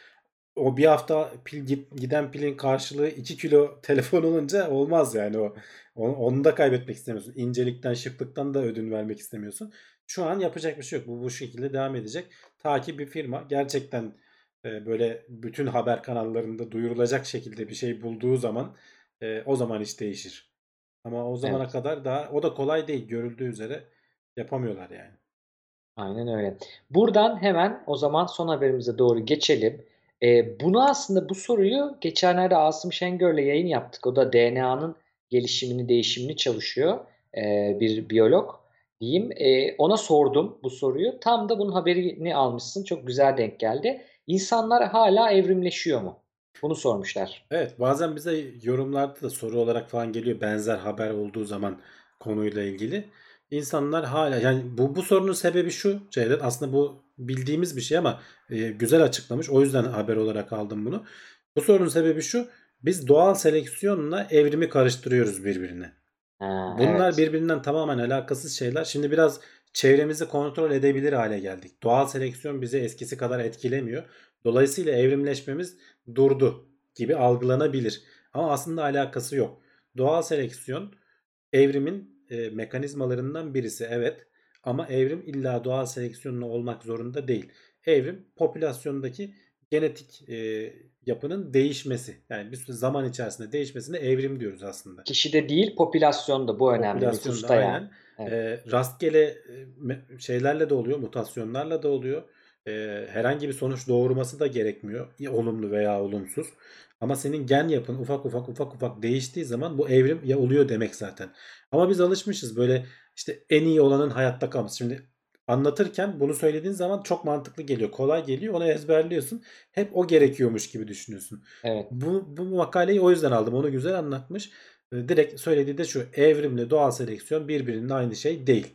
o bir hafta giden pilin karşılığı 2 kilo telefon olunca olmaz yani o. Onu da kaybetmek istemiyorsun. İncelikten, şıklıktan da ödün vermek istemiyorsun. Şu an yapacak bir şey yok. Bu şekilde devam edecek. Ta ki bir firma gerçekten böyle bütün haber kanallarında duyurulacak şekilde bir şey bulduğu zaman o zaman iş değişir. Ama o zamana Evet. kadar daha o da kolay değil. Görüldüğü üzere yapamıyorlar yani. Aynen öyle. Buradan hemen o zaman son haberimize doğru geçelim. Bunu aslında bu soruyu geçenlerde Asım Şengör'le yayın yaptık. O da DNA'nın gelişimini, değişimini çalışıyor. Bir biyolog diyeyim. Ona sordum bu soruyu. Tam da bunun haberini almışsın. Çok güzel denk geldi. İnsanlar hala evrimleşiyor mu? Bunu sormuşlar. Evet, bazen bize yorumlarda da soru olarak falan geliyor benzer haber olduğu zaman konuyla ilgili. İnsanlar hala yani bu sorunun sebebi şu Cevdet, aslında bu bildiğimiz bir şey ama güzel açıklamış, o yüzden haber olarak aldım bunu. Bu sorunun sebebi şu: biz doğal seleksiyonla evrimi karıştırıyoruz birbirine. Ha, Bunlar evet. birbirinden tamamen alakasız şeyler. Şimdi biraz çevremizi kontrol edebilir hale geldik. Doğal seleksiyon bizi eskisi kadar etkilemiyor. Dolayısıyla evrimleşmemiz durdu gibi algılanabilir. Ama aslında alakası yok. Doğal seleksiyon evrimin mekanizmalarından birisi, evet. Ama evrim illa doğal seleksiyonla olmak zorunda değil. Evrim popülasyondaki genetik yapının değişmesi. Yani bir sürü zaman içerisinde değişmesine evrim diyoruz aslında. Kişide değil, popülasyonda bu önemli. Popülasyonda Nüfusta yani. aynen. Evet. Rastgele şeylerle de oluyor, mutasyonlarla da oluyor. Herhangi bir sonuç doğurması da gerekmiyor. Ya olumlu veya olumsuz. Ama senin gen yapın ufak ufak değiştiği zaman bu evrim ya oluyor demek zaten. Ama biz alışmışız böyle işte en iyi olanın hayatta kalması. Şimdi anlatırken bunu söylediğin zaman çok mantıklı geliyor, kolay geliyor. Onu ezberliyorsun. Hep o gerekiyormuş gibi düşünüyorsun. Evet. Bu makaleyi o yüzden aldım. Onu güzel anlatmış. Direkt söylediği de şu: evrimle doğal seleksiyon birbirinin aynı şey değil.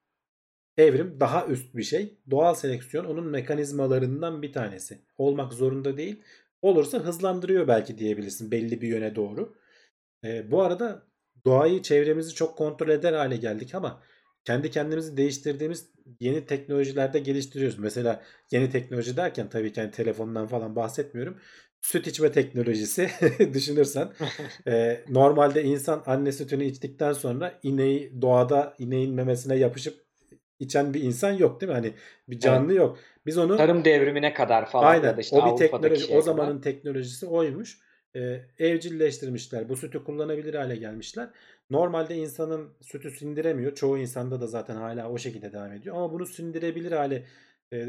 Evrim daha üst bir şey. Doğal seleksiyon onun mekanizmalarından bir tanesi. Olmak zorunda değil. Olursa hızlandırıyor belki diyebilirsin belli bir yöne doğru. Bu arada doğayı, çevremizi çok kontrol eder hale geldik ama kendi kendimizi değiştirdiğimiz yeni teknolojilerde geliştiriyoruz. Mesela yeni teknoloji derken tabii ki hani telefondan falan bahsetmiyorum. Süt içme teknolojisi düşünürsen normalde insan anne sütünü içtikten sonra ineği, doğada ineğin memesine yapışıp içen bir insan yok değil mi? Hani bir Evet. canlı yok. Biz onu Tarım devrimine kadar falan ya da aynen, işte o bir Avrupa'daki teknoloji, o şeye kadar. zamanın teknolojisi oymuş. Evcilleştirmişler. Bu sütü kullanabilir hale gelmişler. Normalde insanın sütü sindiremiyor. Çoğu insanda da zaten hala o şekilde devam ediyor. Ama bunu sindirebilir hale e,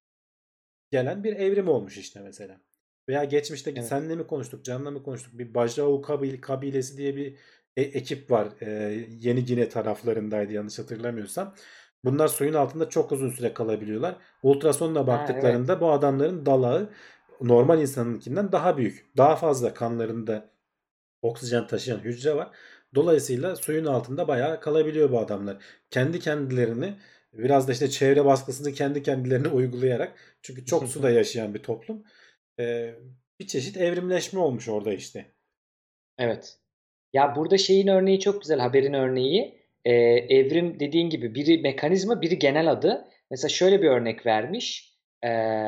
gelen bir evrim olmuş işte mesela. Veya geçmişte Evet. senle mi konuştuk, Can'la mı konuştuk? Bir Bajau kabilesi diye bir ekip var. Yeni Gine taraflarındaydı yanlış hatırlamıyorsam. Bunlar suyun altında çok uzun süre kalabiliyorlar. Ultrasonla Ha, evet. baktıklarında bu adamların dalağı normal insanınkinden daha büyük. Daha fazla kanlarında oksijen taşıyan hücre var. Dolayısıyla suyun altında bayağı kalabiliyor bu adamlar. Kendi kendilerini, biraz da işte çevre baskısını kendi kendilerine uygulayarak, çünkü çok suda yaşayan bir toplum, e, bir çeşit evrimleşme olmuş orada işte. Evet. Ya burada şeyin örneği çok güzel, haberin örneği. Evrim dediğin gibi biri mekanizma, biri genel adı. Mesela şöyle bir örnek vermiş. Ee,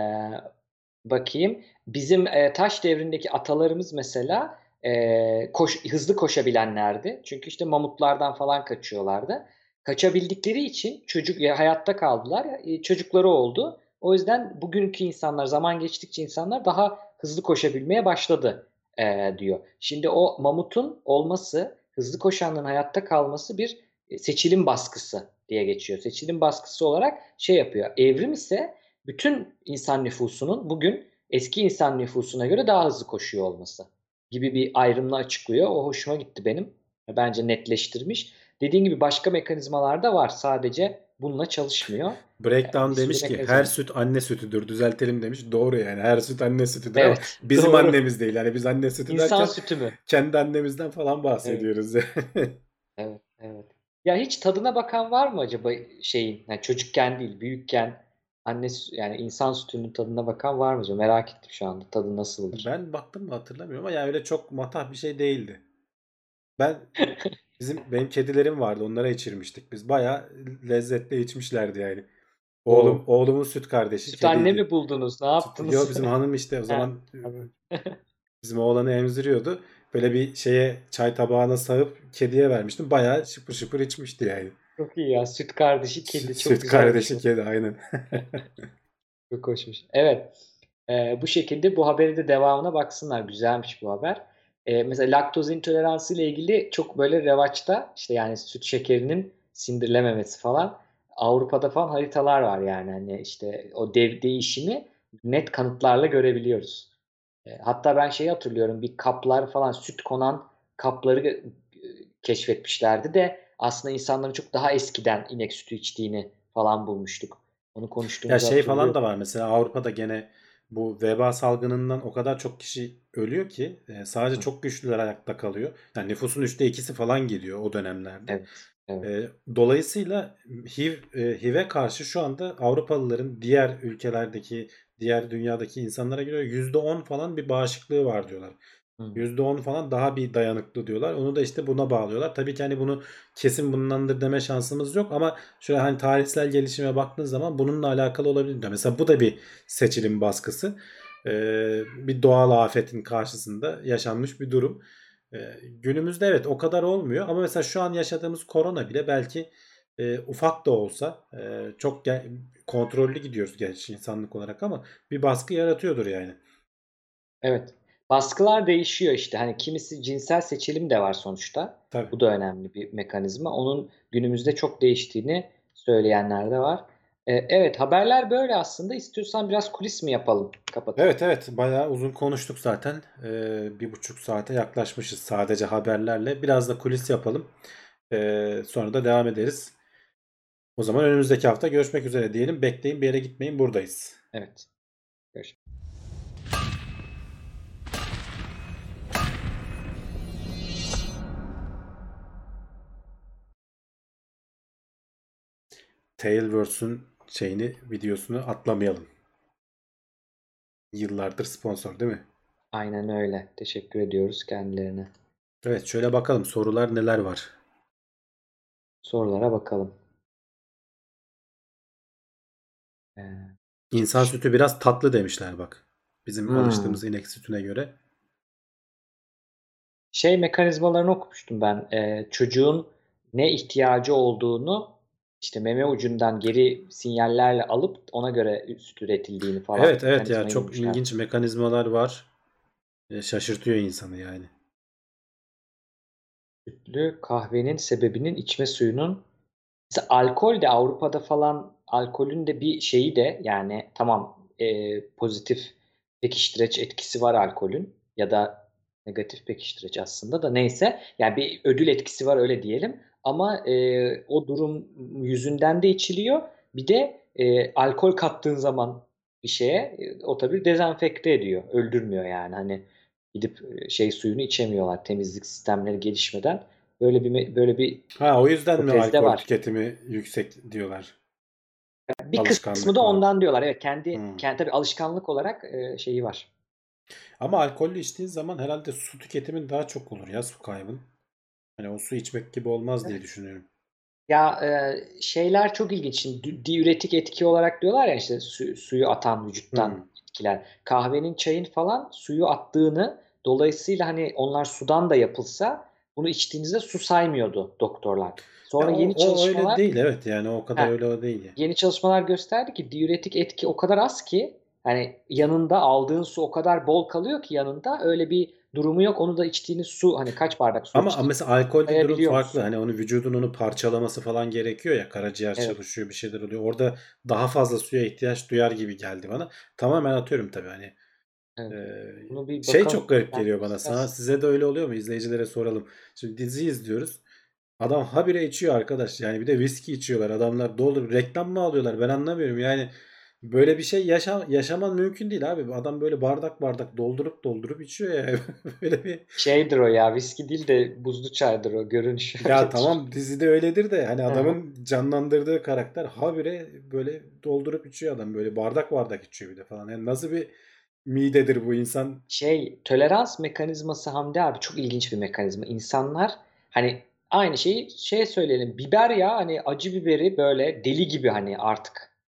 bakayım. Bizim taş devrindeki atalarımız mesela hızlı koşabilenlerdi. Çünkü işte mamutlardan falan kaçıyorlardı. Kaçabildikleri için hayatta kaldılar. Çocukları oldu. O yüzden bugünkü insanlar, zaman geçtikçe insanlar daha hızlı koşabilmeye başladı diyor. Şimdi o mamutun olması, hızlı koşanların hayatta kalması bir seçilim baskısı diye geçiyor. Seçilim baskısı olarak şey yapıyor. Evrim ise bütün insan nüfusunun bugün eski insan nüfusuna göre daha hızlı koşuyor olması gibi bir ayrımla açıklıyor. O hoşuma gitti benim. Bence netleştirmiş. Dediğin gibi başka mekanizmalar da var. Sadece bununla çalışmıyor. Bir Breakdown sürü demiş ki her mekanizma. süt anne sütüdür. Düzeltelim demiş. Doğru yani. Her süt anne sütüdür ama Evet, bizim doğru. annemiz değil. Yani biz anne sütü İnsan derken sütü mü? kendi annemizden falan Evet, bahsediyoruz. evet, evet. Ya hiç tadına bakan var mı acaba şeyin? Yani çocukken değil, büyükken yani insan sütünün tadına bakan var mı acaba? Merak ettim şu anda. Tadı nasıldır? Ben baktım mı hatırlamıyorum ama yani öyle çok matah bir şey değildi. Ben benim kedilerim vardı. Onlara içirmiştik biz. Bayağı lezzetli içmişlerdi yani. Oğlumun süt kardeşi Süt anne kediydi. mi buldunuz? Ne Yo, yaptınız? bizim hanım işte o Ha, zaman anladım. bizim oğlanı emziriyordu. Böyle bir şeye çay tabağına sağıp kediye vermiştim. Bayağı şıpır şıpır içmişti yani. Çok iyi ya. Süt kardeşi kedi. Çok Süt güzelmiş kardeşi bu. kedi aynen. Çok hoşmuş. Evet. Bu şekilde bu haberi de devamına baksınlar. Güzelmiş bu haber. Mesela laktoz intoleransı ile ilgili çok böyle revaçta işte yani süt şekerinin sindirilememesi falan. Avrupa'da falan haritalar var yani hani işte o değişimi net kanıtlarla görebiliyoruz. Hatta ben şeyi hatırlıyorum bir kaplar falan süt konan kapları keşfetmişlerdi de aslında insanların çok daha eskiden inek sütü içtiğini falan bulmuştuk. Onu Ya konuştuğumuzu şey falan hatırlıyorum. da var mesela Avrupa'da gene bu veba salgınından o kadar çok kişi ölüyor ki sadece Hı, çok güçlüler ayakta kalıyor. Yani nüfusun %2'si falan gidiyor o dönemlerde. evet, evet. Dolayısıyla HIV'e karşı şu anda Avrupalıların diğer ülkelerdeki, diğer dünyadaki insanlara göre %10 falan bir bağışıklığı var diyorlar. Hı, %10 falan daha bir dayanıklı diyorlar. Onu da işte buna bağlıyorlar. Tabii ki hani bunu kesin bundandır deme şansımız yok ama şöyle hani tarihsel gelişime baktığın zaman bununla alakalı olabilir diyor. Mesela bu da bir seçilim baskısı. Bir doğal afetin karşısında yaşanmış bir durum. Günümüzde evet o kadar olmuyor ama mesela şu an yaşadığımız korona bile belki ufak da olsa çok kontrollü gidiyoruz gerçi insanlık olarak ama bir baskı yaratıyordur yani. evet. Baskılar değişiyor işte. Hani kimisi cinsel seçilim de var sonuçta. Tabii. Bu da önemli bir mekanizma. Onun günümüzde çok değiştiğini söyleyenler de var. Evet, haberler böyle aslında. İstiyorsan biraz kulis mi yapalım? Kapatıp. Evet evet bayağı uzun konuştuk zaten. 1,5 saate yaklaşmışız sadece haberlerle. Biraz da kulis yapalım. Sonra da devam ederiz. O zaman önümüzdeki hafta görüşmek üzere diyelim. Bekleyin bir yere gitmeyin buradayız. Evet. Görüşürüz. Tailwords'un videosunu atlamayalım. Yıllardır sponsor değil mi? Aynen öyle. Teşekkür ediyoruz kendilerine. Evet şöyle bakalım sorular neler var. Sorulara bakalım. Ee, İnsan sütü biraz tatlı demişler bak. Bizim hmm. alıştığımız inek sütüne göre. Şey mekanizmalarını okumuştum ben. Çocuğun ne ihtiyacı olduğunu işte meme ucundan geri sinyallerle alıp ona göre süt üretildiğini falan Evet evet ya mekanizmayı çok bulmuşlar. ilginç mekanizmalar var. Şaşırtıyor insanı yani. Sütlü kahvenin sebebinin içme suyunun mesela alkol de Avrupa'da falan alkolün de bir şeyi de yani tamam pozitif pekiştireç etkisi var alkolün ya da negatif pekiştireç aslında da neyse yani bir ödül etkisi var öyle diyelim ama o durum yüzünden de içiliyor bir de alkol kattığın zaman bir şeye o tabii dezenfekte ediyor öldürmüyor yani hani gidip şey suyunu içemiyorlar temizlik sistemleri gelişmeden böyle bir Ha o yüzden mi hipotez de alkol var. tüketimi yüksek diyorlar? Bir kısmı da Alışkanlıkla. ondan diyorlar. Evet kendi Hmm. kendi tabii alışkanlık olarak şeyi var. Ama alkollü içtiğin zaman herhalde su tüketimin daha çok olur ya su kaybın. Hani o su içmek gibi olmaz diye Evet. düşünüyorum. Ya şeyler çok ilginç. Şimdi diüretik etki olarak diyorlar ya işte suyu atan vücuttan Hmm. etkiler. Kahvenin, çayın falan suyu attığını dolayısıyla hani onlar sudan da yapılsa bunu içtiğinizde su saymıyordu doktorlar. Ya Sonra yeni o öyle çalışmalar değil evet yani o kadar heh, öyle o değil. yeni çalışmalar gösterdi ki diüretik etki o kadar az ki hani yanında aldığın su o kadar bol kalıyor ki yanında öyle bir durumu yok. Onu da içtiğiniz su hani kaç bardak su Ama içtiğinizi mesela alkolde durum sayabiliyor farklı. musun? Hani onu vücudun onu parçalaması falan gerekiyor ya. Karaciğer Evet, çalışıyor bir şeyler oluyor. Orada daha fazla suya ihtiyaç duyar gibi geldi bana. Tamamen atıyorum tabii hani. evet. Bunu bir Şey bakalım. çok garip Yani geliyor bana. Sana bakacağız. size de öyle oluyor mu? İzleyicilere soralım. Şimdi dizi izliyoruz. Adam habire içiyor arkadaş. Yani bir de viski içiyorlar. Adamlar doldurup reklam mı alıyorlar? Ben anlamıyorum. Yani böyle bir şey yaşaman mümkün değil abi. Adam böyle bardak bardak doldurup içiyor ya. Böyle bir Şeydir o ya viski değil de buzlu çaydır o görünüş ya öyledir. tamam dizide öyledir de hani Aha. adamın canlandırdığı karakter habire böyle doldurup içiyor adam. Böyle bardak bardak içiyor bir de falan. Yani nasıl bir midedir bu insan? Şey tolerans mekanizması Hamdi abi çok ilginç bir mekanizma. İnsanlar hani aynı şeyi söyleyelim. Biber ya hani acı biberi böyle deli gibi hani artık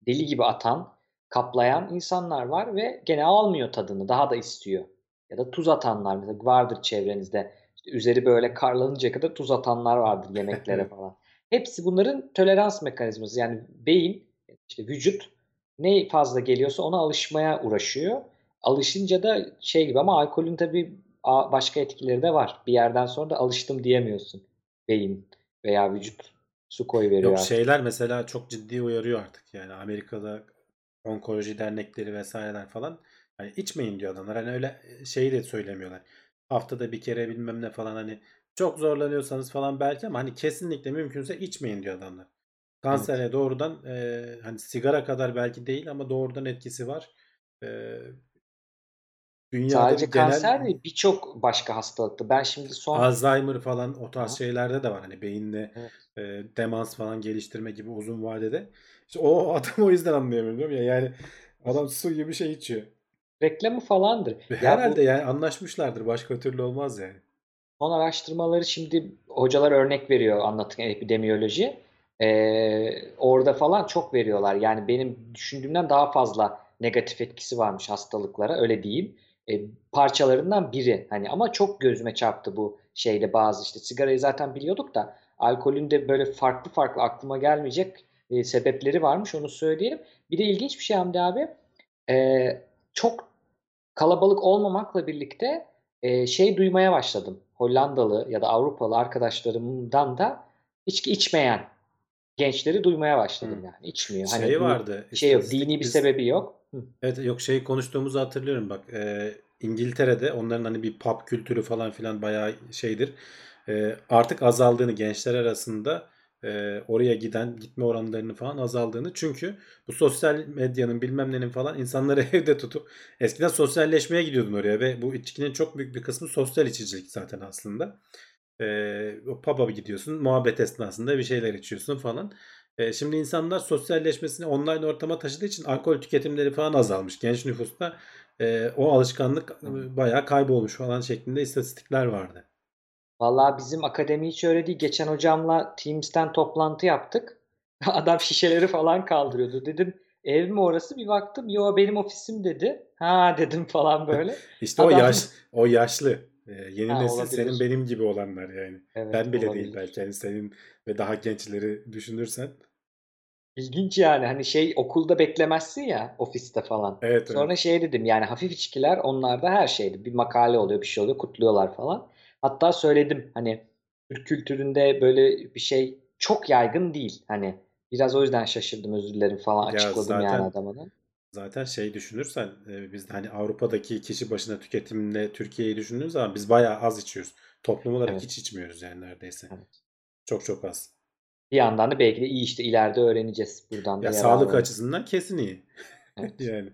deli gibi atan, kaplayan insanlar var ve gene almıyor tadını, daha da istiyor. Ya da tuz atanlar mesela vardır çevrenizde. İşte üzeri böyle karlanıncaya kadar tuz atanlar vardır yemeklere falan. Hepsi bunların tolerans mekanizması. Yani beyin, işte vücut ne fazla geliyorsa ona alışmaya uğraşıyor. Alışınca da şey gibi ama alkolün tabii başka etkileri de var. Bir yerden sonra da alıştım diyemiyorsun. Beyin veya vücut su koyuveriyor Yok artık. şeyler mesela çok ciddi uyarıyor artık. Yani Amerika'da onkoloji dernekleri vesaireler falan. Hani içmeyin diyor adamlar. Hani öyle şeyi de söylemiyorlar. Haftada bir kere bilmem ne falan hani çok zorlanıyorsanız falan belki ama hani kesinlikle mümkünse içmeyin diyor adamlar. Evet. Kansere doğrudan hani sigara kadar belki değil ama doğrudan etkisi var. E, dünyada bir Sadece genel kanser değil, birçok başka hastalıkta. Ben şimdi son Alzheimer falan o tarz Aha, şeylerde de var. Hani beyinde evet. demans falan geliştirme gibi uzun vadede. İşte o adam o yüzden anlayamıyorum ya. Yani adam su gibi şey içiyor. Reklamı falandır. Ve Ya herhalde bu yani anlaşmışlardır. Başka türlü olmaz yani. son araştırmaları şimdi hocalar örnek veriyor anlatın epidemiyoloji. Orada falan çok veriyorlar. Yani benim düşündüğümden daha fazla negatif etkisi varmış hastalıklara öyle diyeyim. Parçalarından biri hani ama çok gözüme çarptı bu şeyde bazı işte sigarayı zaten biliyorduk da alkolün de böyle farklı farklı aklıma gelmeyecek sebepleri varmış onu söyleyelim. Bir de ilginç bir şey Hamdi abi. Çok kalabalık olmamakla birlikte şey duymaya başladım. Hollandalı ya da Avrupalı arkadaşlarımdan da içki içmeyen gençleri duymaya başladım Hı. yani. İçmiyor. Hani Şey bir vardı şey yok, dini istatistik bir biz sebebi yok. Hı, evet yok şey konuştuğumuzu hatırlıyorum bak. İngiltere'de onların hani bir pub kültürü falan filan bayağı şeydir. Artık azaldığını gençler arasında oraya gitme oranlarını falan azaldığını. Çünkü bu sosyal medyanın bilmem nenin falan insanları evde tutup eskiden sosyalleşmeye gidiyordun oraya ve bu içkinin çok büyük bir kısmı sosyal içicilik zaten aslında. O pub'a gidiyorsun muhabbet esnasında bir şeyler içiyorsun falan. Şimdi insanlar sosyalleşmesini online ortama taşıdığı için alkol tüketimleri falan azalmış. Genç nüfusta o alışkanlık hı. bayağı kaybolmuş falan şeklinde istatistikler vardı. Vallahi bizim akademi hiç öyle değil. Geçen hocamla Teams'ten toplantı yaptık. Adam şişeleri falan kaldırıyordu. Dedim ev mi orası? Bir baktım yo benim ofisim dedi. Ha dedim falan böyle. İşte Adam o yaşlı. Yeni ha nesil senin olabilir. benim gibi olanlar yani. Evet Ben bile değil olabilir. belki. Yani senin ve daha gençleri düşünürsen. İlginç yani hani şey okulda beklemezsin ya ofiste falan. Evet, Sonra evet. şey dedim yani hafif içkiler onlarda her şeydi. Bir makale oluyor bir şey oluyor kutluyorlar falan. Hatta söyledim hani Türk kültüründe böyle bir şey çok yaygın değil. Hani biraz o yüzden şaşırdım özür dilerim falan Ya açıkladım yani adama da. zaten şey düşünürsen biz de hani Avrupa'daki kişi başına tüketimle Türkiye'yi düşündüğün zaman biz bayağı az içiyoruz. Toplum olarak Evet, hiç içmiyoruz yani neredeyse. evet. Çok çok az. Bir yandan da belki de iyi işte ileride öğreneceğiz. Buradan da Ya yararı sağlık olur. açısından kesin iyi. Evet. Yani.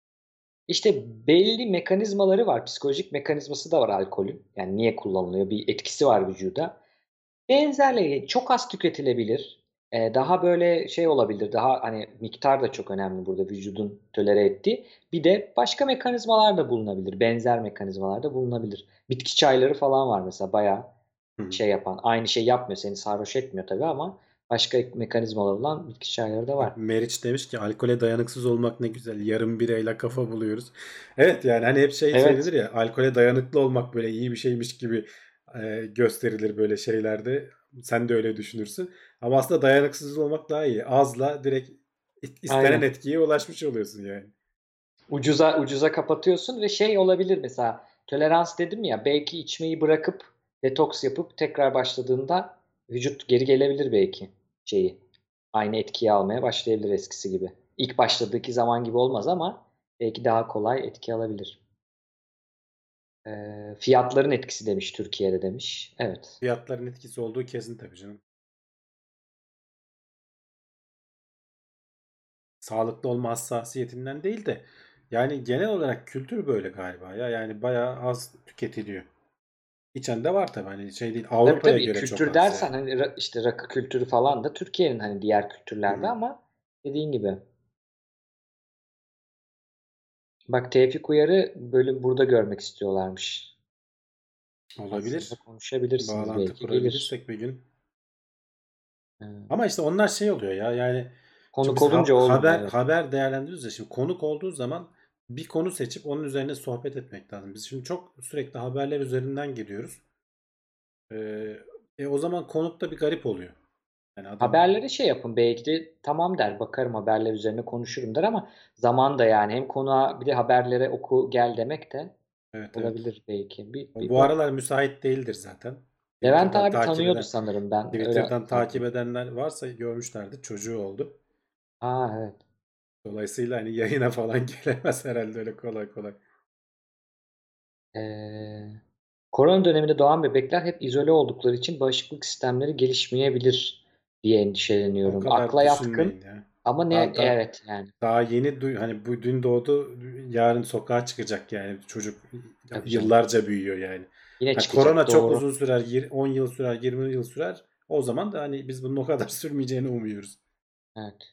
İşte belli mekanizmaları var. Psikolojik mekanizması da var alkolün. Yani niye kullanılıyor? Bir etkisi var vücuda. Benzerleri çok az tüketilebilir. Daha böyle şey olabilir. Daha hani miktar da çok önemli burada vücudun tolere ettiği. Bir de başka mekanizmalar da bulunabilir. Benzer mekanizmalar da bulunabilir. Bitki çayları falan var mesela bayağı Hı hı. şey yapan. Aynı şey yapmıyor. Seni sarhoş etmiyor tabii ama başka mekanizmalar olan bitki çayları da Bak var. Meriç demiş ki alkole dayanıksız olmak ne güzel. Yarım birayla kafa buluyoruz. Evet yani hani hep şey Evet. söylenir ya alkole dayanıklı olmak böyle iyi bir şeymiş gibi gösterilir böyle şeylerde. Sen de öyle düşünürsün. Ama aslında dayanıksız olmak daha iyi. Azla direkt istenen Aynen. etkiye ulaşmış oluyorsun yani. Ucuza ucuza kapatıyorsun ve şey olabilir mesela tolerans dedim ya belki içmeyi bırakıp detoks yapıp tekrar başladığında vücut geri gelebilir belki şeyi. Aynı etkiyi almaya başlayabilir eskisi gibi. İlk başladığındaki zaman gibi olmaz ama belki daha kolay etki alabilir. Fiyatların etkisi demiş Türkiye'de demiş. Evet. Fiyatların etkisi olduğu kesin tabii canım. Sağlıklı olma hassasiyetinden değil de yani genel olarak kültür böyle galiba ya. Yani bayağı az tüketiliyor. İçen de var tabii hani şey değil. Tabii Avrupa'ya tabii göre çok kültür az dersen yani. hani işte rakı kültürü falan da Türkiye'nin hani diğer Hı kültürlerde hı. ama dediğin gibi. Bak Tevfik Uyar'ı bölüm burada görmek istiyorlarmış. Aslında Olabilir. konuşabilirsiniz Bağlantı belki gelir. kurabilirsek bir gün. Ee, Ama işte onlar şey oluyor ya yani Çünkü Konuk biz olunca olmuyor. haber Evet. haber değerlendiriyoruz ya. Şimdi konuk olduğu zaman bir konu seçip onun üzerine sohbet etmek lazım. Biz şimdi çok sürekli haberler üzerinden gidiyoruz. O zaman konuk da bir garip oluyor. Yani adam Haberlere şey yapın, belki de tamam der, bakarım haberler üzerine konuşurum der ama zaman da yani hem konuğa bir de haberlere oku gel demek de evet evet. olabilir belki. Bir Bu aralar bak. müsait değildir zaten. Levent Twitter'dan abi takip tanıyordu eden sanırım, ben öyle Twitter'dan takip zannediyorum. edenler varsa görmüşlerdi. Çocuğu oldu. Aa, evet. Dolayısıyla hani yayına falan gelemez herhalde öyle kolay kolay. Ee, Korona döneminde doğan bebekler hep izole oldukları için bağışıklık sistemleri gelişmeyebilir diye O endişeleniyorum. kadar Akla yatkın düşünmeyin ya. ama ne, Daha, da, evet yani. daha yeni hani bu dün doğdu, yarın sokağa çıkacak yani çocuk Tabii canım. yıllarca büyüyor yani. Yine Ha, çıkacak, korona çok doğru. uzun sürer, 10 yıl sürer, 20 yıl sürer. O zaman da hani biz bunun o kadar sürmeyeceğini umuyoruz. Evet.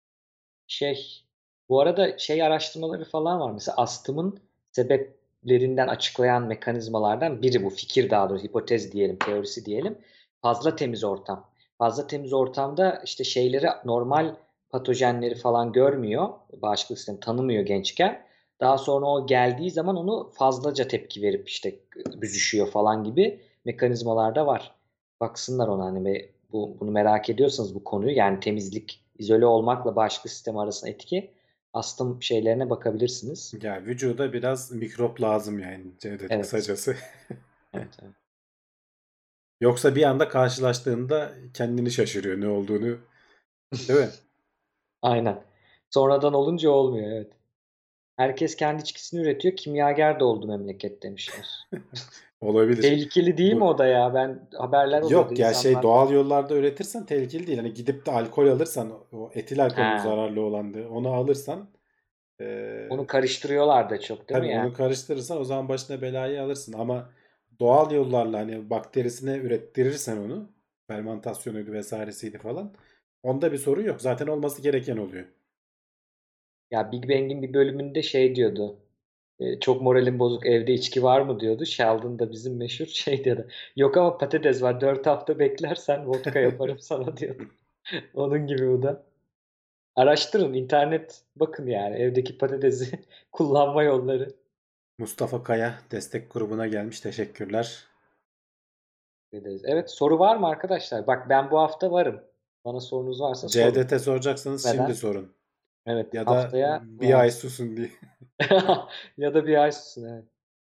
Bu arada araştırmaları falan var. Mesela astımın sebeplerinden açıklayan mekanizmalardan biri bu. Fikir, daha doğrusu hipotez diyelim, teorisi diyelim. Fazla temiz ortam. Fazla temiz ortamda işte normal patojenleri falan görmüyor. Bağışıklık sistemi tanımıyor gençken. Daha sonra o geldiği zaman onu fazlaca tepki verip işte büzüşüyor falan gibi mekanizmalar da var. Baksınlar ona, hani bunu merak ediyorsanız bu konuyu, yani temizlik, izole olmakla bağışıklık sistemi arasında etki, astım şeylerine bakabilirsiniz. Ya vücuda biraz mikrop lazım yani Cevdet, Evet. kısacası. Evet, evet. Yoksa bir anda karşılaştığında kendini şaşırıyor ne olduğunu, değil mi? Aynen. Sonradan olunca olmuyor, evet. Herkes kendi içkisini üretiyor. Kimyager de oldu memleket demişler. Olabilir. Tehlikeli değil mi Bu o da ya? Ben haberler oluyordu yok ya, insanlar. doğal yollarda üretirsen tehlikeli değil. Hani gidip de alkol alırsan, o etil alkolün Ha, zararlı olandı, onu alırsan onu eee karıştırıyorlar da çok, değil tabii mi yani? onu karıştırırsan o zaman başına belayı alırsın. Ama doğal yollarla hani bakterisine ürettirirsen onu, fermentasyonuydu vesairesiydi falan, onda bir sorun yok. Zaten olması gereken oluyor. Ya Big Bang'in bir bölümünde şey diyordu. Çok moralim bozuk, evde içki var mı diyordu. Sheldon da bizim meşhur şey dedi. Yok ama patates var. 4 hafta beklersen vodka yaparım sana diyordu. Onun gibi bu da. Araştırın, internet bakın yani evdeki patatesi kullanma yolları. Mustafa Kaya destek grubuna gelmiş. Teşekkürler. Evet, soru var mı arkadaşlar? Bak, ben bu hafta varım. Bana sorunuz varsa sorun. CDT soracaksanız şimdi Neden? sorun. Evet, Ya da haftaya bir ay varım. susun diye. Ya da bir ay susun, evet.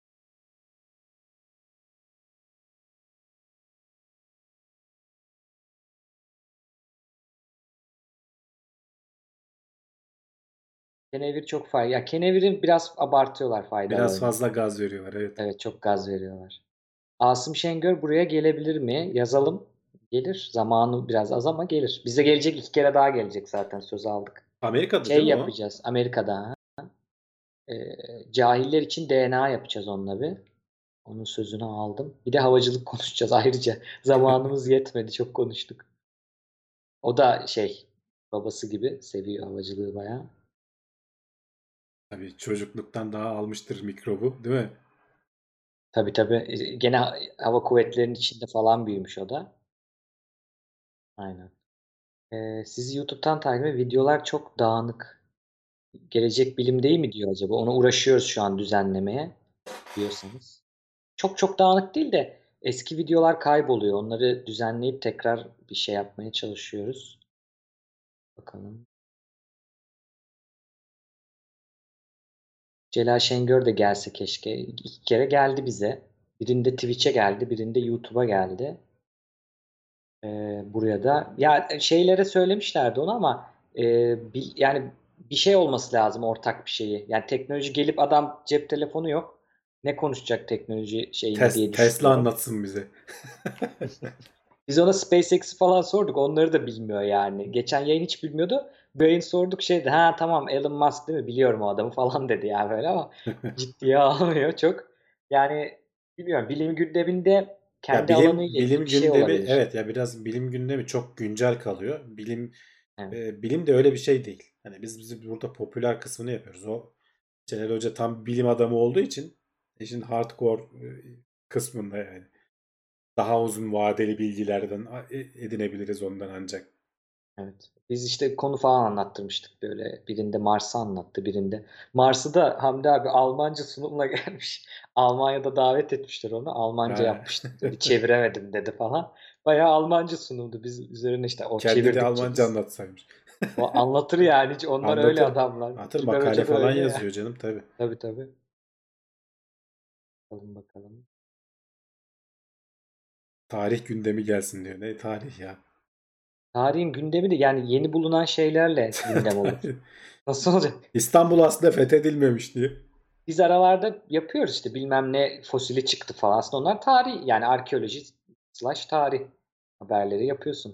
Kenevir çok faydalı. Ya kenevirin biraz abartıyorlar Biraz faydalarını. fazla gaz veriyorlar, evet. Evet, çok gaz veriyorlar. Asım Şengör buraya gelebilir mi? Yazalım. Gelir. Zamanı biraz az ama gelir. Bize gelecek, 2 kere daha gelecek zaten, söz aldık. Amerika'da değil Şey mi o? yapacağız Amerika'da. Cahiller için DNA yapacağız onunla bir. Onun sözünü aldım. Bir de havacılık konuşacağız ayrıca. Zamanımız yetmedi. Çok konuştuk. O da babası gibi seviyor havacılığı bayağı. Tabii çocukluktan daha almıştır mikrobu, değil mi? Tabii tabii. Gene hava kuvvetlerinin içinde falan büyümüş o da. Aynen. Sizi YouTube'dan takip ediyorum. Videolar çok dağınık. Gelecek bilim değil mi diyor acaba? Ona uğraşıyoruz şu an düzenlemeye diyorsanız. Çok çok dağınık değil de eski videolar kayboluyor. Onları düzenleyip tekrar bir şey yapmaya çalışıyoruz. Bakalım. Celal Şengör de gelse keşke. 2 kere geldi bize. Birinde Twitch'e geldi, birinde YouTube'a geldi. Buraya da. Ya şeylere söylemişlerdi onu ama yani bir şey olması lazım, ortak bir şeyi. Yani teknoloji gelip, adam cep telefonu yok. Ne konuşacak teknoloji şeyini diye Tesla düşünüyorum. anlatsın bize. Biz ona SpaceX'i falan sorduk. Onları da bilmiyor yani. Geçen yayın hiç bilmiyordu. Bu yayın sorduk, şeydi. Ha tamam, Elon Musk değil mi? Biliyorum o adamı falan dedi ya, böyle ama ciddiye almıyor çok. Yani bilmiyorum. Bilim gündeminde Ya kendi alanıyla ilgili bilim bir şey gündemi, olabilir. evet ya, biraz bilim gündemi çok güncel kalıyor. Evet. Bilim de öyle bir şey değil. Hani biz burada popüler kısmını yapıyoruz. O Celal Hoca tam bilim adamı olduğu için işin hardcore kısmında yani. Daha uzun vadeli bilgilerden edinebiliriz ondan ancak. Evet. Biz işte konu falan anlattırmıştık böyle. Birinde Mars'ı anlattı, birinde. Mars'ı da Hamdi abi Almanca sunumla gelmiş. Almanya'da davet etmişler onu. Almanca Ha. yapmıştı dedi. Çeviremedim dedi falan. Bayağı Almanca sunumdu. Biz üzerine işte o Kendi de çevirdikçe Almanca biz anlatsaymış. o anlatır yani. Hiç onlar öyle Anlatır. adamlar. Anlatır, Güler makale Hoca da falan öyle ya. yazıyor canım tabii. Tabii tabii. Bakalım bakalım. Tarih gündemi gelsin diyor. Ne tarih ya? Tarihin gündemi de yani yeni bulunan şeylerle gündem olur. Nasıl olacak? İstanbul aslında fethedilmemiş diye. Biz aralarda yapıyoruz işte bilmem ne fosili çıktı falan. Aslında onlar tarih yani arkeoloji slash tarih haberleri yapıyorsun.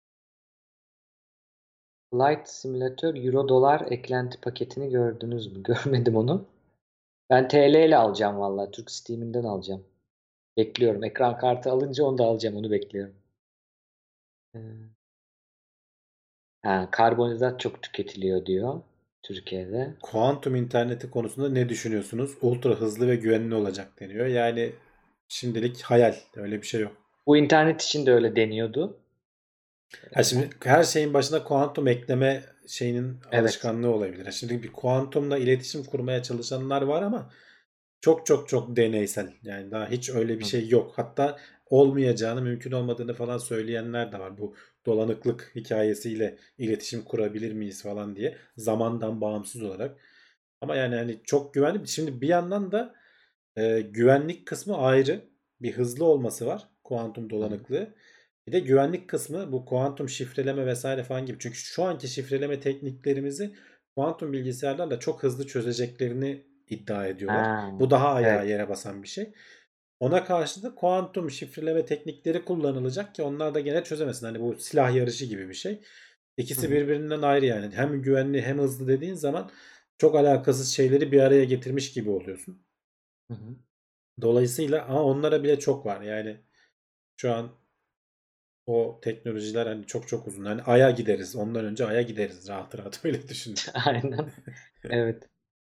Flight Simulator Euro dolar eklenti paketini gördünüz mü? Görmedim onu. Ben TL ile alacağım vallahi. Türk Steam'inden alacağım. Bekliyorum. Ekran kartı alınca onu da alacağım. Onu bekliyorum. Ee, karbonhidrat çok tüketiliyor diyor Türkiye'de. Kuantum interneti konusunda ne düşünüyorsunuz? Ultra hızlı ve güvenli olacak deniyor. Yani şimdilik hayal. Öyle bir şey yok. Bu internet için de öyle deniyordu. Ha şimdi her şeyin başına kuantum ekleme şeyinin Evet. alışkanlığı olabilir. Ha şimdi bir kuantumla iletişim kurmaya çalışanlar var ama çok çok çok deneysel. Yani daha hiç öyle bir Hı. şey yok. Hatta olmayacağını, mümkün olmadığını falan söyleyenler de var. Bu dolanıklık hikayesiyle iletişim kurabilir miyiz falan diye. Zamandan bağımsız olarak. Ama yani hani çok güvenli. Şimdi bir yandan da güvenlik kısmı ayrı. Bir hızlı olması var. Kuantum Hı. dolanıklığı. Bir de güvenlik kısmı bu kuantum şifreleme vesaire falan gibi. Çünkü şu anki şifreleme tekniklerimizi kuantum bilgisayarlarla çok hızlı çözeceklerini iddia ediyorlar. Ha, Bu daha ayağa evet. yere basan bir şey. Ona karşı da kuantum şifreleme teknikleri kullanılacak ki onlar da gene çözemesin. Hani bu silah yarışı gibi bir şey. Hı İkisi hı. birbirinden ayrı yani. Hem güvenli hem hızlı dediğin zaman çok alakasız şeyleri bir araya getirmiş gibi oluyorsun. Hı hı. Dolayısıyla ama onlara bile çok var. Yani şu an o teknolojiler hani çok çok uzun. Hani Ay'a gideriz. Ondan önce Ay'a gideriz. Rahat rahat öyle düşünün. Aynen. Evet.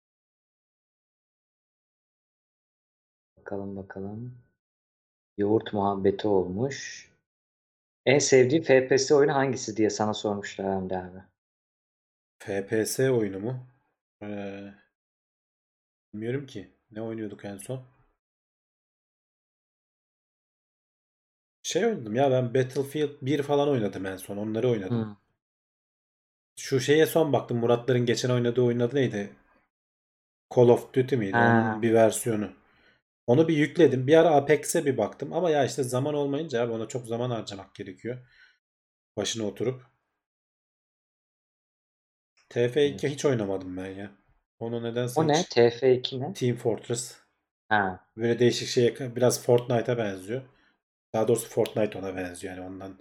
Bakalım bakalım. Yoğurt muhabbeti olmuş. En sevdiğin FPS oyunu hangisi diye sana sormuşlar Hamdi abi. FPS oyunu mu? Ee, bilmiyorum ki. Ne oynuyorduk en son? Şey oynadım ya, ben Battlefield 1 falan oynadım en son. Onları oynadım. Hı. Şu şeye son baktım. Muratların geçen oynadığı oyun adı neydi? Call of Duty miydi? Onun Ha, bir versiyonu. Onu bir yükledim. Bir ara Apex'e bir baktım. Ama ya işte zaman olmayınca abi ona çok zaman harcamak gerekiyor. Başına oturup. TF2 evet. hiç oynamadım ben ya. Onu nedense O ne? hiç. TF2 ne? Team Fortress. Ha. Böyle değişik şeye biraz Fortnite'a benziyor. Daha doğrusu Fortnite ona benziyor yani ondan.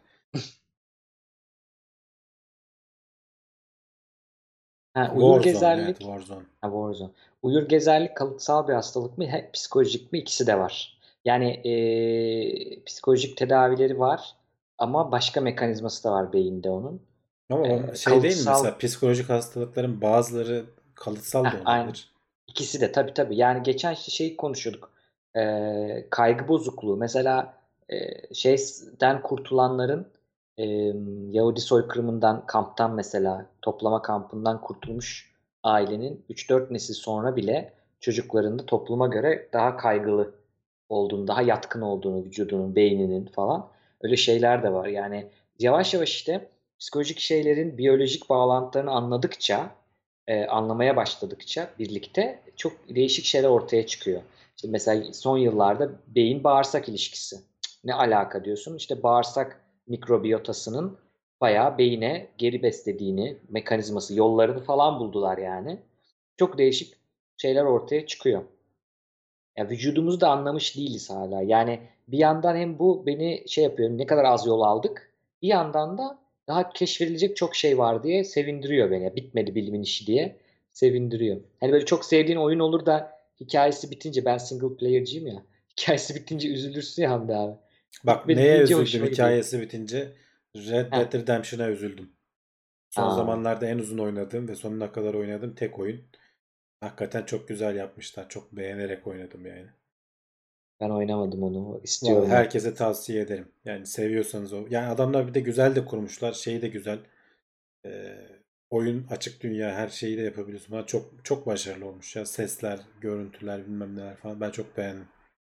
Ha, uyur Warzone, evet, gezerlik. Warzone. Ha, Warzone. Uyur gezerlik kalıtsal bir hastalık mı? Psikolojik mi? İkisi de var. Yani psikolojik tedavileri var ama başka mekanizması da var beyinde onun. Ama o şey değil mi, Kalıtsal mesela psikolojik hastalıkların bazıları kalıtsal da aynen. olabilir. İkisi de tabii tabii. Yani geçen işte şeyi konuşuyorduk. Kaygı bozukluğu. Mesela şeyden kurtulanların e, Yahudi soykırımından, kamptan mesela toplama kampından kurtulmuş ailenin 3-4 nesil sonra bile çocuklarında topluma göre daha kaygılı olduğunu, daha yatkın olduğunu, vücudunun, beyninin falan öyle şeyler de var. Yani yavaş yavaş işte psikolojik şeylerin biyolojik bağlantılarını anladıkça anlamaya başladıkça birlikte çok değişik şeyler ortaya çıkıyor. İşte mesela son yıllarda beyin bağırsak ilişkisi. Ne alaka diyorsun? İşte bağırsak mikrobiyotasının bayağı beyine geri beslediğini, mekanizması, yollarını falan buldular yani. Çok değişik şeyler ortaya çıkıyor. Ya vücudumuzu da anlamış değiliz hala. Yani bir yandan hem bu beni şey yapıyor, ne kadar az yol aldık. Bir yandan da daha keşfedilecek çok şey var diye sevindiriyor beni. Bitmedi bilimin işi diye sevindiriyor. Hani böyle çok sevdiğin oyun olur da hikayesi bitince ben single player'cıyım ya. Hikayesi bitince üzülürsün ya Hamdi abi. Bak Bitmedi neye deyince üzüldüm hoşuma gidiyor. hikayesi bitince? Red Heh. Dead Redemption'a üzüldüm. Son Aa, zamanlarda en uzun oynadığım ve sonuna kadar oynadığım tek oyun. Hakikaten çok güzel yapmışlar. Çok beğenerek oynadım yani. ben oynamadım onu. Vallahi İstiyorum bak. herkese tavsiye ederim. Yani seviyorsanız o. Yani adamlar bir de güzel de kurmuşlar. Şeyi de güzel. E, oyun açık dünya, her şeyi de yapabiliyorsun falan. Çok çok başarılı olmuş ya. Sesler, görüntüler, bilmem neler falan. Ben çok beğendim.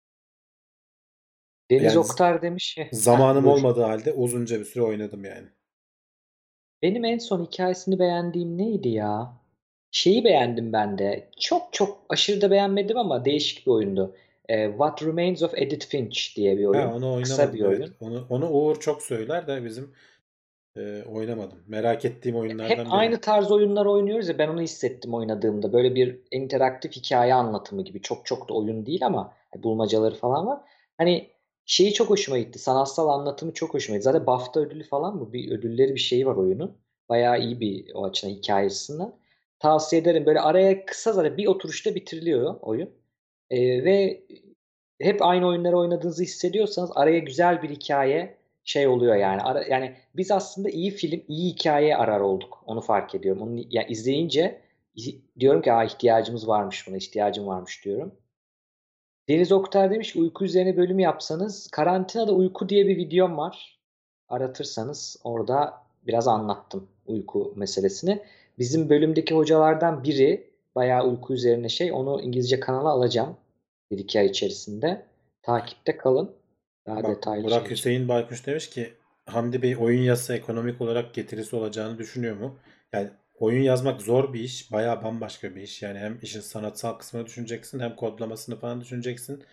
Deniz Yani Oktar demiş ki, zamanım buyur. olmadığı halde uzunca bir süre oynadım yani. Benim en son hikayesini beğendiğim neydi ya? Şeyi beğendim ben de. Çok çok aşırı da beğenmedim ama değişik bir oyundu. What Remains of Edith Finch diye bir Ha, oyun. onu Kısa bir oynamadım, evet. oyun. Onu Uğur çok söyler de bizim oynamadım. Merak ettiğim Hep oyunlardan biri. aynı tarz oyunlar oynuyoruz ya, ben onu hissettim oynadığımda. Böyle bir interaktif hikaye anlatımı gibi. Çok çok da oyun değil ama bulmacaları falan var. Hani şeyi çok hoşuma gitti. Sanatsal anlatımı çok hoşuma gitti. Zaten BAFTA ödülü falan mı? Bir ödülleri bir şeyi var oyunun. Bayağı iyi bir o açıdan hikayesinden. Tavsiye ederim. Böyle araya kısa, zaten bir oturuşta bitiriliyor oyun. Ve hep aynı oyunları oynadığınızı hissediyorsanız araya güzel bir hikaye şey oluyor yani. Yani biz aslında iyi film, iyi hikaye arar olduk. Onu fark ediyorum. Onu ya izleyince diyorum ki, ihtiyacımız varmış buna, ihtiyacım varmış diyorum. Deniz Oktar demiş ki, uyku üzerine bölüm yapsanız. Karantinada uyku diye bir videom var. Aratırsanız orada biraz anlattım uyku meselesini. Bizim bölümdeki hocalardan biri bayağı uyku üzerine şey. Onu İngilizce kanala alacağım bir iki ay içerisinde. Takipte kalın. Daha Bak, detaylı şey Burak için. Hüseyin Baykuş demiş ki Hamdi Bey, oyun yazsa ekonomik olarak getirisi olacağını düşünüyor mu? Yani oyun yazmak zor bir iş. Bayağı bambaşka bir iş. Yani hem işin sanatsal kısmını düşüneceksin, hem kodlamasını falan düşüneceksin.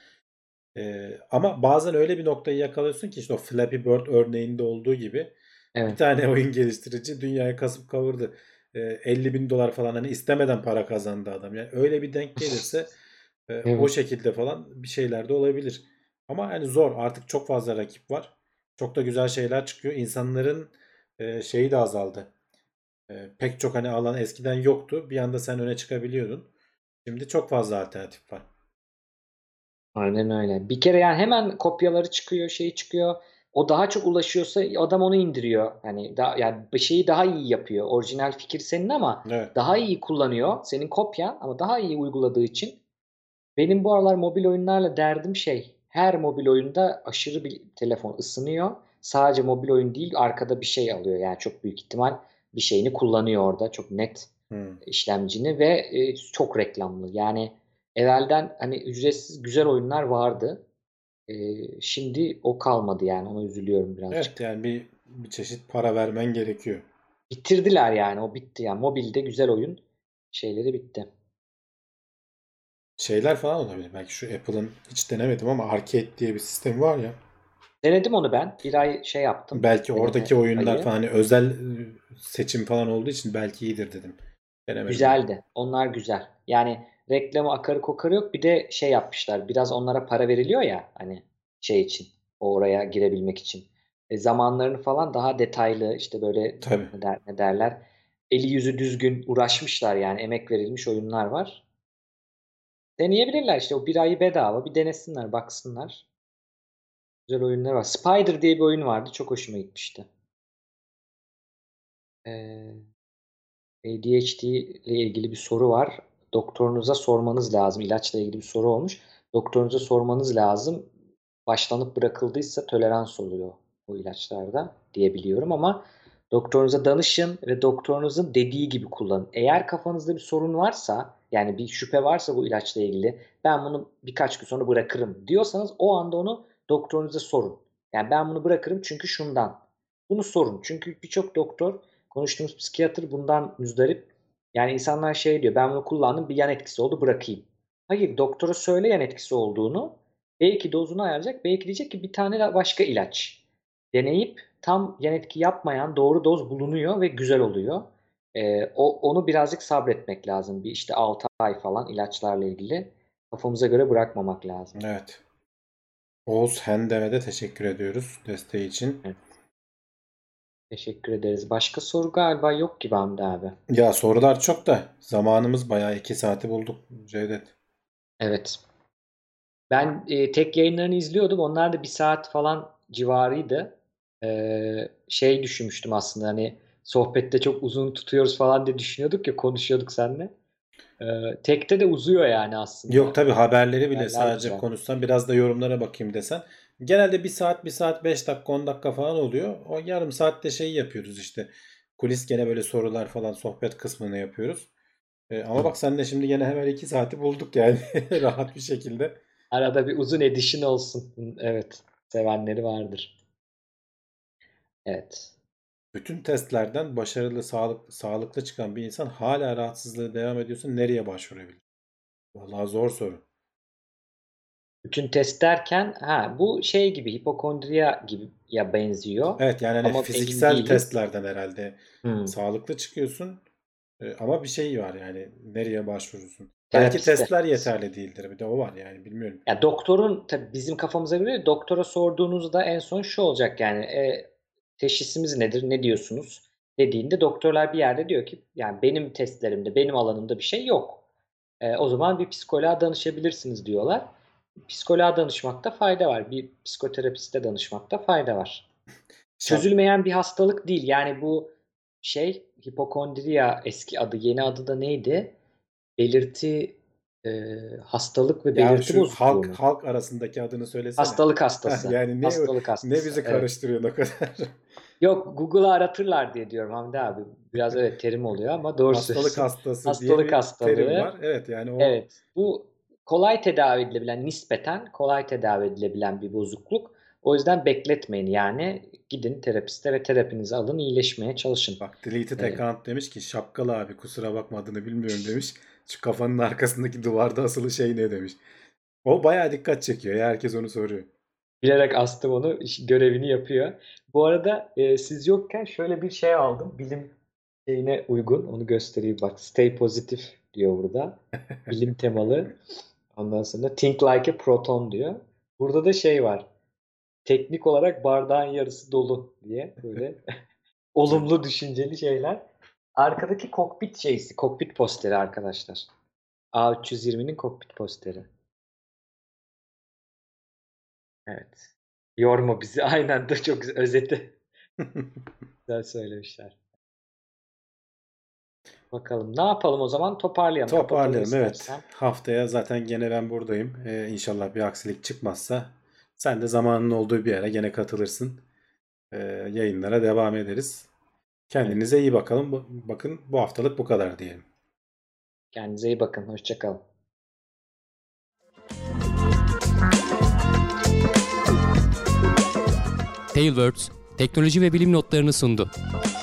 Ama bazen öyle bir noktayı yakalıyorsun ki, işte o Flappy Bird örneğinde olduğu gibi, bir Evet. tane oyun geliştirici dünyayı kasıp kavurdu. 50 bin dolar falan, hani istemeden para kazandı adam. Yani öyle bir denk gelirse o Evet. şekilde falan bir şeyler de olabilir. Ama yani zor. Artık çok fazla rakip var. Çok da güzel şeyler çıkıyor. İnsanların şeyi de azaldı. Pek çok hani alan eskiden yoktu. Bir anda sen öne çıkabiliyordun. Şimdi çok fazla alternatif var. Aynen öyle. Bir kere yani hemen kopyaları çıkıyor, şeyi çıkıyor. O daha çok ulaşıyorsa adam onu indiriyor. Yani yani bir şeyi daha iyi yapıyor. Orijinal fikir senin ama Evet. daha iyi kullanıyor. Senin kopyan ama daha iyi uyguladığı için. Benim bu aralar mobil oyunlarla derdim şey. Her mobil oyunda aşırı bir telefon ısınıyor. Sadece mobil oyun değil, arkada bir şey alıyor. Yani çok büyük ihtimal bir şeyini kullanıyor orada. Çok net Hmm. işlemcini ve çok reklamlı. Yani evvelden hani ücretsiz güzel oyunlar vardı. Şimdi o kalmadı yani. Ona üzülüyorum Evet, birazcık. yani bir çeşit para vermen gerekiyor. Bitirdiler yani. O bitti yani. Mobilde güzel oyun şeyleri bitti. Şeyler falan olabilir. Belki şu Apple'ın, hiç denemedim ama Arcade diye bir sistemi var ya. Denedim onu ben. Bir ay şey yaptım. Belki Deneme oradaki oyunlar ayı. falan, hani özel seçim falan olduğu için belki iyidir dedim. Denemedim daha. Güzeldi. Onlar güzel. Yani reklamı akarı kokarı yok. Bir de şey yapmışlar. Biraz onlara para veriliyor ya hani şey için. Oraya girebilmek için. Zamanlarını falan daha detaylı işte böyle Tabii. ne derler. Eli yüzü düzgün uğraşmışlar yani. Emek verilmiş oyunlar var. Deneyebilirler işte. O bir ayı bedava. Bir denesinler, baksınlar. Güzel oyunlar var. Spider diye bir oyun vardı. Çok hoşuma gitmişti. ADHD ile ilgili bir soru var. Doktorunuza sormanız lazım. İlaçla ilgili bir soru olmuş. Doktorunuza sormanız lazım. Başlanıp bırakıldıysa tolerans oluyor o ilaçlarda diye biliyorum ama doktorunuza danışın ve doktorunuzun dediği gibi kullanın. Eğer kafanızda bir sorun varsa, yani bir şüphe varsa bu ilaçla ilgili, ben bunu birkaç gün sonra bırakırım diyorsanız o anda onu doktorunuza sorun. Yani ben bunu bırakırım çünkü şundan. Bunu sorun. Çünkü birçok doktor, konuştuğumuz psikiyatr bundan müzdarip. Yani insanlar şey diyor, ben bunu kullandım bir yan etkisi oldu bırakayım. Hayır, doktora söyle yan etkisi olduğunu. Belki dozunu ayarlayacak, belki diyecek ki bir tane de başka ilaç. Deneyip tam yan etki yapmayan doğru doz bulunuyor ve güzel oluyor. Onu birazcık sabretmek lazım. Bir işte 6 ay falan ilaçlarla ilgili. Kafamıza göre bırakmamak lazım. Evet. Oğuz Hendem'e de teşekkür ediyoruz desteği için. Evet, teşekkür ederiz. Başka soru galiba yok gibi Hamdi abi. Ya sorular çok da zamanımız bayağı, 2 saati bulduk Cevdet. Evet. Ben tek yayınlarını izliyordum. Onlar da bir saat falan civarıydı. Şey düşünmüştüm aslında, hani sohbette çok uzun tutuyoruz falan diye düşünüyorduk ya, konuşuyorduk seninle. Tekte de uzuyor yani Yok aslında. tabii, haberleri bile Haberler sadece güzel. konuşsan, biraz da yorumlara bakayım desen. Genelde bir saat, bir saat 5 dakika, 10 dakika falan oluyor. O yarım saatte şey yapıyoruz işte. Kulis gene böyle sorular falan sohbet kısmını yapıyoruz. Ama bak sen de şimdi gene hemen 2 saati bulduk yani rahat bir şekilde. Arada bir uzun edition olsun. Evet. Sevenleri vardır. Evet. Bütün testlerden başarılı, sağlıklı çıkan bir insan hala rahatsızlığı devam ediyorsa nereye başvurabilir? Vallahi zor soru. Bütün test derken bu şey gibi hipokondriya gibi ya benziyor. Evet yani hani Ama emin fiziksel değiliz. testlerden herhalde Hmm. sağlıklı çıkıyorsun ama bir şey var yani nereye başvurursun? Belki Terapiste. testler yeterli değildir. Bir de o var yani bilmiyorum. Ya doktorun tabii bizim kafamıza göre doktora sorduğunuzda en son şu olacak yani teşhisimiz nedir, ne diyorsunuz dediğinde doktorlar bir yerde diyor ki yani benim testlerimde, benim alanımda bir şey yok. O zaman bir psikoloğa danışabilirsiniz diyorlar. Psikoloğa danışmakta fayda var. Bir psikoterapiste danışmakta fayda var. Çözülmeyen bir hastalık değil. Yani bu şey hipokondriya eski adı, yeni adı da neydi? Belirti hastalık ve Ya belirti şu bozukluğu mu? halk arasındaki adını söylesene. Hastalık hastası. Yani Hastalık ne hastası. bizi Evet. karıştırıyor o kadar. Yok Google'a aratırlar diye diyorum Hamdi abi. Biraz evet terim oluyor ama doğru Hastalık söylüyorsun. hastası diye Hastalık bir terim hastalığı. var. Evet yani o Evet. Bu kolay tedavi edilebilen, nispeten kolay tedavi edilebilen bir bozukluk. O yüzden bekletmeyin yani. Gidin terapiste ve terapinizi alın, iyileşmeye çalışın. bak deleted account demiş ki şapkalı abi kusura bakma adını bilmiyorum demiş. Şu kafanın arkasındaki duvarda asılı şey ne demiş. O bayağı dikkat çekiyor ya herkes onu soruyor. Bilerek astım onu, görevini yapıyor. Bu arada siz yokken şöyle bir şey aldım. Bilim şeyine uygun. Onu göstereyim bak. Stay positive diyor burada. Bilim temalı. Ondan sonra think like a proton diyor. Burada da şey var. Teknik olarak bardağın yarısı dolu diye böyle olumlu düşünceli şeyler. Arkadaki kokpit şeysi. Kokpit posteri arkadaşlar. A320'nin kokpit posteri. Evet. Yorma bizi. Aynen de çok güzel. Özeti. Güzel söylemişler. Bakalım ne yapalım o zaman toparlayalım. Kapatalım Toparlayalım evet. istersen. Haftaya zaten gene ben buradayım. İnşallah bir aksilik çıkmazsa sen de zamanın olduğu bir yere gene katılırsın. Yayınlara devam ederiz. Kendinize iyi bakalım. Bakın bu haftalık bu kadar diyelim. Kendinize iyi bakın. Hoşça kalın. Tailwords, teknoloji ve bilim notlarını sundu.